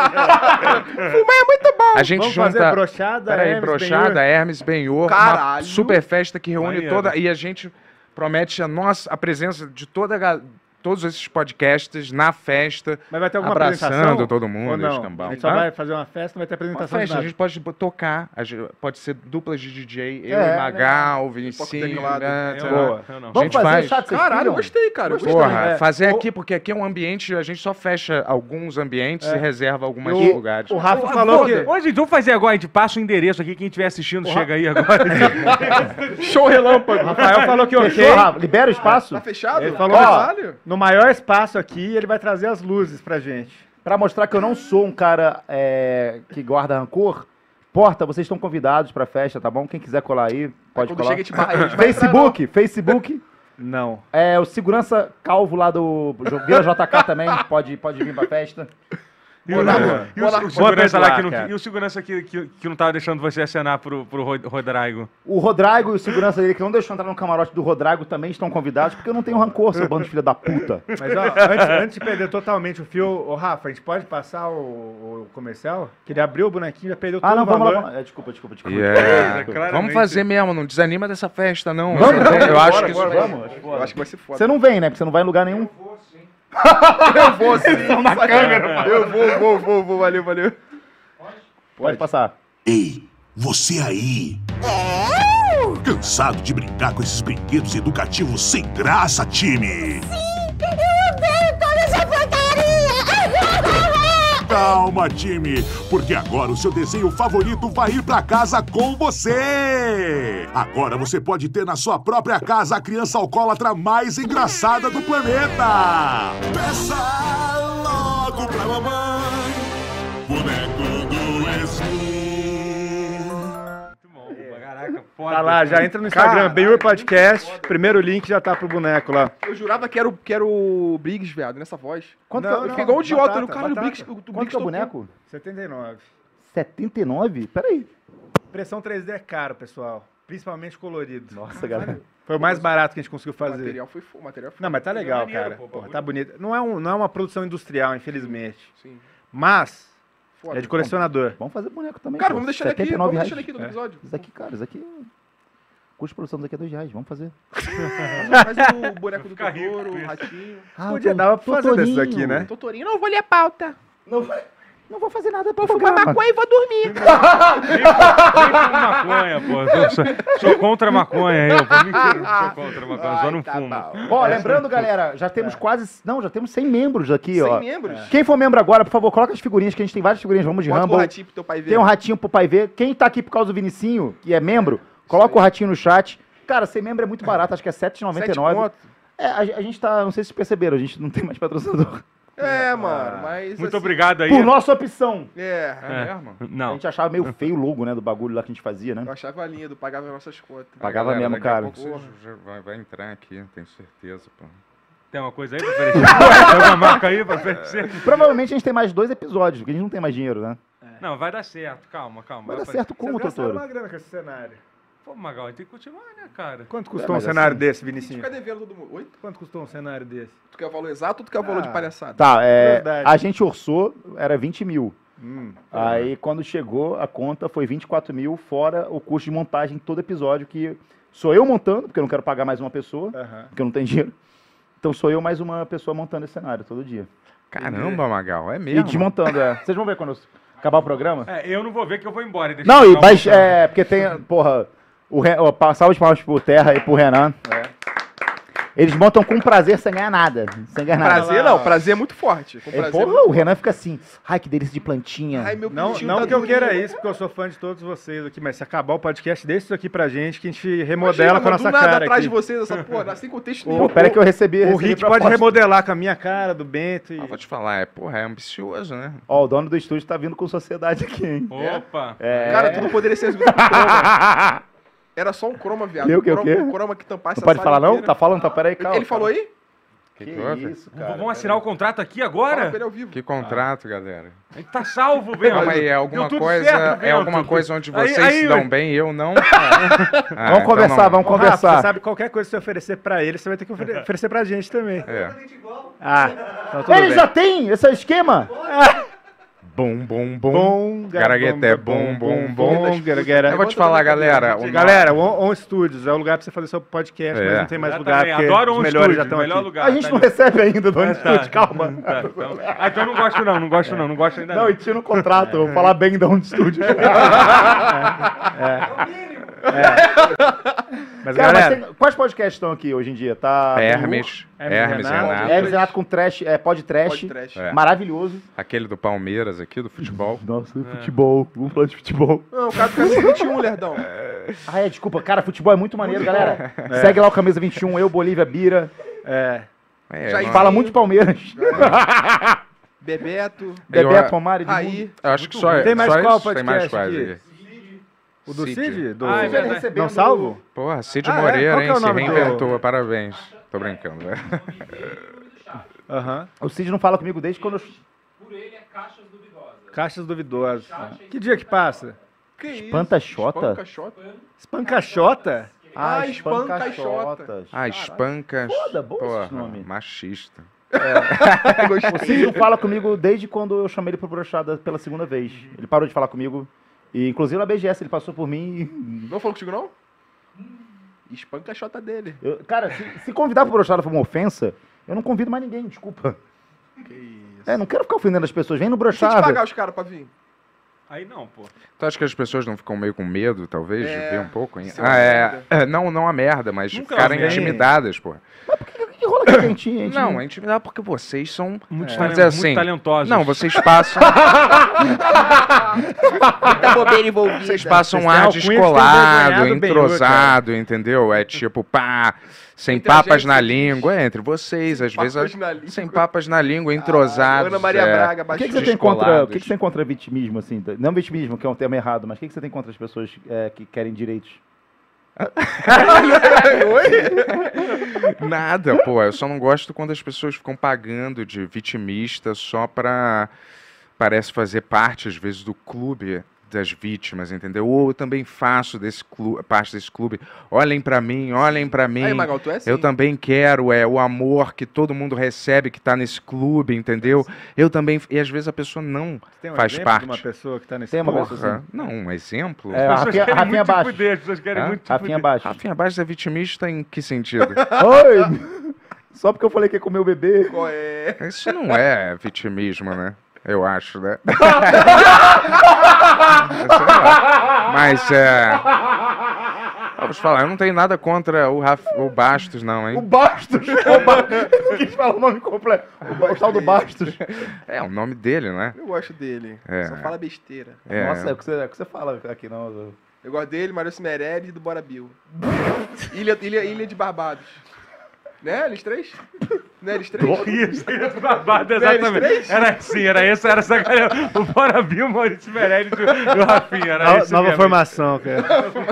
S3: Fumar é muito bom.
S5: A gente
S2: Vamos
S5: junta...
S2: fazer brochada,
S5: Peraí,
S2: Hermes,
S5: brochada,
S2: Benhur.
S5: Hermes, Benhur, uma
S3: Caralho.
S5: super festa que reúne
S4: Maneiro.
S5: toda... E a gente promete a nossa, a presença de toda a ga- todos esses podcasts na festa,
S2: Mas vai ter alguma
S5: abraçando
S2: apresentação?
S5: todo
S2: Ou
S5: mundo,
S2: não?
S5: escambau.
S2: A gente só
S5: Hã?
S2: vai fazer uma festa, não vai ter
S5: Uma
S2: apresentação
S5: festa,
S2: de
S5: a
S2: nada.
S5: gente pode bo- tocar, a gente- pode ser duplas de D J, eu
S1: É,
S5: e Magal,
S3: Toca o
S5: Vinicius,
S3: teclado.
S5: né,
S4: Eu
S5: sei
S4: não,
S5: lá.
S2: Boa.
S4: eu não.
S5: A
S1: Vamos
S5: gente
S1: fazer
S5: faz.
S1: o chat, vocês
S3: Caralho,
S1: piram?
S3: gostei, cara. Gostei.
S5: Porra,
S2: É.
S5: fazer
S2: O-
S5: aqui, porque aqui é um ambiente, a gente só fecha alguns ambientes
S2: É.
S5: e reserva alguns
S2: E o-
S5: lugares.
S2: O Rafa
S4: Ô,
S2: falou
S4: pô,
S2: que...
S4: Ô, gente, vamos fazer agora, a gente passa o endereço aqui, quem estiver assistindo chega aí agora.
S3: Show relâmpago.
S2: O Rafael falou que ok.
S1: Fechou, Rafa? Libera o espaço
S3: Tá fechado?
S2: Ele falou,
S3: Caralho.
S2: no maior espaço aqui, ele vai trazer as luzes pra gente.
S1: pra mostrar que eu não sou um cara é, que guarda rancor. Porta, vocês estão convidados pra festa, tá bom? Quem quiser colar aí, pode
S3: Quando
S1: colar.
S3: chega, a gente vai- a gente vai
S1: Facebook, Facebook.
S2: Não.
S1: É, o segurança calvo lá do Vila J K também, pode, pode vir pra festa.
S4: E o,
S2: Boa.
S4: e o- o
S2: Boa
S4: segurança lá
S2: perdoar,
S4: que não,
S2: cara.
S4: e o segurança que, que, que não tava deixando você acenar pro, pro Ro- Rodrigo.
S1: O Rodrigo e o segurança dele que não deixou entrar no camarote do Rodrigo também estão convidados, porque eu não tenho rancor, seu bando de filha da puta.
S2: Mas ó, antes, antes de perder totalmente o fio, ô Rafa, a gente pode passar o, o comercial? Que ele abriu o bonequinho, já perdeu todo
S1: Ah, não,
S2: o
S1: vamos
S2: valor.
S1: lá. Vamos... É, desculpa, desculpa, desculpa.
S5: Yeah.
S1: Desculpa.
S5: Vamos fazer mesmo, não desanima dessa festa, não.
S1: Vamos,
S5: eu
S1: vamos,
S5: eu acho
S1: bora,
S5: que
S1: bora,
S5: isso
S1: vamos.
S3: Eu acho que vai ser foda.
S1: Você não vem, né? Porque você não vai em lugar nenhum.
S3: Eu vou sim. Na câmera. Eu vou, vou, vou, vou. Valeu, valeu.
S1: Pode passar.
S7: Ei, você aí! Cansado de brincar com esses brinquedos educativos sem graça, time?
S6: Eu odeio toda essa porcaria!
S7: Calma, time, porque agora o seu desenho favorito vai ir pra casa com você! Agora você pode ter na sua própria casa a criança alcoólatra mais engraçada do planeta! Peça logo pra mamãe, boneco do Esmir.
S4: Muito bom, caraca, foda.
S2: Tá lá, já entra no Instagram,
S3: Caralho,
S2: Benhur Podcast, primeiro link já tá pro boneco lá.
S3: Eu jurava que era o, que era o Briggs, viado, nessa voz.
S1: Quanto
S2: Não,
S1: que é-
S3: Eu
S2: não.
S3: fiquei igual um idiota.
S2: batata,
S3: No cara, o
S2: batata.
S3: Briggs, o, o
S1: Quanto
S3: Briggs
S1: que é o
S3: tocou.
S1: boneco?
S2: setenta e nove.
S1: setenta e nove? Peraí.
S2: Impressão três D é caro, pessoal. Principalmente colorido.
S1: Nossa, galera.
S2: Foi o mais barato que a gente conseguiu
S3: O
S2: fazer.
S3: material foi fo- o material foi
S2: Não, mas tá legal,
S4: maneiro,
S2: cara.
S4: pô,
S2: Porra,
S4: bagulho.
S2: tá bonito. Não é, um, não é uma produção industrial, infelizmente.
S3: Sim.
S2: Mas,
S3: Foda.
S2: é de colecionador.
S1: Vamos fazer boneco também.
S3: Cara,
S1: pô.
S3: vamos deixar ele aqui.
S1: setenta e nove
S3: Vamos deixar
S1: reais.
S3: ele aqui no episódio.
S1: Isso aqui, cara, isso aqui. O custo de produção disso aqui é dois reais. Vamos fazer.
S3: Faz o boneco do
S4: Ficar rico
S3: Totoro,
S4: com
S3: o
S4: isso.
S3: ratinho.
S1: Ah,
S2: Podia
S1: tô-
S2: dar pra fazer
S1: Totorinho.
S2: desses aqui, né?
S3: Totorinho, não, vou ler a pauta.
S1: Não, vai- não vou fazer nada pra
S3: Vou fumar
S1: programa.
S3: maconha e vou dormir.
S4: Nem fumo maconha, pô. Eu sou, sou contra a maconha, eu. Pô. Mentira, não sou contra a maconha, só não
S3: tá
S4: fumo.
S3: bom.
S1: Ó, lembrando, galera, já temos quase... Não, já temos cem membros aqui, ó.
S3: cem membros?
S1: Quem for membro agora, por favor, coloca as figurinhas, que a gente tem várias figurinhas. Vamos de
S3: Bota o
S1: Rumble.
S3: ratinho pro teu pai ver.
S1: Tem um ratinho pro pai ver. Quem tá aqui por causa do Vinicinho, que é membro, coloca o ratinho no chat. Cara, ser membro é muito barato, acho que é sete reais e noventa e nove
S3: Sete
S1: centavos. É, a, a gente tá... Não sei se vocês perceberam, a gente não tem mais patrocinador.
S3: É, mano, mas...
S4: Muito
S3: assim,
S4: obrigado aí.
S1: Por nossa opção.
S3: É,
S5: É mesmo?
S1: A
S4: Não.
S1: gente achava meio feio o logo, né, do bagulho lá que a gente fazia, né?
S3: eu achava lindo, pagava nossas contas.
S1: Pagava
S5: Galera,
S1: mesmo,
S5: daqui a
S1: cara.
S5: pouco você já vai, vai entrar aqui, tenho certeza, pô.
S4: Tem uma coisa aí pra oferecer? Tem alguma marca aí pra oferecer?
S1: Provavelmente a gente tem mais dois episódios, porque a gente não tem mais dinheiro, né?
S4: Não, vai dar certo. Calma, calma.
S1: Vai dar
S4: fazer-
S1: certo como,
S2: Vocês gastaram
S1: Totoro?
S2: uma grana com esse cenário.
S4: Pô, Magal, a gente tem que continuar, né, cara?
S2: Quanto
S1: É,
S2: custou um
S1: mas
S2: cenário
S1: assim-
S2: desse,
S3: A gente
S2: Vinicinho?
S3: fica devendo todo mundo. Oi?
S2: Quanto custou um cenário desse?
S3: Tu quer o valor exato ou tu quer o valor de
S2: Ah.
S3: palhaçada?
S1: Tá, é,
S2: Verdade.
S1: a gente orçou, era vinte mil.
S2: Hum.
S1: Aí, quando chegou, a conta foi vinte e quatro mil, fora o custo de montagem de todo episódio, que sou eu montando, porque eu não quero pagar mais uma pessoa,
S2: Aham.
S1: porque eu não tenho dinheiro. Então sou eu mais uma pessoa montando esse cenário todo dia.
S5: Caramba, Magal, é
S1: E
S5: mesmo?
S1: desmontando, é. Vocês vão ver quando eu acabar o programa?
S4: É, eu não vou ver que eu vou embora. e deixa
S1: Não,
S4: eu
S1: e
S4: ficar
S1: baixa,
S4: montando.
S1: é, porque tem, porra, o, Re- ó, pa- salve de palmas pro Terra e pro Renan. Eles montam com prazer sem ganhar nada. Sem ganhar nada.
S3: Prazer não, prazer é muito forte. Com
S1: É,
S3: prazer
S1: porra,
S3: é muito
S1: o Renan fica assim, ai, que delícia de plantinha.
S3: Ai, meu
S2: Não,
S3: pintinho
S2: não
S3: tá
S2: que eu
S3: durinho.
S2: queira isso, porque eu sou fã de todos vocês aqui, mas se acabar o podcast, deixa isso aqui pra gente, que a gente
S3: Imagina,
S2: remodela com a
S3: mano,
S2: nossa
S3: do nada
S2: cara
S3: atrás
S2: aqui.
S3: de vocês, essa porra, assim com o texto
S1: Pô,
S3: nenhum.
S1: pera que eu recebi,
S2: O
S1: recebi
S2: Rick pode
S1: proposta.
S2: remodelar com a minha cara, do Bento e...
S5: Ah, vou te falar, é, porra, é ambicioso, né?
S1: Ó, o dono do estúdio tá vindo com sociedade aqui, hein?
S4: Opa!
S1: É.
S3: Cara, tu não poderia ser exibido com croma. Era só um croma, viado.
S1: Que, o quê, o
S3: croma,
S1: quê?
S3: um croma que tampasse
S1: Não pode
S3: a
S1: falar
S3: sala
S1: não?
S3: inteira.
S1: Tá falando? Tá, peraí, calma.
S3: Ele falou aí?
S5: Que,
S1: Que
S5: que houve?
S1: isso, cara.
S4: Vamos assinar o contrato aqui
S3: Fala
S4: agora?
S3: pra ele ao vivo.
S5: Que contrato, galera?
S4: A gente tá salvo, Bento.
S5: Calma aí, é alguma
S4: Deu tudo
S5: coisa,
S4: certo,
S5: é
S4: Bento.
S5: alguma coisa onde
S4: Aí-
S5: vocês
S4: aí-
S5: se dão bem e eu não? Ah,
S1: Vamos
S5: então
S1: conversar,
S5: não.
S1: vamos
S2: Ô, Rafa,
S1: conversar.
S2: você sabe, qualquer coisa que você oferecer pra ele, você vai ter que ofere- oferecer pra gente também.
S5: É.
S2: Ah, então tudo
S1: Ele
S2: bem.
S1: já tem esse esquema?
S5: Bom, bom, bom.
S2: Bom,
S5: Garagueté, bom, bom, bom.
S2: garagara.
S5: Eu vou te falar, galera. o
S2: Galera, o On, On Studios é o lugar pra você fazer seu podcast,
S5: É.
S2: mas não tem mais
S4: Eu
S2: lugar,
S4: também
S2: porque
S4: adoro
S2: os
S4: um
S2: melhores
S4: estúdio,
S2: já estão
S4: melhor
S2: aqui.
S4: lugar.
S1: A gente
S4: tá
S1: não
S4: ali.
S1: recebe ainda do
S4: Ah, tá.
S1: estúdio, calma.
S4: Tá, então. Ah, então eu não gosto não, não gosto não, não gosto ainda
S1: Não,
S4: não.
S1: e tira o contrato, eu vou falar bem da onde estúdio.
S2: Mas
S1: Cara,
S2: galera,
S1: mas tem- quais podcasts estão aqui hoje em dia? Tá
S5: Hermes,
S2: Hermes
S5: Hermes
S2: Renato.
S5: Renato.
S1: Hermes Renato com trash, é, pod trash,
S3: Pode trash.
S5: É.
S1: maravilhoso.
S5: Aquele do Palmeiras aqui, do futebol.
S1: Nossa, futebol, vamos falar de futebol.
S3: Não, o cara do camisa vinte e um, Lerdão.
S1: Ah, é, desculpa, cara, futebol é muito maneiro, galera. Segue lá o Camisa vinte e um, eu, Bolívia, Bira.
S2: é,
S5: É,
S3: Já
S5: não-
S1: Fala muito de Palmeiras.
S3: Bebeto,
S1: Bebeto, Omari,
S3: Raí.
S5: eu acho que só,
S2: Tem mais
S5: só
S2: qual
S5: isso, tem mais
S2: podcast
S5: quais
S2: aqui?
S5: aqui.
S2: o do
S5: Cid.
S2: Cid? Do...
S4: Ah, é
S1: Ele
S4: verdade.
S1: recebendo-
S2: Não salvo?
S5: Porra, Cid
S2: Ah, é?
S5: Moreira,
S2: Qual que é
S5: hein?
S2: o
S5: Se
S2: nome do-
S5: reinventou, parabéns. Tô brincando, velho.
S2: Aham.
S1: O Cid não fala comigo desde quando eu...
S2: Caixas duvidosas. Que dia que passa?
S3: Que isso?
S1: Espanta-chota?
S3: Espanca-chota?
S2: Espancaxota?
S3: Ah,
S1: Ah,
S3: espanca-chota.
S1: espanca-chotas.
S5: Ah, espanca.
S1: Foda, bom
S5: Porra,
S1: esse nome.
S5: machista.
S1: O Cid não fala comigo desde quando eu chamei ele pro brochada pela segunda vez. Ele parou de falar comigo. E inclusive na B G S ele passou por mim e...
S3: Não falou contigo, não? Espanca-chota dele.
S1: eu- cara, se, se convidar pro brochada for uma ofensa, eu não convido mais ninguém, desculpa.
S3: Que isso.
S1: É, não quero ficar ofendendo as pessoas. Vem no
S3: Se te
S1: brochada.
S3: pagar os caras pra vir.
S4: Aí não, pô.
S5: Tu acha que as pessoas não ficam meio com medo, talvez,
S3: É,
S5: de ver um pouco? Hein?
S3: isso é uma
S5: Ah, é,
S3: merda.
S5: é, não, não a merda, mas de
S4: Nunca
S5: ficarem
S4: vem.
S5: intimidadas, pô.
S1: O que rola aqui quentinho, gente?
S5: Não, é intimidar porque vocês são,
S4: Muito,
S5: vamos
S4: talent-
S5: dizer
S4: muito
S5: assim,
S4: talentosos.
S5: não, vocês passam,
S3: Muita bobeira envolvida.
S5: vocês passam um
S2: Vocês têm
S5: ar
S2: alcunha que tem
S5: descolado,
S2: envergonhado bem,
S5: entrosado, entendeu? É tipo, pá, sem
S3: Entre a
S5: papas
S3: gente,
S5: na
S3: você
S5: língua, é, entre vocês, às vezes,
S3: papas na língua.
S5: sem papas na língua, entrosados.
S3: Ana Maria
S5: é.
S3: Braga,
S1: O que,
S3: baixinho.
S1: que você tem contra, o
S5: descolados.
S1: que, que você tem contra vitimismo, assim? tá? Não vitimismo, que é um termo errado, mas o que, que você tem contra as pessoas é, que querem direitos?
S5: Nada, pô. Eu só não gosto quando as pessoas ficam pagando de vitimista só pra. Parece fazer parte, às vezes, do clube das vítimas, entendeu? Ou eu também faço desse clube, parte desse clube. Olhem pra mim, olhem pra mim.
S3: Aí, Magal, tu é assim.
S5: Eu também quero é o amor que todo mundo recebe que tá nesse clube, entendeu? Eu também. E às vezes a pessoa não
S2: Tem um
S5: faz
S2: exemplo
S5: parte.
S2: de uma pessoa que tá nesse
S1: Tem uma
S2: clube?
S1: pessoa
S5: Porra,
S1: assim.
S5: não, um exemplo.
S1: É,
S4: As pessoas
S1: Rafinha,
S4: querem
S1: Rafinha
S4: muito te
S1: Baixo.
S4: fuder, as pessoas querem
S5: Hã?
S4: muito te
S1: Rafinha
S4: fuder.
S1: Baixo.
S5: Rafinha Baixo é vitimista em que sentido?
S1: Oi! Só porque eu falei que ia comer o bebê.
S3: Qual é?
S5: Isso não é vitimismo, né? Eu acho, né? Sei lá. Mas é. Eu vou te falar, eu não tenho nada contra o, Raf... o Bastos, não,
S1: O
S5: hein?
S1: Bastos! O Ba- Não quis falar o nome completo. O ba- o tal do Bastos.
S5: É o nome dele, né?
S3: Eu gosto dele.
S5: É.
S3: Só fala besteira.
S5: É.
S1: Nossa, é o que você, é o que você fala aqui, não.
S3: Eu gosto dele, Mário Meirelles e do Bora Bill. Ilha, ilha, ilha de Barbados. Né, eles três? Né, eles três?
S4: Isso, isso, babado,
S3: Não é eles
S4: exatamente.
S3: três?
S4: Era assim, era essa, era essa galera. O Bora Bill, o Maurício Meirelles e o- e o Rafinha. Era
S2: Nova,
S4: isso
S2: nova
S4: mesmo.
S2: formação, cara.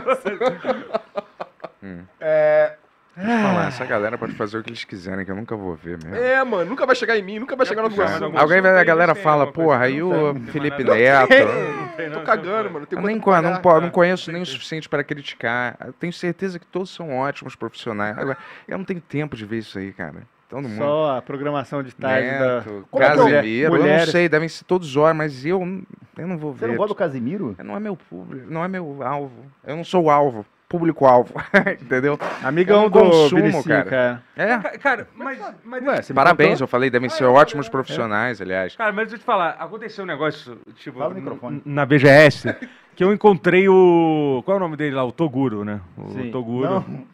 S1: É.
S5: Vou te falar, essa galera pode fazer o que eles quiserem, que eu nunca vou ver mesmo.
S3: É, mano, nunca vai chegar em mim, nunca vai chegar no
S4: possível,
S3: Guarani.
S4: algum
S5: Alguém vai, a
S4: assunto aí
S5: galera
S4: eles têm
S5: fala,
S4: alguma
S5: porra,
S4: coisa,
S5: aí
S4: não
S5: o
S4: tem, não tem
S5: Felipe
S4: mais
S5: Neto.
S4: Não tem, não,
S3: Tô cagando, mano. Tem
S5: Eu
S3: muito
S5: nem,
S3: que
S5: co- não,
S3: pagar.
S5: po- não conheço nem o suficiente para criticar. Eu tenho certeza que todos são ótimos profissionais. Agora, eu não tenho tempo de ver isso aí, cara. Todo mundo.
S2: Só a programação de tarde da...
S5: Neto,
S1: Como é que eu-
S5: Casemiro, eu não
S2: Mulheres.
S5: sei, devem ser todos ótimos, mas eu, eu não vou
S1: Você
S5: ver.
S1: não gosta do Casimiro?
S5: Não é meu público, não é meu alvo. Eu não sou o alvo, público-alvo, entendeu?
S2: Amigão
S5: Eu não
S2: do
S5: consumo,
S2: Biricinho,
S5: cara.
S2: cara.
S5: É,
S4: Ca- Cara, mas... mas
S2: Ué, você me
S5: parabéns,
S2: contou?
S5: eu falei, devem ser ótimos profissionais, aliás.
S4: Cara, mas deixa eu te falar, aconteceu um negócio, tipo,
S1: Fala no microfone.
S4: n- na B G S, que eu encontrei o... Qual é o nome dele lá? O Toguro, né? O
S2: Sim.
S4: Toguro.
S1: Não.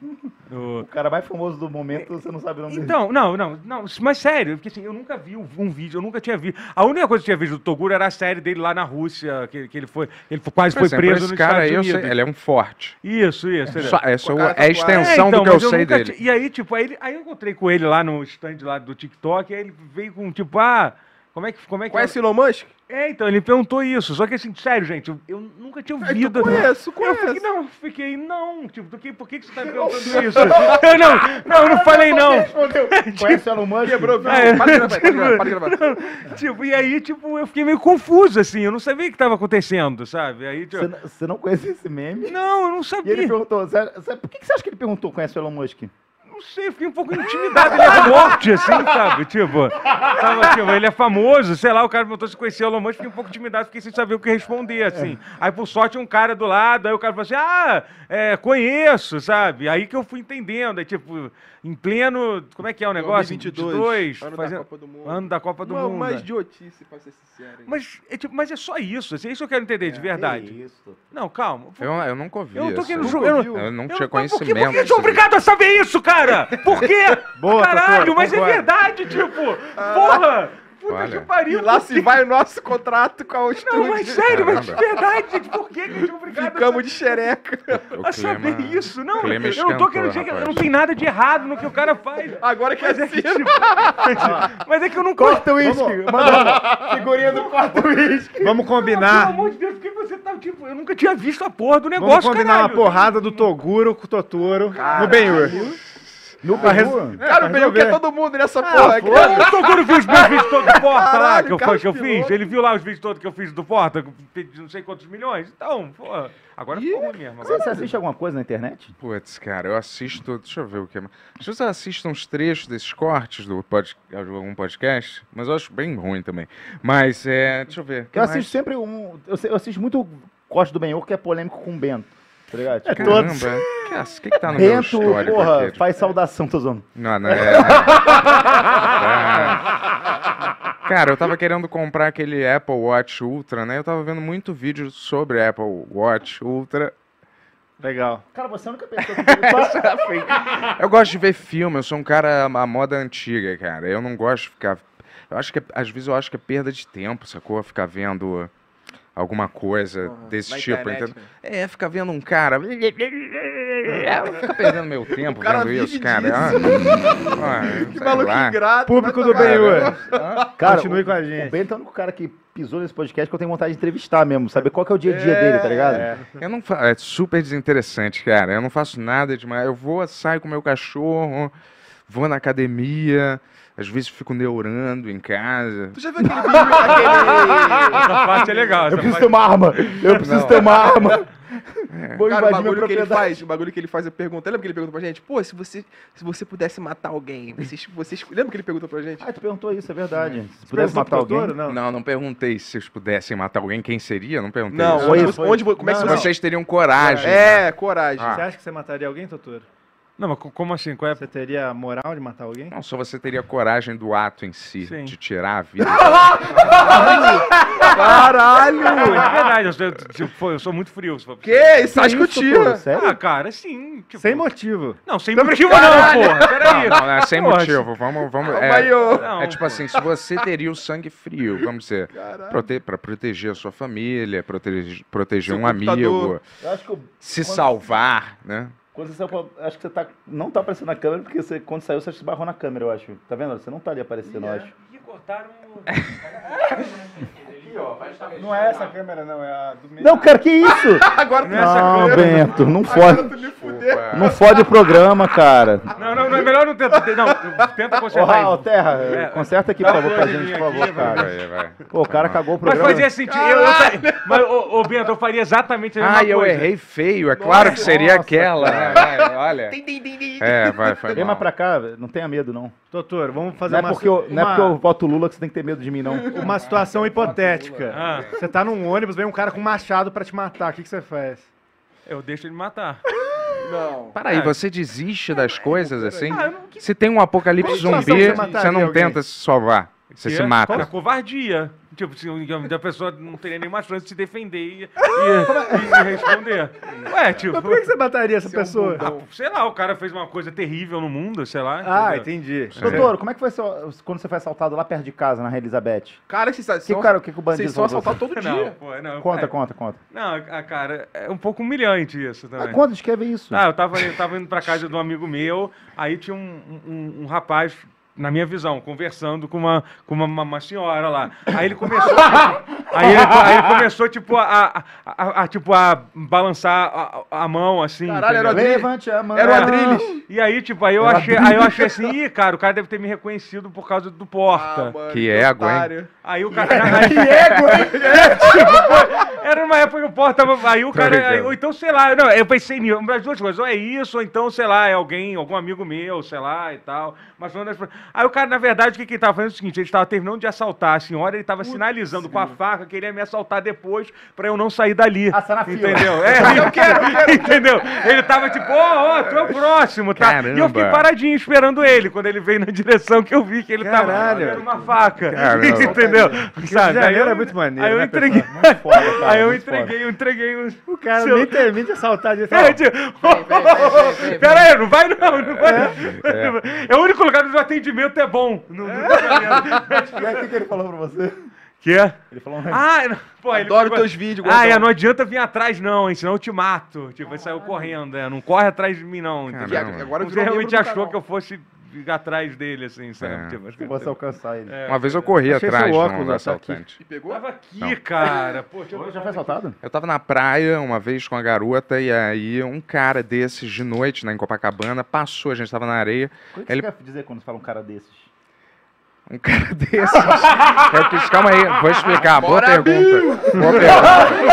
S4: No...
S1: O cara mais famoso do momento, você não sabe o nome dele.
S4: Então, não, não, não, mas sério, porque assim, eu nunca vi um, um vídeo, eu nunca tinha visto. A única coisa que eu tinha visto do Toguro era a série dele lá na Rússia, que, que ele foi, ele foi- quase
S5: Por
S4: foi
S5: exemplo,
S4: preso
S5: esse
S4: nos
S5: cara
S4: Estados
S5: aí, eu
S4: Unidos.
S5: sei, ele é um forte.
S4: Isso, isso. ele é.
S5: Só- essa
S3: O cara
S5: é a
S3: tá
S5: extensão
S4: então,
S5: do que eu
S4: mas
S5: sei
S4: nunca
S5: dele.
S4: ti- E aí, tipo, aí, ele- aí eu encontrei com ele lá no stand lá do TikTok, aí ele veio com, tipo, ah, como é que, como é que
S3: Conhece Elon Musk?
S4: É, então, ele perguntou isso. Só que assim, sério, gente, eu, eu nunca tinha
S3: Aí
S4: ouvido.
S3: tu conheço,
S4: Eu
S3: conheço.
S4: fiquei, não, fiquei, não, tipo, do que, por que, que você tá me perguntando isso? Eu não, não, eu não falei não.
S1: Conhece o Elon Musk?
S3: Quebrou, viu?
S4: É,
S3: Para de gravar, para de
S4: tipo,
S3: gravar, para de gravar.
S4: não, tipo, e aí, tipo, eu fiquei meio confuso, assim, eu não sabia o que tava acontecendo, sabe? Aí, tipo,
S1: Você, não- você não conhecia esse meme?
S4: não, eu não
S1: E
S4: sabia.
S1: ele perguntou, "Zé- Zé, por que, que você acha que ele perguntou conhece o Elon Musk?
S4: Não sei, eu fiquei um pouco intimidado. Ele é forte, assim, sabe? Tipo, tava, tipo, ele é famoso, sei lá, o cara perguntou se conhecia o Elon Musk, fiquei um pouco intimidado, fiquei sem saber o que responder, assim. Aí, por sorte, um cara do lado, aí o cara falou assim, ah, é, conheço, sabe? Aí que eu fui entendendo, aí, tipo, em pleno, como é que é o negócio?
S3: dois mil e vinte e dois, ano da
S4: fazendo-
S3: Copa do Mundo.
S4: Ano da Copa do
S3: Uma,
S4: Mundo.
S3: uma
S4: né?
S3: idiotice, pra ser sincero. hein?
S4: Mas é, tipo, mas é só isso, assim, é isso que eu quero entender, de verdade.
S1: Que isso?
S4: Não, calma.
S5: Eu, eu nunca ouvi
S4: Eu não tô
S5: isso.
S4: querendo
S5: Eu
S4: julgar, eu
S5: não,
S4: não-
S5: eu não
S4: Eu-
S5: tinha
S4: mas
S5: conhecimento.
S4: Por que, por que eu sou
S5: sobre
S4: obrigado a saber isso, cara? Por quê?
S2: Boa,
S4: Caralho,
S2: Totoro,
S4: mas é
S2: concordo.
S4: verdade, tipo, porra! Puta
S5: Olha.
S4: que pariu.
S3: E lá
S4: por
S3: se
S4: quê?
S3: vai o nosso contrato com a estúdio.
S4: Não, mas sério, mas de
S5: Caramba.
S4: verdade, gente, por que que eu sou obrigado
S3: Ficamos de xereca.
S5: O
S4: a saber
S5: clima-
S4: isso? Não,
S5: o clima
S4: eu não tô
S5: esquentou,
S4: querendo dizer que
S5: rapaz.
S4: não tem nada de errado no que o cara faz.
S3: Agora que é
S4: Mas é que,
S3: assim.
S4: tipo, mas é que eu não
S1: Corta o uísque. Manda figurinha do corta o uísque.
S2: Vamos
S4: Pelo
S2: combinar.
S4: amor de Deus, por que você tá, tipo, eu nunca tinha visto a porra do
S2: Vamos
S4: negócio,
S2: combinar uma
S4: caralho.
S2: porrada do Toguro com o Totoro no Ben-Hur.
S1: No
S2: Pra res-
S1: Benhur?
S3: Cara, o Benhur
S2: resolver.
S3: quer todo mundo nessa porra.
S4: O Toguro viu os meus vídeos todos do Porta lá,
S3: Caralho,
S4: que eu,
S3: Carlos
S4: que eu
S3: Piloto.
S4: fiz. Ele viu lá os vídeos todos que eu fiz do Porta, que eu pedi não sei quantos milhões. Então, pô, agora ficou ruim mesmo.
S1: Você, você assiste alguma coisa na internet?
S5: Putz, cara, eu assisto. Deixa eu ver o que. mais. Às vezes eu assisto uns trechos desses cortes do pod, de algum podcast, mas eu acho bem ruim também. Mas é. Deixa eu ver. que
S1: Eu
S5: mais?
S1: assisto sempre um... Eu, se- eu assisto muito o corte do Benhur, que é polêmico com o Bento. Tá ligado? Tipo,
S5: Caramba, o que, que, que tá no meu
S1: Bento,
S5: histórico
S1: porra,
S5: aqui?
S1: faz saudação, tô zoando.
S5: Não, não é. é. Cara, eu tava querendo comprar aquele Apple Watch Ultra, né? Eu tava vendo muito vídeo sobre Apple Watch Ultra.
S2: Legal.
S1: Cara, você é a única pessoa que...
S5: Eu gosto de ver filme, eu sou um cara à moda antiga, cara. Eu não gosto de ficar. Eu acho que, às vezes, eu acho que é perda de tempo, sacou? Ficar vendo alguma coisa desse
S3: na
S5: tipo,
S3: internet,
S5: entendeu? É, ficar vendo um cara. Fica perdendo meu tempo
S3: cara
S5: vendo
S3: vive
S5: isso, cara.
S3: disso.
S5: Ah, ah,
S3: Que
S5: sei
S3: maluco
S5: lá.
S3: ingrato.
S2: Público
S3: vai
S2: do
S3: tocar.
S2: Ben-Hur.
S1: Cara,
S2: Continue
S1: o,
S2: com a
S1: o
S2: gente.
S1: Bento é o único cara que pisou nesse podcast que eu tenho vontade de entrevistar mesmo, saber qual que é o dia a dia dele, tá ligado?
S2: É.
S5: Eu não fa... É super desinteressante, cara. Eu não faço nada demais. Eu vou, saio com meu cachorro, vou na academia, às vezes fico neurando em casa.
S3: Tu já viu aquele vídeo, aquele...
S4: Essa parte é legal.
S1: Eu
S4: Essa
S1: preciso
S4: parte...
S1: ter uma arma, eu preciso ter uma arma. Vou
S3: Cara, o
S1: invadir minha
S3: bagulho que ele
S1: propriedade.
S3: faz, o bagulho que ele faz, eu pergunto, lembra que ele perguntou pra gente? Pô, se você, se você pudesse matar alguém, vocês, vocês... Lembra que ele perguntou pra gente?
S1: Ah, tu perguntou isso, é verdade. Se
S2: Você
S1: pudesse
S2: perguntou
S1: matar
S2: pro
S1: alguém...
S2: Totoro? Não.
S5: Não, não perguntei se vocês pudessem matar alguém, quem seria? Não perguntei
S3: Não,
S5: isso.
S3: onde,
S1: Foi,
S3: você-
S1: foi.
S3: onde, vo- como é que
S5: Se
S3: você...
S5: vocês teriam coragem.
S3: É, coragem.
S5: Ah.
S2: Você acha que você mataria alguém, Totoro?
S4: Não, mas co- como assim? Qual é?
S2: Você teria moral de matar alguém?
S5: Não, só você teria coragem do ato em si,
S4: Sim.
S5: de tirar a vida.
S3: Caralho!
S4: Não, mas é verdade, eu sou, tipo, pô, eu sou muito frio. se for-
S3: Que isso? Acho que eu tiro.
S1: Sério?
S4: Ah, cara, sim. Tipo,
S2: Sem motivo.
S4: Não, sem motivo não, porra. Peraí.
S5: Não, não é sem
S4: Porra,
S5: motivo. Vamos, vamos.
S3: Calma
S5: É,
S3: aí, ô.
S4: Não,
S5: é tipo
S4: pô.
S5: assim, se você teria o sangue frio, vamos dizer, prote para proteger a sua família, proteger, proteger
S3: Seu
S5: um amigo,
S3: computador.
S1: Eu acho que o-
S5: se
S1: quando-
S5: salvar, né?
S1: Quando você saiu, pra- acho que você tá, não tá aparecendo na câmera, porque você, quando saiu você se barrou na câmera, eu acho. Tá vendo? Você não tá ali aparecendo, eu acho.
S4: Ih, cortaram...
S2: Não é essa câmera, não. É a do meio.
S1: Não, cara, que isso?
S3: Agora tu
S1: Não, Bento, não
S3: Agora
S1: fode.
S3: tu me fudeu.
S1: Não fode o programa, cara.
S4: Não, não, não, é melhor não tentar... Não, tenta
S1: Ô,
S4: consertar
S1: Raul,
S4: aí.
S1: Terra,
S4: É,
S1: conserta aqui,
S4: dá
S1: por favor,
S4: uma
S1: pra
S4: coisinha
S1: gente, por favor,
S4: aqui,
S1: cara.
S5: Vai, vai.
S1: Pô, o cara cagou o
S4: Mas
S1: programa.
S4: fazia sentido. Eu, eu, fa- mas, ô, ô, Bento, eu faria exatamente a mesma
S5: Ah, e eu
S4: coisa.
S5: errei feio. É claro que seria
S1: Nossa,
S5: aquela, né? Vai, olha.
S3: Tim, tim, tim, tim.
S5: É, vai, foi
S1: Vem
S5: mal.
S1: mais pra cá, não tenha medo, não.
S2: Totoro, vamos fazer
S1: Não é,
S2: uma,
S1: porque eu, não é
S2: uma,
S1: porque eu voto Lula que você tem que ter medo de mim, não.
S2: uma situação hipotética.
S4: Ah.
S2: Você tá num ônibus, vem um cara com um machado pra te matar. O que, que você faz?
S4: Eu deixo ele matar.
S3: Não.
S5: Para aí,
S4: Ah.
S5: você desiste das coisas assim?
S4: Ah, eu não-
S5: Se tem um apocalipse
S2: Qual situação
S5: zumbi,
S2: você
S5: você
S2: mataria
S5: não
S2: alguém?
S5: tenta se salvar. Você se
S4: Que é?
S5: mata.
S4: Cara, covardia. Tipo, assim, a pessoa não teria nenhuma chance de se defender e, e, e- e responder. Ué, tipo...
S2: Mas por que que você mataria essa pessoa?
S4: Ah, sei lá, o cara fez uma coisa terrível no mundo, sei lá.
S2: Ah,
S4: entendeu?
S2: entendi.
S1: Doutor, como é que foi seu- quando você foi assaltado lá perto de casa, na Rua Elizabeth?
S3: Cara, esses
S1: Que cara, o que, que o bandido
S3: Vocês são
S1: falou pra
S3: assaltados todo
S4: Não,
S3: dia.
S4: pô, não,
S1: Conta,
S4: é.
S1: conta, conta.
S4: Não, a cara, é um pouco humilhante isso também.
S1: Ah, conta, descreve isso.
S4: Ah, eu tava, eu tava indo pra casa de um amigo meu, aí tinha um, um, um rapaz, na minha visão, conversando com uma, com uma, uma- uma senhora lá. Aí ele começou, aí ele, aí ele começou, tipo, a, a, a- a- tipo, a balançar a, a mão, assim.
S3: Caralho, era o
S4: entendeu?
S3: Adriles.
S1: Levante a mão.
S3: Era o Adriles.
S4: E aí, tipo, aí eu,
S1: Era
S4: achei, aí eu achei assim, ih, cara, o cara deve ter me reconhecido por causa do Porta.
S3: Ah, mano,
S5: Que é, Gwen?
S3: otário.
S4: Aí o cara. Aí, é, tipo, foi- era uma época que o Porta tava. Aí o cara.
S5: ligado.
S4: Aí, ou então, sei lá, não, eu pensei nisso, as duas coisas, ou é isso, ou então, sei lá, é alguém, algum amigo meu, sei lá e tal. Mas foi uma das... Aí o cara, na verdade, o que, que ele tava fazendo é o seguinte: ele estava terminando de assaltar a senhora, ele tava sinalizando com a faca que ele ia me assaltar depois pra eu não sair dali.
S1: Ah, sai na fila.
S4: Entendeu? É, eu quero, eu quero. Entendeu? Ele tava tipo, ó, ó, tu é o próximo, tá?
S5: Caramba.
S4: E eu fiquei paradinho esperando ele, quando ele veio na direção que eu vi que ele tava
S2: Caralho.
S4: era uma faca.
S5: Caramba.
S4: Entendeu? Sabe? Aí
S2: Janeiro
S4: eu,
S2: é muito maneiro,
S4: aí eu
S2: né,
S4: entreguei.
S1: Muito foda, cara,
S4: Aí eu
S1: muito foda.
S4: entreguei, eu entreguei os.
S2: O cara
S4: Seu-
S2: nem termina de assaltar. De
S4: É, tipo, pera aí, não vai não, não vai. É, o único lugar onde o atendimento é bom. Não, não
S1: E aí, o que, que ele falou pra você?
S4: que é?
S1: Ele falou um
S4: Ah, não, pô, ele
S3: Adoro
S4: pegou-
S3: teus vídeos,
S4: Ah,
S3: gordão.
S4: é, não adianta vir atrás não, hein, senão eu te mato. Tipo, ele saiu correndo, é, não corre atrás de mim não.
S5: Caramba.
S4: Entendeu?
S3: E agora
S4: Você
S3: virou
S4: realmente
S3: membro do
S4: achou
S3: canal.
S4: que eu fosse ir atrás dele, assim, sabe?
S5: É.
S4: Tipo, acho que-
S1: Você alcançar ele.
S4: É.
S5: Uma vez eu corri
S2: Achei
S5: atrás
S2: seu
S5: de
S2: óculos,
S5: um
S2: ó, tá
S5: assaltante.
S3: E pegou?
S4: Tava aqui,
S5: Não.
S4: cara. Pô, deixa eu
S1: Oi, já foi assaltado?
S5: Eu tava na praia uma vez com a garota e aí um cara desses de noite, né, em Copacabana, passou, a gente tava na areia.
S1: O que
S5: Ele-
S1: você quer dizer quando você fala um cara desses?
S5: Um cara desses. Eu quis, calma aí, vou explicar. Boa
S3: Bora,
S5: pergunta. Boa pergunta.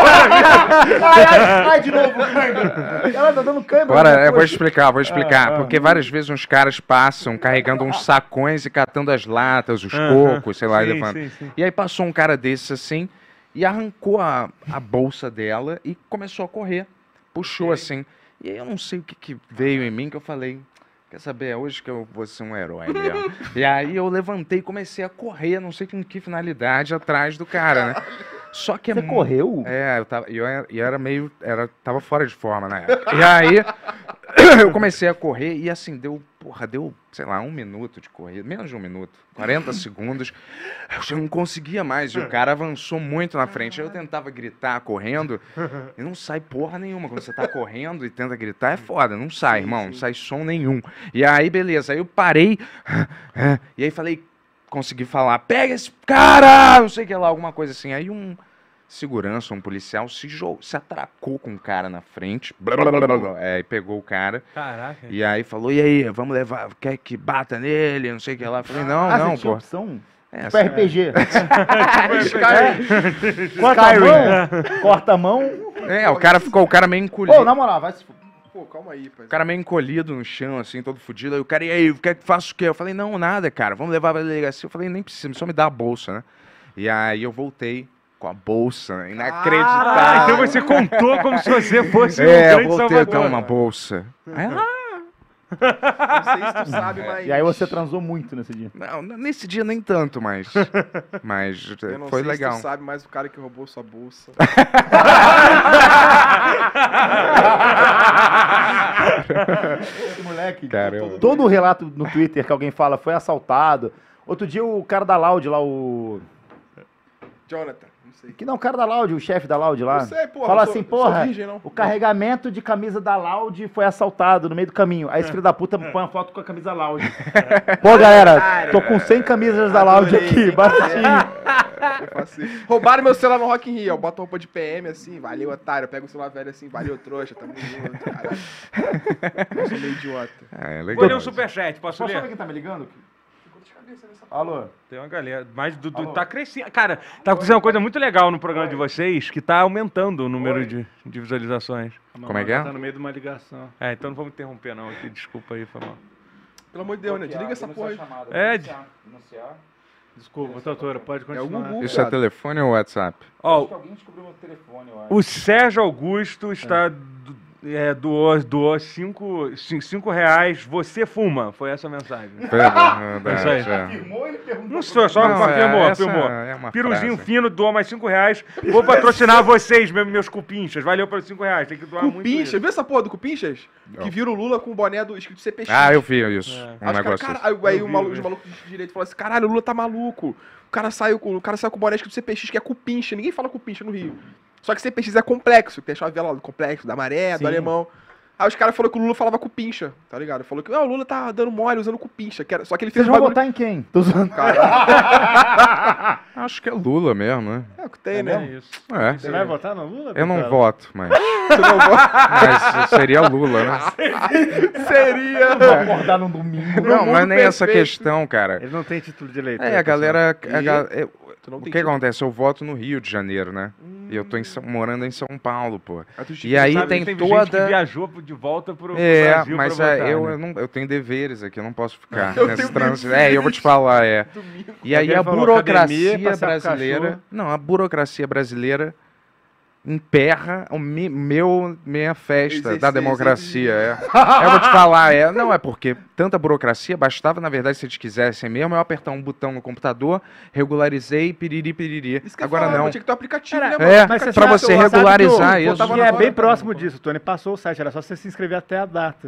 S1: Ai, ai, ai, de novo, cãibra. Ela tá dando cãibra.
S5: Bora,
S1: depois.
S5: eu vou explicar, vou explicar.
S1: Ah, ah.
S5: Porque várias vezes uns caras passam carregando uns sacões e catando as latas, os
S4: Aham.
S5: cocos, sei lá, e
S4: Sim,
S5: levando.
S4: sim, sim.
S5: E aí passou um cara desses assim e arrancou a, a bolsa dela e começou a correr. Puxou assim. E aí eu não sei o que, que veio em mim que eu falei. Quer saber, é hoje que eu vou ser um herói mesmo. E aí eu levantei e comecei a correr, não sei com que finalidade, atrás do cara, né? Só que é
S1: Você
S5: mu-
S1: correu?
S5: É, eu tava, eu era, eu era meio, era, tava fora de forma na época. E aí eu comecei a correr e assim, deu, porra, deu, sei lá, um minuto de corrida, menos de um minuto, quarenta segundos, eu já não conseguia mais, e o cara avançou muito na frente, aí eu tentava gritar correndo, e não sai porra nenhuma, quando você tá correndo e tenta gritar, é foda, não sai, irmão, não sai som nenhum. E aí, beleza, aí eu parei, e aí falei, consegui falar, pega esse cara, não sei o que lá, alguma coisa assim, aí um segurança, um policial, se, jo- se atracou com o cara na frente, blá, blá, blá, blá, blá, é, e pegou o cara,
S4: Caraca.
S5: e aí falou, e aí, vamos levar, quer que bata nele, não sei o que lá. Eu falei, não,
S1: Ah,
S5: não,
S1: você tinha
S5: pô.
S1: opção?
S5: É,
S1: Tipo
S5: assim,
S1: R P G.
S3: Skyrim.
S1: Corta a mão, corta a mão.
S5: é, o cara ficou, o cara meio encolhido.
S1: Pô, na moral, vai se... f-
S3: Pô, calma aí, pai.
S5: O cara meio encolhido no chão, assim, todo fudido. Aí o cara, e aí, quer que faça o quê? Eu falei, não, nada, cara, vamos levar pra delegacia. Eu falei, nem precisa, só me dá a bolsa, né? E aí eu voltei com a bolsa, né?
S4: Ah,
S5: Inacreditável.
S4: então você contou como se você fosse um
S5: É, eu
S4: grande
S5: voltei
S4: salvador.
S5: com uma bolsa. Aí, ah,
S3: Não sei se tu sabe, mas...
S1: E aí você transou muito nesse dia.
S5: não, nesse dia nem tanto, mas, mas
S3: Eu não
S5: foi
S3: sei
S5: legal.
S3: se tu sabe, mas o cara que roubou sua bolsa...
S1: Esse moleque,
S5: Caramba.
S1: todo, todo o relato no Twitter que alguém fala foi assaltado. Outro dia o cara da Loud lá, o...
S3: Jonathan, não sei.
S1: Que não, o cara da Loud, o chefe da Loud lá.
S3: Não sei, porra,
S1: Fala
S3: eu sou-
S1: assim,
S3: eu sou
S1: porra,
S3: virgem, não.
S1: o carregamento de camisa da Loud foi assaltado no meio do caminho. Aí esse filho da puta põe uma foto com a camisa Loud. Pô, galera, tô com cem camisas da Loud
S3: Adorei.
S1: aqui, baratinho.
S3: Eu faço assim. Roubaram meu celular no Rock in Rio. Eu boto roupa de P M assim, valeu, otário. Eu pego o celular velho assim, valeu, trouxa, tamo junto, caralho. Eu sou meio idiota.
S5: É,
S4: Vou
S5: legal.
S4: ler um superchat, posso
S1: Posso saber
S4: ler?
S1: quem tá me ligando? Alô?
S4: Tem uma galera, mas do, do-
S1: Alô?
S4: tá crescendo. Cara, tá acontecendo uma coisa muito legal no programa de vocês, que tá aumentando o número de, de visualizações.
S5: Como é que é?
S2: Tá no meio de uma ligação.
S4: É, então não vamos interromper não aqui, desculpa aí, foi mal.
S3: Pelo amor de Deus, né? Desliga essa porra aí.
S4: É, de-
S2: Desculpa, doutora, pode
S3: É o
S2: continuar.
S3: Gugu,
S5: Isso é
S3: cara.
S5: telefone ou WhatsApp?
S4: Ó,
S1: Alguém descobriu meu telefone, eu acho.
S4: o Sérgio Augusto está... do- é, doou, doou cinco, cin- cinco reais, você fuma. Foi essa a mensagem.
S5: Verdade,
S4: É isso aí.
S5: é.
S1: Afirmou, ele perguntou.
S4: Não sou, só
S5: Não, é,
S4: afirmou,
S5: essa
S4: afirmou.
S5: é uma
S4: Piruzinho
S5: frase.
S4: fino, doou mais cinco reais. Vou patrocinar vocês, meus, meus cupinchas. Valeu pelos cinco reais. Tem que doar muito
S3: Cupinchas,
S4: isso.
S3: viu essa porra do Cupinchas?
S5: Não.
S3: Que vira o Lula com o boné do escrito C P X.
S5: Ah, eu vi isso.
S4: É.
S5: Um
S3: Aí os caras,
S5: negócio
S3: cara,
S5: assim.
S3: aí, aí
S4: Eu
S3: o
S4: vi,
S3: malu-
S4: eu
S3: os
S4: vi.
S3: malucos de direito falaram assim: caralho, o Lula tá maluco. O cara saiu com, o cara saiu com o boné escrito C P X, que é cupincha. Ninguém fala cupincha no Rio. Só que C P X é complexo, que tem a chave lá do complexo, da maré,
S1: Sim.
S3: do alemão. Aí os caras falaram que o Lula falava cupincha, tá ligado? Falou que não, o Lula tá dando mole usando cupincha. Que era, só que ele fez
S1: Vocês
S3: um
S1: vão
S3: bagulho.
S1: votar em quem? Tô zoando.
S5: Acho que é Lula mesmo, né?
S3: É o que tem,
S4: É
S3: né?
S4: isso.
S5: É.
S2: Você vai votar no Lula?
S5: Eu não
S2: Pedro?
S5: voto, mas.
S3: Você não vota?
S5: Mas seria Lula, né?
S3: Seria.
S1: Acordar num domingo.
S5: Não, mas nem essa
S3: perfeito.
S5: questão, cara.
S2: Ele não tem título de eleitor.
S5: É, a galera. a
S3: E?
S5: ga- é,
S3: Tu não
S5: o
S3: tem
S5: que
S3: título.
S5: acontece? Eu voto no Rio de Janeiro, né? E eu tô em São- morando em São Paulo, pô.
S3: Aí tu
S5: E aí
S4: Sabe
S5: tem
S4: que teve gente que
S5: toda.
S4: viajou de volta pro, pro
S5: É,
S4: Brasil
S5: mas
S4: pra
S5: é,
S4: votar,
S5: eu,
S4: né?
S5: eu, não, eu tenho deveres aqui, eu não posso ficar
S3: Eu
S5: nesse
S3: tenho
S5: trânsito.
S3: deveres.
S5: É, eu vou te falar, é. E aí
S2: Alguém
S5: a
S2: falou,
S5: burocracia
S2: academia, passear com
S5: brasileira.
S2: cachorro.
S5: Não, a burocracia brasileira emperra o mi- meu, minha festa
S3: Exercício,
S5: da democracia. É. Eu vou te falar, é. Não, é porque tanta burocracia, bastava, na verdade, se eles quisessem mesmo, eu apertar um botão no computador, regularizei, piriri, piriri.
S3: Isso que eu ia
S5: Agora
S3: falar,
S5: não.
S3: Tinha que ter um aplicativo,
S2: Cara,
S3: né, mano?
S5: É,
S2: Mas
S5: pra
S2: sabe
S5: você
S2: que eu- sabe que
S5: regularizar
S2: eu-
S5: isso.
S3: tava
S2: Que
S3: na
S2: é
S3: hora,
S2: bem
S3: tá
S2: próximo
S3: bom.
S2: disso. O Tony passou o site, era só você se inscrever até a data.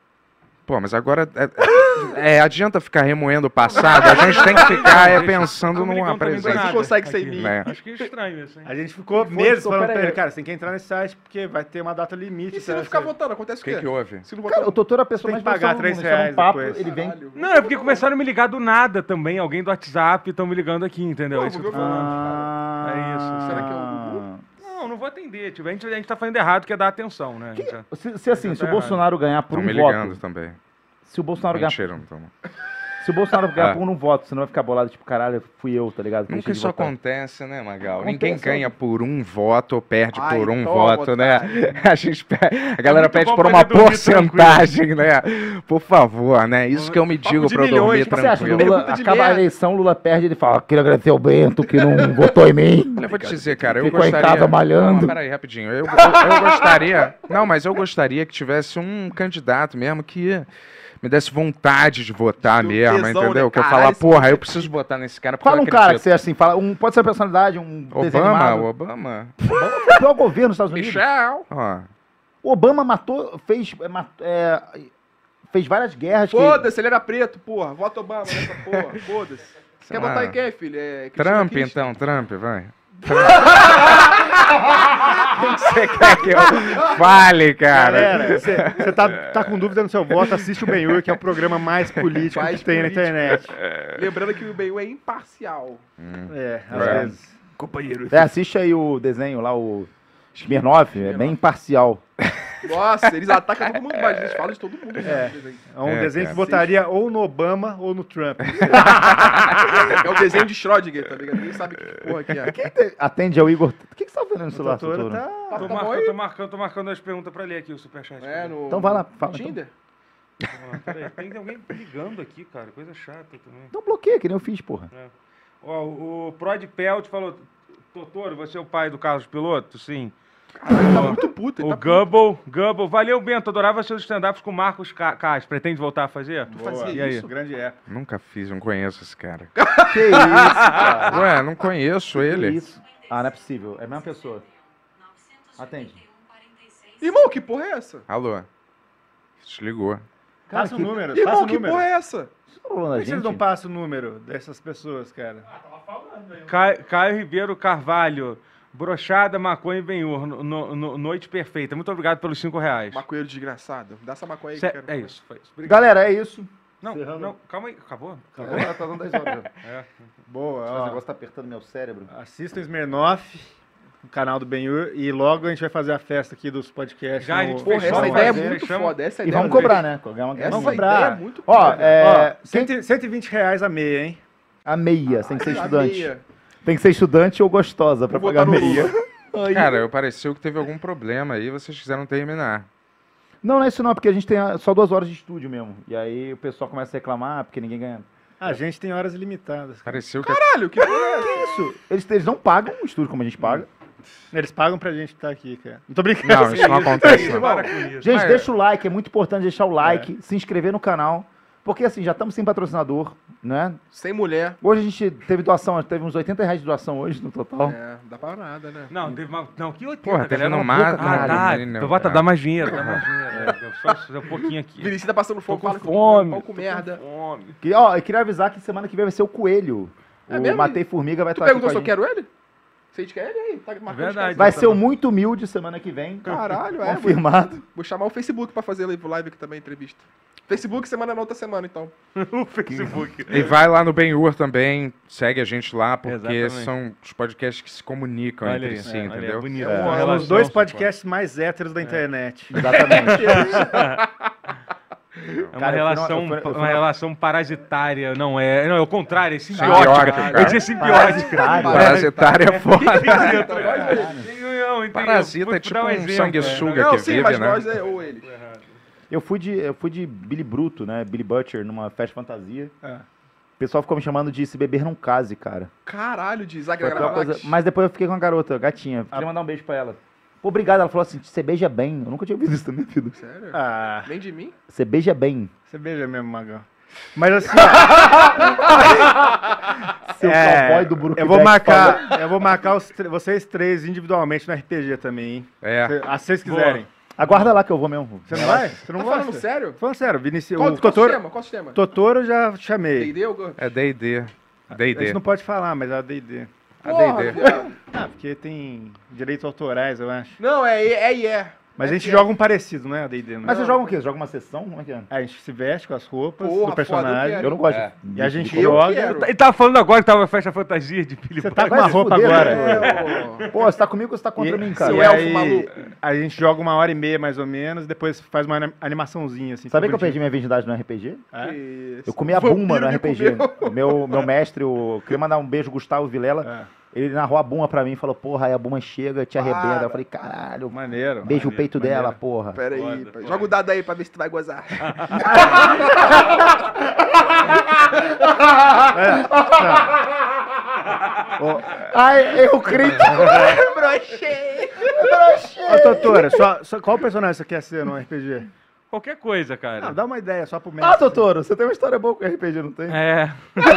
S5: Pô, mas agora é, é, adianta ficar remoendo o passado, a gente tem que ficar é, pensando
S4: Não me
S5: numa
S4: ligam também do
S5: presença.
S3: Mas
S4: nada
S3: você consegue sem
S4: aqui.
S3: mim.
S5: Né?
S4: Acho que é estranho isso, hein?
S2: A gente ficou
S1: foi,
S2: meses
S1: tô-
S2: falando
S1: pera
S2: pra
S1: aí.
S2: ele, cara, você tem que entrar nesse site porque vai ter uma data limite.
S3: E se
S2: tá?
S3: não ficar
S2: Você-
S3: votando, acontece
S5: O
S3: o
S5: que
S3: quê?
S5: que houve?
S3: Se não
S1: Cara,
S3: votar,
S1: o doutor é a pessoa
S2: Tem
S1: mais
S2: que pagar
S1: profissional do
S2: três
S1: mundo. Isso é um
S2: reais
S1: papo,
S2: depois.
S1: ele vem...
S3: Caralho.
S4: Não, é porque começaram a me ligar do nada também. Alguém do WhatsApp estão me ligando aqui, entendeu?
S3: Pô,
S4: É isso que eu tô
S3: vou ver o
S4: falando.
S1: Ah,
S4: É isso.
S3: Será que é o Gugu?
S4: Não, não vou atender. Tipo, a, gente, a gente tá fazendo errado, que é dar atenção, né? Já-
S1: Se, se assim, se o
S4: Tá
S1: Bolsonaro ganhar por
S5: Estão
S1: um
S5: me ligando
S1: voto...
S5: também.
S1: Se o Bolsonaro ganhar...
S5: Mentira, não estão.
S1: Se o Bolsonaro ganhar
S5: Ah.
S1: por um voto, você não vai ficar bolado, tipo, caralho, fui eu, tá ligado?
S5: Nunca
S1: Deixei de
S5: isso
S1: votar.
S5: acontece, né, Magal?
S1: Acontece,
S5: Ninguém ganha
S1: óbvio.
S5: por um voto ou perde
S3: Ai,
S5: por um
S3: toma,
S5: voto, né? A gente pe- a galera
S4: muito
S5: pede
S4: bom
S5: por
S4: poder
S5: uma
S4: dormir
S5: porcentagem, né? Por favor, né? Isso que eu me digo
S3: de
S5: pra eu
S3: milhões,
S5: dormir
S1: Você acha que o
S5: tranquilo.
S1: Lula
S3: Pergunta de
S1: acaba a
S3: merda.
S1: eleição, o Lula perde, ele fala, queria agradecer ao Bento que não votou em mim.
S5: Olha, eu vou te dizer, cara, eu
S1: Ficou em
S5: gostaria...
S1: casa malhando.
S5: Não, peraí, rapidinho. Eu, eu, eu gostaria... Não, mas eu gostaria que tivesse um candidato mesmo que me desse vontade de votar
S3: Deu
S5: mesmo,
S3: tesão,
S5: entendeu?
S3: né?
S5: Que eu
S3: Caralho,
S5: falar,
S3: esse
S5: porra,
S3: cara-
S5: eu preciso votar nesse cara porque
S1: Fala
S5: eu
S1: um cara que
S5: acredito.
S1: você, assim, fala, um, pode ser uma personalidade, um desenho
S5: Obama,
S1: animado.
S5: o Obama.
S1: Foi o pior governo dos Estados Unidos.
S5: Michel. Ó,
S1: O Obama matou, fez, é, mat- é, fez várias guerras. que-
S3: Foda-se, ele era preto, porra. Vota Obama nessa porra. Foda-se. Quer
S5: Sei
S3: votar
S5: lá.
S3: em quem, filho? É Cristina
S5: Trump,
S3: Kirchner?
S5: então, Trump, vai. O que você quer que eu fale, cara?
S2: Galera, você você tá, tá com dúvida no seu voto, assiste o Ben-Hur, que é o programa mais político
S3: Mais
S2: que tem
S3: político.
S2: na internet.
S3: Lembrando que o B U é imparcial.
S2: É, às
S5: É.
S2: vezes. Companheiro.
S1: É, assiste aí o desenho lá, o Smirnoff, é bem imparcial.
S3: Nossa, eles atacam todo mundo, mas eles falam de todo mundo. né?
S2: É um
S5: É,
S2: desenho
S5: cara.
S2: que votaria ou no Obama ou no Trump.
S3: É o desenho de Schrödinger, tá ligado? Ninguém sabe que porra que é.
S1: Quem te- atende ao Igor? O que, que você tá fazendo no
S2: O
S1: celular,
S2: doutor
S1: Totoro?
S2: tá...
S3: Tá
S4: Tô
S3: bom
S4: marcando,
S3: aí?
S4: tô marcando, tô marcando as perguntas pra ler aqui, o superchat.
S3: É, no...
S1: Então vai lá, fala, então.
S3: Tinder?
S4: Ah, peraí, tem alguém ligando aqui, cara, coisa chata também.
S1: Então bloqueia, que nem eu fiz, porra.
S4: Ó, o Prod Pelt falou, Totoro, você é o pai do Carlos Piloto? Sim.
S3: Caralho, tá muito puto. Ele
S4: O
S3: tá
S4: Gubble, Gubble, valeu, Bento, adorava seus stand-ups com o Marcos Ca- Cás. Pretende voltar a fazer?
S3: Boa. fazia
S4: E aí?
S3: isso?
S2: Grande época.
S5: Nunca fiz, não conheço esse cara.
S1: Que isso, cara?
S5: Ué, não conheço
S1: Que
S5: ele.
S1: isso? Ah, não é possível. É a mesma pessoa. Atende.
S3: Irmão, que porra é essa?
S5: Alô? Desligou.
S1: Cara,
S2: Passa o
S1: que-
S2: número, passa
S3: Irmão,
S2: o
S3: que
S2: número.
S3: porra é essa?
S1: Você tá falando
S2: Por
S1: a
S2: que vocês
S1: gente?
S2: não passam o número dessas pessoas, cara?
S4: Caio, Caio Ribeiro Carvalho, brochada, maconha e benhur, no, no- no- noite perfeita. Muito obrigado pelos cinco reais.
S3: Maconheiro desgraçado. Dá essa maconha aí
S4: Cé-
S3: que eu quero
S4: é
S3: comer.
S4: isso, foi isso. Obrigado.
S1: Galera, é isso.
S4: Não,
S1: Encerrando.
S4: não, calma aí, acabou?
S1: Acabou? Já tá dando dez horas já.
S4: É.
S2: Boa,
S1: Esse
S2: ó.
S1: negócio tá apertando meu cérebro.
S2: Assistam Smirnoff, no canal do Ben-Hur, e logo a gente vai fazer a festa aqui dos podcasts.
S4: Já a
S2: no-
S4: gente
S3: Porra,
S4: fechou,
S3: essa
S4: vamos
S3: ideia é
S4: fazer,
S3: muito
S4: fechamos.
S3: foda. Essa
S1: E
S3: ideia
S1: vamos
S3: é muito-
S1: cobrar, né? Cobrar uma
S3: Essa
S2: Vamos
S3: ideia
S2: cobrar.
S3: é muito
S1: Ó,
S3: foda.
S1: é,
S2: Ó, cento, cento e vinte reais a meia, hein?
S1: a meia, tem que ser
S3: A
S1: estudante.
S3: meia.
S1: Tem que ser estudante ou gostosa pra
S3: Vou
S1: pagar
S3: botar no
S1: meia.
S3: Lula.
S1: Aí-
S5: Cara, eu pareceu que teve algum problema aí, vocês quiseram terminar.
S1: Não, não é isso não, porque a gente tem ah, só duas horas de estúdio mesmo. E aí o pessoal começa a reclamar porque ninguém ganha.
S2: A gente tem horas ilimitadas. cara.
S5: Pareceu que...
S3: Caralho, que porra é essa?
S1: Que isso? Eles, eles não pagam o estúdio como a gente paga.
S2: Eles pagam pra gente estar aqui, cara. Não tô brincando.
S5: Não, isso não acontece, não.
S4: Para com isso.
S1: Gente,
S5: Mas-
S1: deixa o like, é muito importante deixar o like, se inscrever no canal. Porque assim, já estamos sem patrocinador, né?
S3: Sem mulher.
S1: Hoje a gente teve doação, teve uns oitenta reais de doação hoje no total.
S3: É, não dá pra nada, né?
S4: Não, teve uma. Não, que oitenta,
S5: Porra, teve
S4: galera.
S5: no
S4: uma
S5: mar-
S4: pouca, ah,
S5: no
S4: tá.
S5: Marine,
S4: Então, bota,
S5: cara.
S4: dá mais dinheiro, dá mais dinheiro. É, só, só um pouquinho aqui.
S3: Vinicius tá passando fome,
S4: Tô
S3: fala
S4: com
S3: que eu tô
S4: fome.
S3: pão com merda.
S4: Fome.
S1: Que, ó, eu queria avisar que semana que vem vai ser o Coelho.
S3: É
S1: o
S3: mesmo?
S1: Matei Formiga vai
S3: Tu
S1: estar aqui com
S3: perguntou
S1: a
S3: se eu
S1: gente.
S3: quero ele? Se a gente quer ele aí, tá marcando
S4: verdade.
S3: os
S1: Vai
S3: caras.
S1: ser o Muito Humilde semana que vem.
S3: Caralho, é.
S1: Confirmado.
S3: Vou, vou chamar o Facebook pra fazer live aqui também, entrevista. Facebook semana na outra semana, então.
S4: O Facebook.
S5: E vai lá no Ben-Hur também, segue a gente lá, porque
S4: Exatamente.
S5: são os podcasts que se comunicam
S4: Olha
S5: entre
S4: aí,
S5: si,
S4: é, olha aí,
S5: entendeu?
S4: é bonito.
S1: É.
S4: Uma
S2: São
S4: relação,
S2: os dois
S4: pô.
S2: podcasts mais héteros da internet.
S1: Exatamente.
S4: É uma
S1: Cara, eu fui
S4: relação,
S1: numa- eu fui- eu fui
S4: uma
S1: numa-
S4: relação parasitária, não é? Não, é o contrário, é
S5: Simbiótica,
S4: simbiótica.
S5: cara.
S4: Eu disse simbiótica.
S5: Parasitário é foda.
S4: Não, entendi.
S5: Parasita
S4: Vou
S5: é
S4: te
S5: tipo
S4: dar
S5: um
S4: exemplo,
S5: sanguessuga
S3: Não,
S5: que
S3: sim,
S5: vive,
S3: mas
S5: né?
S3: nós é ou ele.
S1: Eu fui de, eu fui de Billy Bruto, né? Billy Butcher, numa festa fantasia.
S2: É.
S1: O pessoal ficou me chamando de Se Beber Não Case, cara.
S3: Caralho, de
S1: Foi a pior
S3: Zagreb.
S1: coisa. Mas depois eu fiquei com a garota, gatinha. Queria mandar um beijo pra ela. Pô, obrigado. Ela falou assim, você beija bem. Eu nunca tinha ouvido isso na minha vida.
S3: Sério?
S2: Ah,
S3: Nem de mim?
S1: Você beija bem.
S2: você beija mesmo, Magão. Mas assim,
S1: Seu
S2: é,
S1: cowboy do Brookback
S2: eu vou
S1: falou.
S2: marcar, eu vou marcar os tr- vocês três individualmente no R P G também, hein?
S5: É.
S2: Se, ah, se vocês quiserem.
S1: Aguarda lá que eu vou mesmo.
S2: Você não vai? Você não
S3: Tá
S2: gosta?
S3: falando sério?
S2: Falando sério, Vinicius,
S3: Qual,
S2: o
S3: qual
S2: Totoro,
S3: sistema? Qual sistema?
S2: Totoro eu já chamei.
S3: D e D ou Go?
S5: É D e D.
S2: A
S5: D e D.
S2: gente não pode falar, mas é a D e D.
S5: A
S3: Porra,
S5: D e D.
S3: viado.
S2: Ah, porque tem direitos autorais, eu acho.
S3: Não, é é e é.
S2: Mas a gente
S3: É,
S2: joga um parecido, não é a D e D? Não.
S1: Mas você joga o quê? Você joga uma sessão? Como é que é?
S2: A gente se veste com as roupas
S3: Porra,
S2: do personagem.
S3: foda, eu quero.
S1: Eu não gosto
S5: É.
S1: de...
S2: E a gente
S3: Eu
S2: joga.
S3: quero.
S4: Ele tava falando agora que tava na festa fantasia de Billy
S2: Você tá com
S1: Vai
S2: uma
S1: se
S2: roupa
S1: fuder,
S2: agora.
S1: né? Pô, você tá comigo ou você tá contra
S2: E-
S1: mim, cara?
S2: e
S3: Seu elfo
S2: aí,
S3: maluco.
S2: A gente joga uma hora e meia, mais ou menos, depois faz uma anim- animaçãozinha, assim.
S1: Sabia que eu
S2: bonitinho.
S1: perdi minha virgindade no R P G?
S2: É?
S3: Que
S1: Eu comi a
S3: vampiro
S1: bumba no
S3: me
S1: R P G.
S3: comeu.
S1: Meu, meu mestre, o... queria mandar um beijo, Gustavo Vilela.
S2: É.
S1: Ele narrou a bumba pra mim e falou, porra, aí a bumba chega, te arrebenta.
S3: Para.
S1: Eu falei, caralho,
S2: Maneiro.
S1: beijo o
S2: maneiro,
S1: peito
S2: maneiro.
S1: dela, porra.
S3: Pera aí,
S4: Foda,
S3: pai.
S4: foda.
S3: Joga o dado aí pra ver se tu vai gozar.
S1: Ai, eu crítico.
S3: Brochei.
S2: Ô, Totoro, só, só- qual personagem você quer ser no R P G?
S4: Qualquer coisa, cara.
S2: Não, dá uma ideia, só pro mestre.
S1: Ah, Totoro, você tem uma história boa com R P G, não tem?
S4: É.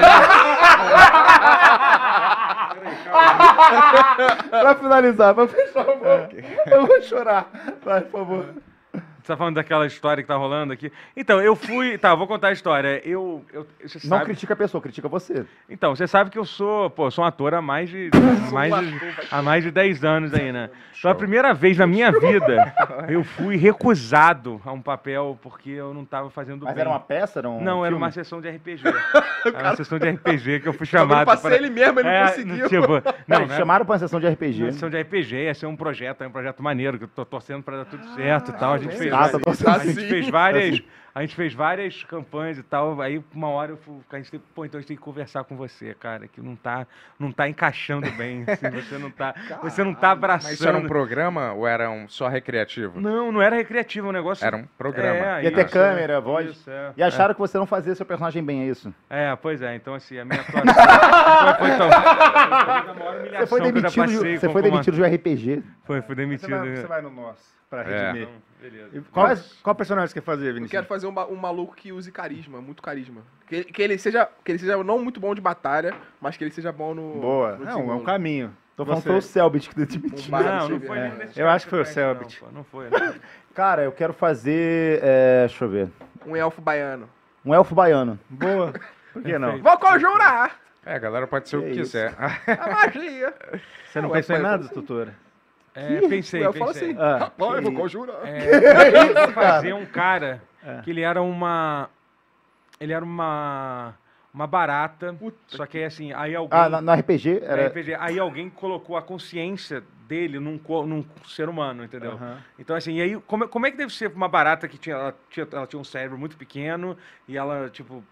S1: Pra finalizar, pra fechar o bloco. Eu vou chorar. Vai, por favor.
S4: Você tá falando daquela história que tá rolando aqui? Então, eu fui. Tá, vou contar a história. Eu. eu você
S1: Não
S4: sabe-
S1: critica a pessoa, critica você.
S4: Então, você sabe que eu sou, pô, sou um ator há mais de, mais de, há mais de dez anos aí, né? Então, a primeira vez na minha vida, eu fui recusado a um papel porque eu não tava fazendo
S1: Mas
S4: bem.
S1: era uma peça? Era um
S4: Não, era
S1: filme?
S4: uma sessão de R P G. Era uma sessão de R P G que eu fui
S3: Tava
S4: chamado
S3: indo pra ser ele mesmo, ele não
S4: É,
S3: conseguiu.
S4: Tipo, não,
S1: Não,
S4: né?
S1: chamaram pra uma sessão de R P G.
S4: Uma sessão de R P G, ia ser um projeto, é um projeto maneiro, que eu tô torcendo pra dar tudo certo e tal. A gente fez
S1: Ah, tá
S4: várias-
S1: torcendo.
S4: a gente fez várias, a gente fez várias campanhas e tal. Aí uma hora eu fui, a gente tem, pô, então a gente tem que conversar com você, cara, que não tá, não tá encaixando bem, assim, você não tá, você não tá abraçando.
S5: Mas isso era um programa ou era um só recreativo?
S4: Não, não era recreativo, um negócio.
S5: Era um programa.
S4: É,
S1: Ia ter
S4: isso,
S1: câmera,
S4: é.
S1: voz.
S4: Isso, é.
S1: E acharam que você não fazia seu personagem bem, é isso?
S4: É, pois é, então assim, a minha atuação foi, foi tão... Foi a maior humilhação
S1: Você foi
S4: que eu já
S1: demitido, de,
S4: passei
S1: você
S4: com-
S1: foi
S4: com uma-
S1: demitido de R P G.
S4: Foi, fui
S2: Você
S4: demitido.
S2: vai, você vai no nosso, pra
S5: É.
S2: redimir.
S4: Beleza.
S2: E qual,
S1: Mas-
S2: qual personagem você quer fazer,
S3: Eu
S2: Vinicius?
S3: quero fazer um, ma- um maluco que use carisma, muito carisma. Que, ele- que ele seja, que ele seja não muito bom de batalha, mas que ele seja bom no.
S2: Boa.
S3: no
S2: Não, é um
S3: desenrolo.
S2: caminho.
S1: Tô falando
S2: Você-
S1: que foi o Selbit que demitiu.
S3: Um barra
S4: Não,
S3: de
S4: não
S3: Xavier.
S4: foi
S2: É.
S4: nenhum desses
S2: Eu acho que foi o
S4: caras não,
S2: Selbit.
S4: pô, Não foi, não.
S1: Cara, eu quero fazer. é, deixa eu ver.
S3: Um elfo baiano.
S1: Um elfo baiano.
S2: Boa. Por que não?
S3: Vou conjurar!
S5: É, a galera pode ser o que
S1: Que
S5: quiser.
S3: A magia!
S2: Você não
S3: Ué,
S2: pensou em
S3: pai, eu
S2: nada,
S3: falo assim.
S2: doutora?
S4: É, pensei,
S3: Eu falo
S4: pensei.
S3: assim,
S2: Ah,
S3: rapaz, eu vou
S1: que-
S3: conjurar.
S4: É, eu ia fazer um cara
S2: É.
S4: que ele era uma. Ele era uma. Uma barata. Só que aí assim, aí alguém.
S1: Ah, no, no R P G
S4: na
S1: era.
S4: R P G, aí alguém colocou a consciência dele num, co- num ser humano, entendeu?
S2: Aham.
S4: Então, assim, e aí, como, é- como é que deve ser uma barata que tinha ela, tinha, ela tinha um cérebro muito pequeno e ela, tipo,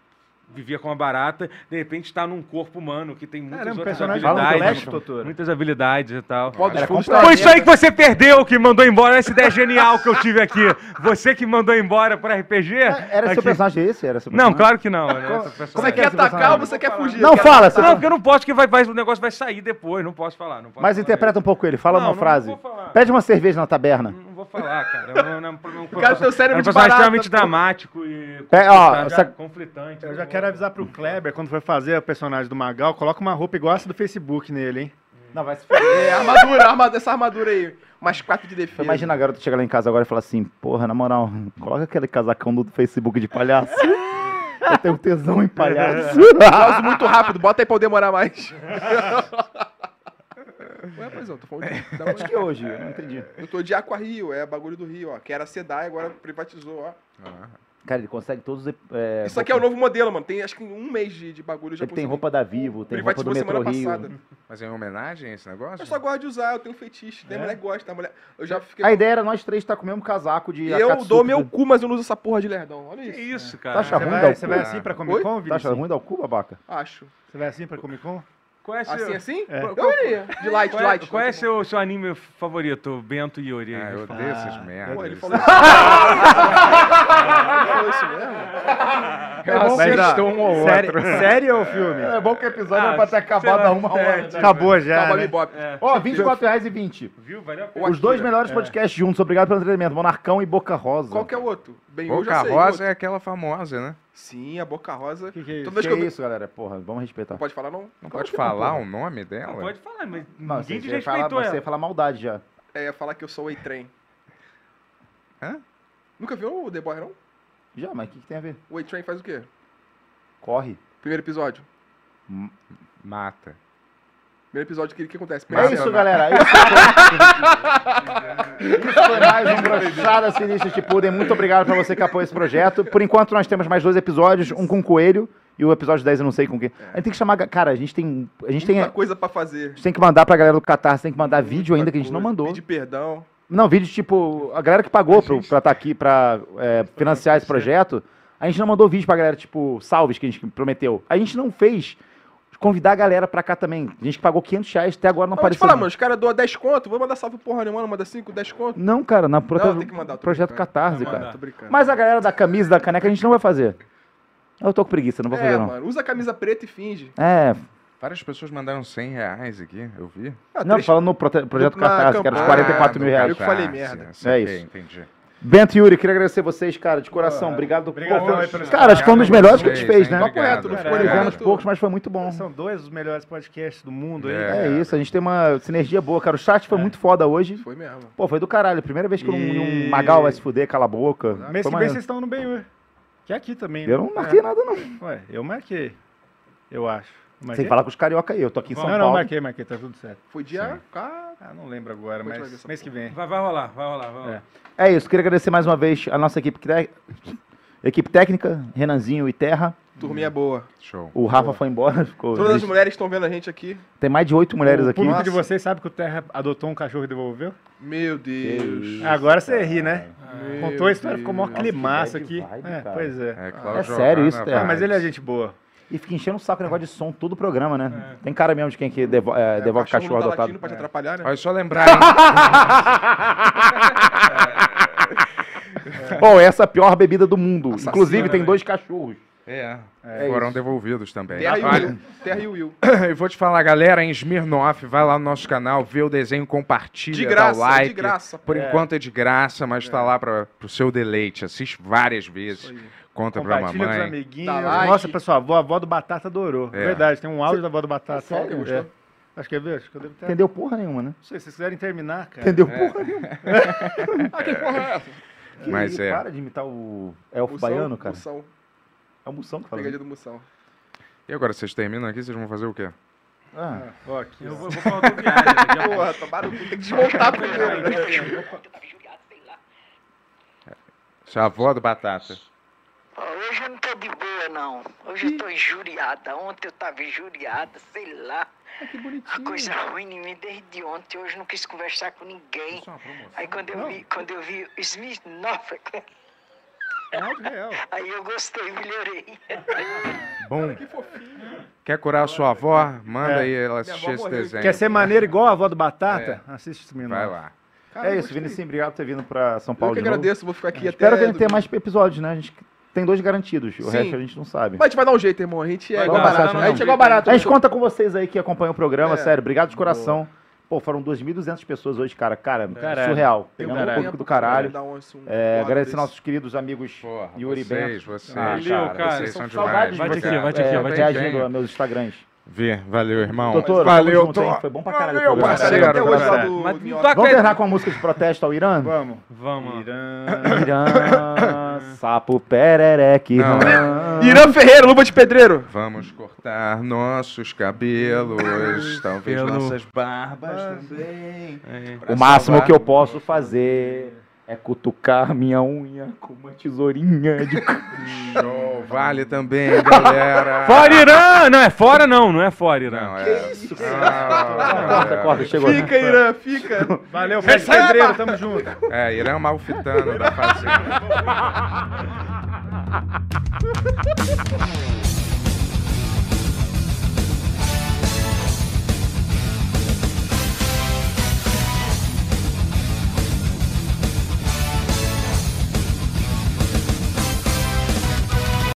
S4: vivia com uma barata, de repente está num corpo humano que tem muitas
S2: Caramba,
S4: outras
S2: personagem
S4: habilidades.
S2: Flash, doutor.
S4: Muitas habilidades e tal.
S3: Pô, dos
S1: Era
S3: fundos
S1: completo.
S4: Foi isso aí que você perdeu, que mandou embora. Essa ideia genial que eu tive aqui. Você que mandou embora para R P G?
S1: Era seu
S4: aqui.
S1: personagem esse? Era seu
S4: Não,
S1: personagem?
S4: claro que não. Né? Essa
S3: Você
S4: personagem-
S3: quer atacar ou você quer fugir?
S1: Não,
S3: Quer
S1: fala,
S3: matar?
S1: você
S4: Não, porque eu não posso, porque vai, vai, o negócio vai sair depois. Não posso falar. Não posso
S1: Mas
S4: falar
S1: interpreta um pouco ele, fala
S4: Não,
S1: uma
S4: não
S1: frase.
S4: vou falar.
S1: Pede uma cerveja na taberna.
S4: isso. Não vou falar, cara. Eu não, não, não,
S3: O cara tem o cérebro
S4: é um
S3: de
S4: personagem
S3: barata,
S4: extremamente
S3: pô.
S4: dramático e
S1: É, ó,
S4: conflitante,
S1: essa-
S4: conflitante.
S2: Eu já quero avisar pro Kleber, quando for fazer o personagem do Magal, coloca uma roupa igual essa do Facebook nele, hein?
S1: Não, vai se
S3: É, armadura, armadura, essa armadura aí. Mais quatro de defesa.
S1: Imagina a garota chegar lá em casa agora e falar assim, porra, na moral, coloca aquele casacão do Facebook de palhaço. Eu tenho tesão em palhaço.
S3: Gosto muito rápido, bota aí pra eu demorar mais. Ué, paizão, tô falando de... da
S1: Acho que hoje, eu não entendi.
S3: Eu tô de Aqua Rio, é bagulho do Rio, ó. Que era Sedai, agora privatizou, ó.
S1: Cara, ele consegue todos os... É,
S3: Isso aqui é o novo modelo, mano. Tem acho que um mês de, de bagulho já
S1: Ele tem
S3: consegui.
S1: roupa da Vivo, tem roupa do
S3: Privatizou
S1: Metrô
S3: semana
S1: Rio.
S3: passada.
S5: Mas é em homenagem a esse negócio?
S3: Eu só gosto de usar, eu tenho um fetiche. Tem mulher que gosta, a mulher... Eu já fiquei...
S1: A ideia era nós três estar com o mesmo casaco de
S3: Eu
S1: Akatsuki.
S3: dou meu cu, mas eu não uso essa porra de lerdão. Olha isso.
S4: Que isso,
S1: Tá
S4: cara?
S1: achando
S2: Você
S1: ruim
S2: vai,
S1: dar o
S2: você
S1: cu?
S2: vai assim pra Comic Con,
S1: Tá achando
S2: Vinicius?
S1: ruim dar o cu, babaca?
S3: Acho.
S2: Você vai assim pra Comic Con?
S4: Qual é seu,
S3: Assim, assim?
S2: É.
S3: Eu iria. De light, de
S4: qual é,
S3: light.
S4: qual é seu, seu anime favorito, Bento e Yuri?
S5: Ah, eu
S4: Fala.
S5: odeio essas merdas.
S3: Pô, ele falou isso. Ele falou isso mesmo?
S1: É bom
S2: Mas, ó,
S1: que-
S2: um ou série, série ou filme?
S1: É bom que o episódio
S4: Ah,
S1: era pra ter acabado
S4: sei lá,
S1: há uma hora.
S4: é,
S1: né?
S2: Acabou já,
S3: Calma,
S2: né?
S3: Bebop.
S4: É.
S1: Ó, vinte e quatro reais e vinte.
S4: Viu? Valeu a
S3: Ô,
S4: pena.
S1: Os dois
S3: Akira.
S1: melhores podcasts juntos. Obrigado pelo entretenimento. Monarcão e Boca Rosa.
S3: Qual que é o outro? Bem, eu já
S5: Boca
S3: sei.
S5: Rosa
S3: outro.
S5: é aquela famosa, né?
S3: Sim, a Boca Rosa.
S2: Que que é isso?
S3: Toda vez
S1: Que
S3: que eu vi...
S1: isso, galera? Porra, vamos respeitar.
S3: Não pode falar, não?
S5: Não
S1: Claro
S5: pode
S1: que não,
S5: falar
S1: porra.
S5: o nome dela?
S4: Não, pode falar, mas
S1: Não,
S4: ninguém
S1: você, ia falar,
S4: desrespeitou
S1: você ia
S4: ela.
S1: falar maldade já.
S3: É, ia falar que eu sou o A-Train.
S5: Hã?
S3: Nunca viu o The Boy, não?
S1: Já, mas o que, que tem a ver?
S3: O A-Train faz o quê?
S1: Corre.
S3: Primeiro episódio.
S5: Mata.
S3: Primeiro episódio, o que, que acontece?
S1: É
S3: Primeiro-
S1: isso, galera. Isso foi, isso foi mais um Brochada Sinistra Chipuden. Muito obrigado pra você que apoia esse projeto. Por enquanto, nós temos mais dois episódios. Um com o Coelho e o episódio dez eu não sei com quem. A gente tem que chamar... Cara, a gente tem... A gente tem,
S3: Muita
S1: a
S3: coisa pra fazer.
S1: gente tem que mandar pra galera do Catarse. Tem que mandar vídeo ainda que a gente não
S3: Coisa.
S1: mandou.
S3: Pedir perdão.
S1: Não, vídeo tipo... A galera que pagou pro, pra estar aqui, pra é, financiar esse projeto, a gente não mandou vídeo pra galera, tipo, salves que a gente prometeu. A gente não fez convidar a galera pra cá também. A gente que pagou quinhentos reais, até agora não
S3: Não, pode
S1: apareceu.
S3: falar,
S1: não.
S3: mano, os caras doam dez conto, vou mandar salve porra nenhuma, não manda cinco, dez conto.
S1: Não, cara, na pro...
S3: Não, tem que mandar, tô
S1: projeto
S3: brincando.
S1: Catarse,
S3: Vai
S1: cara.
S3: mandar, tô brincando.
S1: Mas a galera da camisa, da caneca, a gente não vai fazer. Eu tô com preguiça, não vou
S3: É,
S1: fazer não.
S3: mano, usa a camisa preta e finge.
S1: É,
S5: Várias pessoas mandaram cem reais aqui, eu vi.
S3: Ah,
S1: não,
S3: três-
S1: falando no prote- projeto
S3: na
S1: Catarse, que era os
S3: campanha.
S1: quarenta e quatro mil
S5: no
S1: reais.
S3: Eu que falei
S5: Catarse,
S3: merda.
S5: saquei,
S1: É isso.
S5: Entendi.
S1: Bento e Yuri, queria agradecer vocês, cara, de coração. Obrigado.
S2: Obrigado
S1: Pô,
S2: aí
S1: foi-
S2: pelo
S1: Cara, acho que foi um dos
S5: Obrigado
S1: melhores que a
S5: a
S1: gente
S5: vocês,
S1: fez,
S5: hein?
S1: né?
S3: Papo reto, não
S2: Cara,
S3: ficou
S2: é.
S1: Fizemos
S3: ligado.
S1: poucos, mas foi muito bom.
S2: São dois dos melhores podcasts do mundo aí.
S5: É.
S1: É isso, a gente tem uma sinergia boa, cara. O chat foi muito foda hoje.
S3: Foi mesmo.
S1: Pô, foi do caralho. Primeira vez que eu não-
S2: E-
S1: um Magal vai se fuder, cala a boca.
S2: Mês
S1: Foi
S2: que vem
S1: maneiro.
S2: vocês estão no Benhur. Que é aqui também. né?
S1: Eu não marquei
S2: É.
S1: nada, não.
S2: Ué, eu marquei. Eu acho. Marquei?
S1: Sem falar com os carioca aí. Eu tô aqui em São
S2: Não, não,
S1: Paulo.
S2: marquei, marquei, tá tudo certo.
S3: Foi dia... Cara,
S2: Ah, não lembro agora,
S3: Depois vai ver
S2: mas
S3: essa
S2: mês que vem.
S4: Vai, vai rolar, vai rolar, vai rolar.
S2: É.
S1: É isso, queria agradecer mais uma vez a nossa equipe, tec- equipe técnica, Renanzinho e Terra.
S3: turminha boa.
S5: Show.
S1: O Rafa foi embora, ficou
S3: Todas as
S1: triste.
S3: mulheres estão vendo a gente aqui.
S1: Tem mais de oito mulheres
S2: o
S1: aqui.
S2: público de
S3: Nossa.
S2: vocês sabe que o Terra adotou um cachorro e devolveu?
S3: Meu Deus.
S2: Agora você ri, né?
S3: Meu
S2: Contou a história, ficou mó
S3: Deus.
S2: climaço
S1: que
S2: aqui.
S1: bad vibe,
S2: É,
S1: cara.
S2: pois é.
S5: É, Cláudio
S1: É sério isso,
S5: Giovanna
S1: Terra?
S2: Ah, mas ele é
S5: Vibes.
S2: gente boa.
S1: E fica enchendo o saco o negócio de som todo o programa, né? Tem cara mesmo de quem que devo, é,
S3: É,
S1: devolve
S3: o
S1: cachorro
S3: não tá
S1: adotado.
S3: latindo pra te atrapalhar, né?
S5: Olha, só lembrar, hein?
S1: Pô, essa é a pior bebida do mundo.
S3: Assassina,
S1: Inclusive, tem
S4: né?
S1: dois cachorros.
S5: É,
S1: É
S5: foram
S1: isso.
S5: devolvidos também.
S3: Terra e
S5: Olha,
S3: Will. Terra e Will.
S5: eu vou te falar, galera, em Smirnoff, vai lá no nosso canal, vê o desenho, compartilha,
S3: De graça,
S5: dá like.
S3: de graça.
S5: Por
S2: É.
S5: enquanto é de graça, mas tá lá para pro seu deleite. Assiste várias vezes,
S3: Isso aí.
S5: conta pra
S2: Compartilha com os
S5: mamãe.
S2: amiguinhos.
S3: Dá like.
S2: Nossa, pessoal, a avó, a avó do Batata adorou.
S5: É.
S2: Verdade, tem um áudio da avó do Batata.
S1: Sério?
S2: É. Acho que é ver, acho que eu devo ter.
S1: Entendeu porra nenhuma, né?
S2: Não sei, se vocês quiserem terminar, cara.
S1: Entendeu porra nenhuma.
S3: Ah, que porra é essa?
S1: Que
S5: Mas
S1: isso,
S5: é.
S1: Para de imitar o elfo
S3: Moção,
S1: baiano, cara.
S3: Moção.
S1: É o Moção que fala.
S3: Pegadinha do Moção.
S5: E agora, vocês terminam aqui, vocês vão fazer o quê?
S1: Ah,
S2: Ó, aqui,
S4: Eu
S2: ó.
S4: vou, eu vou falar outra viagem daqui a pouco.
S3: Porra, tomaram tudo. Tem que desmontar primeiro, né?
S5: Essa é a avó do Batata.
S14: Ó, hoje eu não tô de boa, não. Hoje eu tô injuriada. Ontem eu tava injuriada, sei lá.
S3: Que bonitinho.
S14: A coisa ruim em mim desde ontem. Hoje eu não quis conversar com ninguém. Aí quando eu vi, quando eu vi o Smith Norfolk,
S2: É áudio real.
S14: aí eu gostei, melhorei.
S5: bom. Quer curar a sua avó? Manda
S2: É.
S5: aí ela assistir esse desenho.
S2: Quer ser maneiro igual a avó do Batata? Assiste esse menino.
S5: Vai lá.
S1: É isso, Vinicius, obrigado por ter vindo pra São Paulo
S3: Eu que
S1: de novo.
S3: agradeço, vou ficar aqui até...
S1: Espero que a gente tenha
S3: domingo.
S1: mais episódios, né? A gente tem dois garantidos, o
S3: Sim.
S1: resto a gente não sabe.
S3: Mas a gente vai dar um jeito, irmão. A gente é
S1: Vai
S3: igual
S1: dar,
S3: barato.
S1: você acha
S3: A gente
S1: não?
S3: é igual barato.
S1: A gente conta com vocês aí que acompanham o programa,
S3: É.
S1: sério. Obrigado de coração. Pô, foram duas mil e duzentas pessoas hoje, cara. Cara,
S2: Caralho.
S1: surreal.
S3: Tem um
S1: Pegando um
S3: caralho.
S1: público do caralho.
S3: Dá um- um
S1: É,
S3: quadro
S1: agradecer
S3: desse.
S1: nossos queridos amigos
S5: Porra,
S1: Yuri
S5: vocês,
S1: Bento.
S5: vocês.
S1: Ah,
S4: Valeu, cara.
S5: Vocês são
S1: Saudades
S5: demais.
S4: Vai
S1: de
S4: aqui,
S1: você,
S4: vai aqui,
S1: é,
S4: vai aqui.
S1: reagindo
S5: Tem.
S1: aos meus Instagrams.
S5: Vê, valeu, irmão.
S1: Doutor,
S5: valeu,
S1: tamo junto, hein? Foi bom pra caralho o
S5: Valeu,
S1: programa.
S5: parceiro.
S3: Até hoje lá
S5: Cara.
S3: do...
S4: Mas
S3: Minhoca.
S4: toca
S1: Vamos
S4: aí.
S1: terminar com uma música de protesto ao Irã?
S2: Vamos.
S4: Vamos.
S1: Irã, sapo perereque.
S5: Não.
S3: Irã Ferreira, luva de pedreiro.
S5: Vamos cortar nossos cabelos, talvez
S4: Pelo-
S5: nossas barbas também.
S4: É.
S5: Pra
S1: O máximo
S5: salvar-
S1: que eu posso fazer é cutucar minha unha com uma tesourinha de...
S5: Show, vale também, galera.
S4: Fora Irã! Não, é fora não, não é fora Irã.
S5: Não, é.
S1: isso,
S5: Ah,
S1: Corta, corta, chegou.
S3: Fica, Irã, fica.
S2: Valeu, Fred Pedreiro, tamo junto.
S5: É, Irã Malfitano da Fazenda.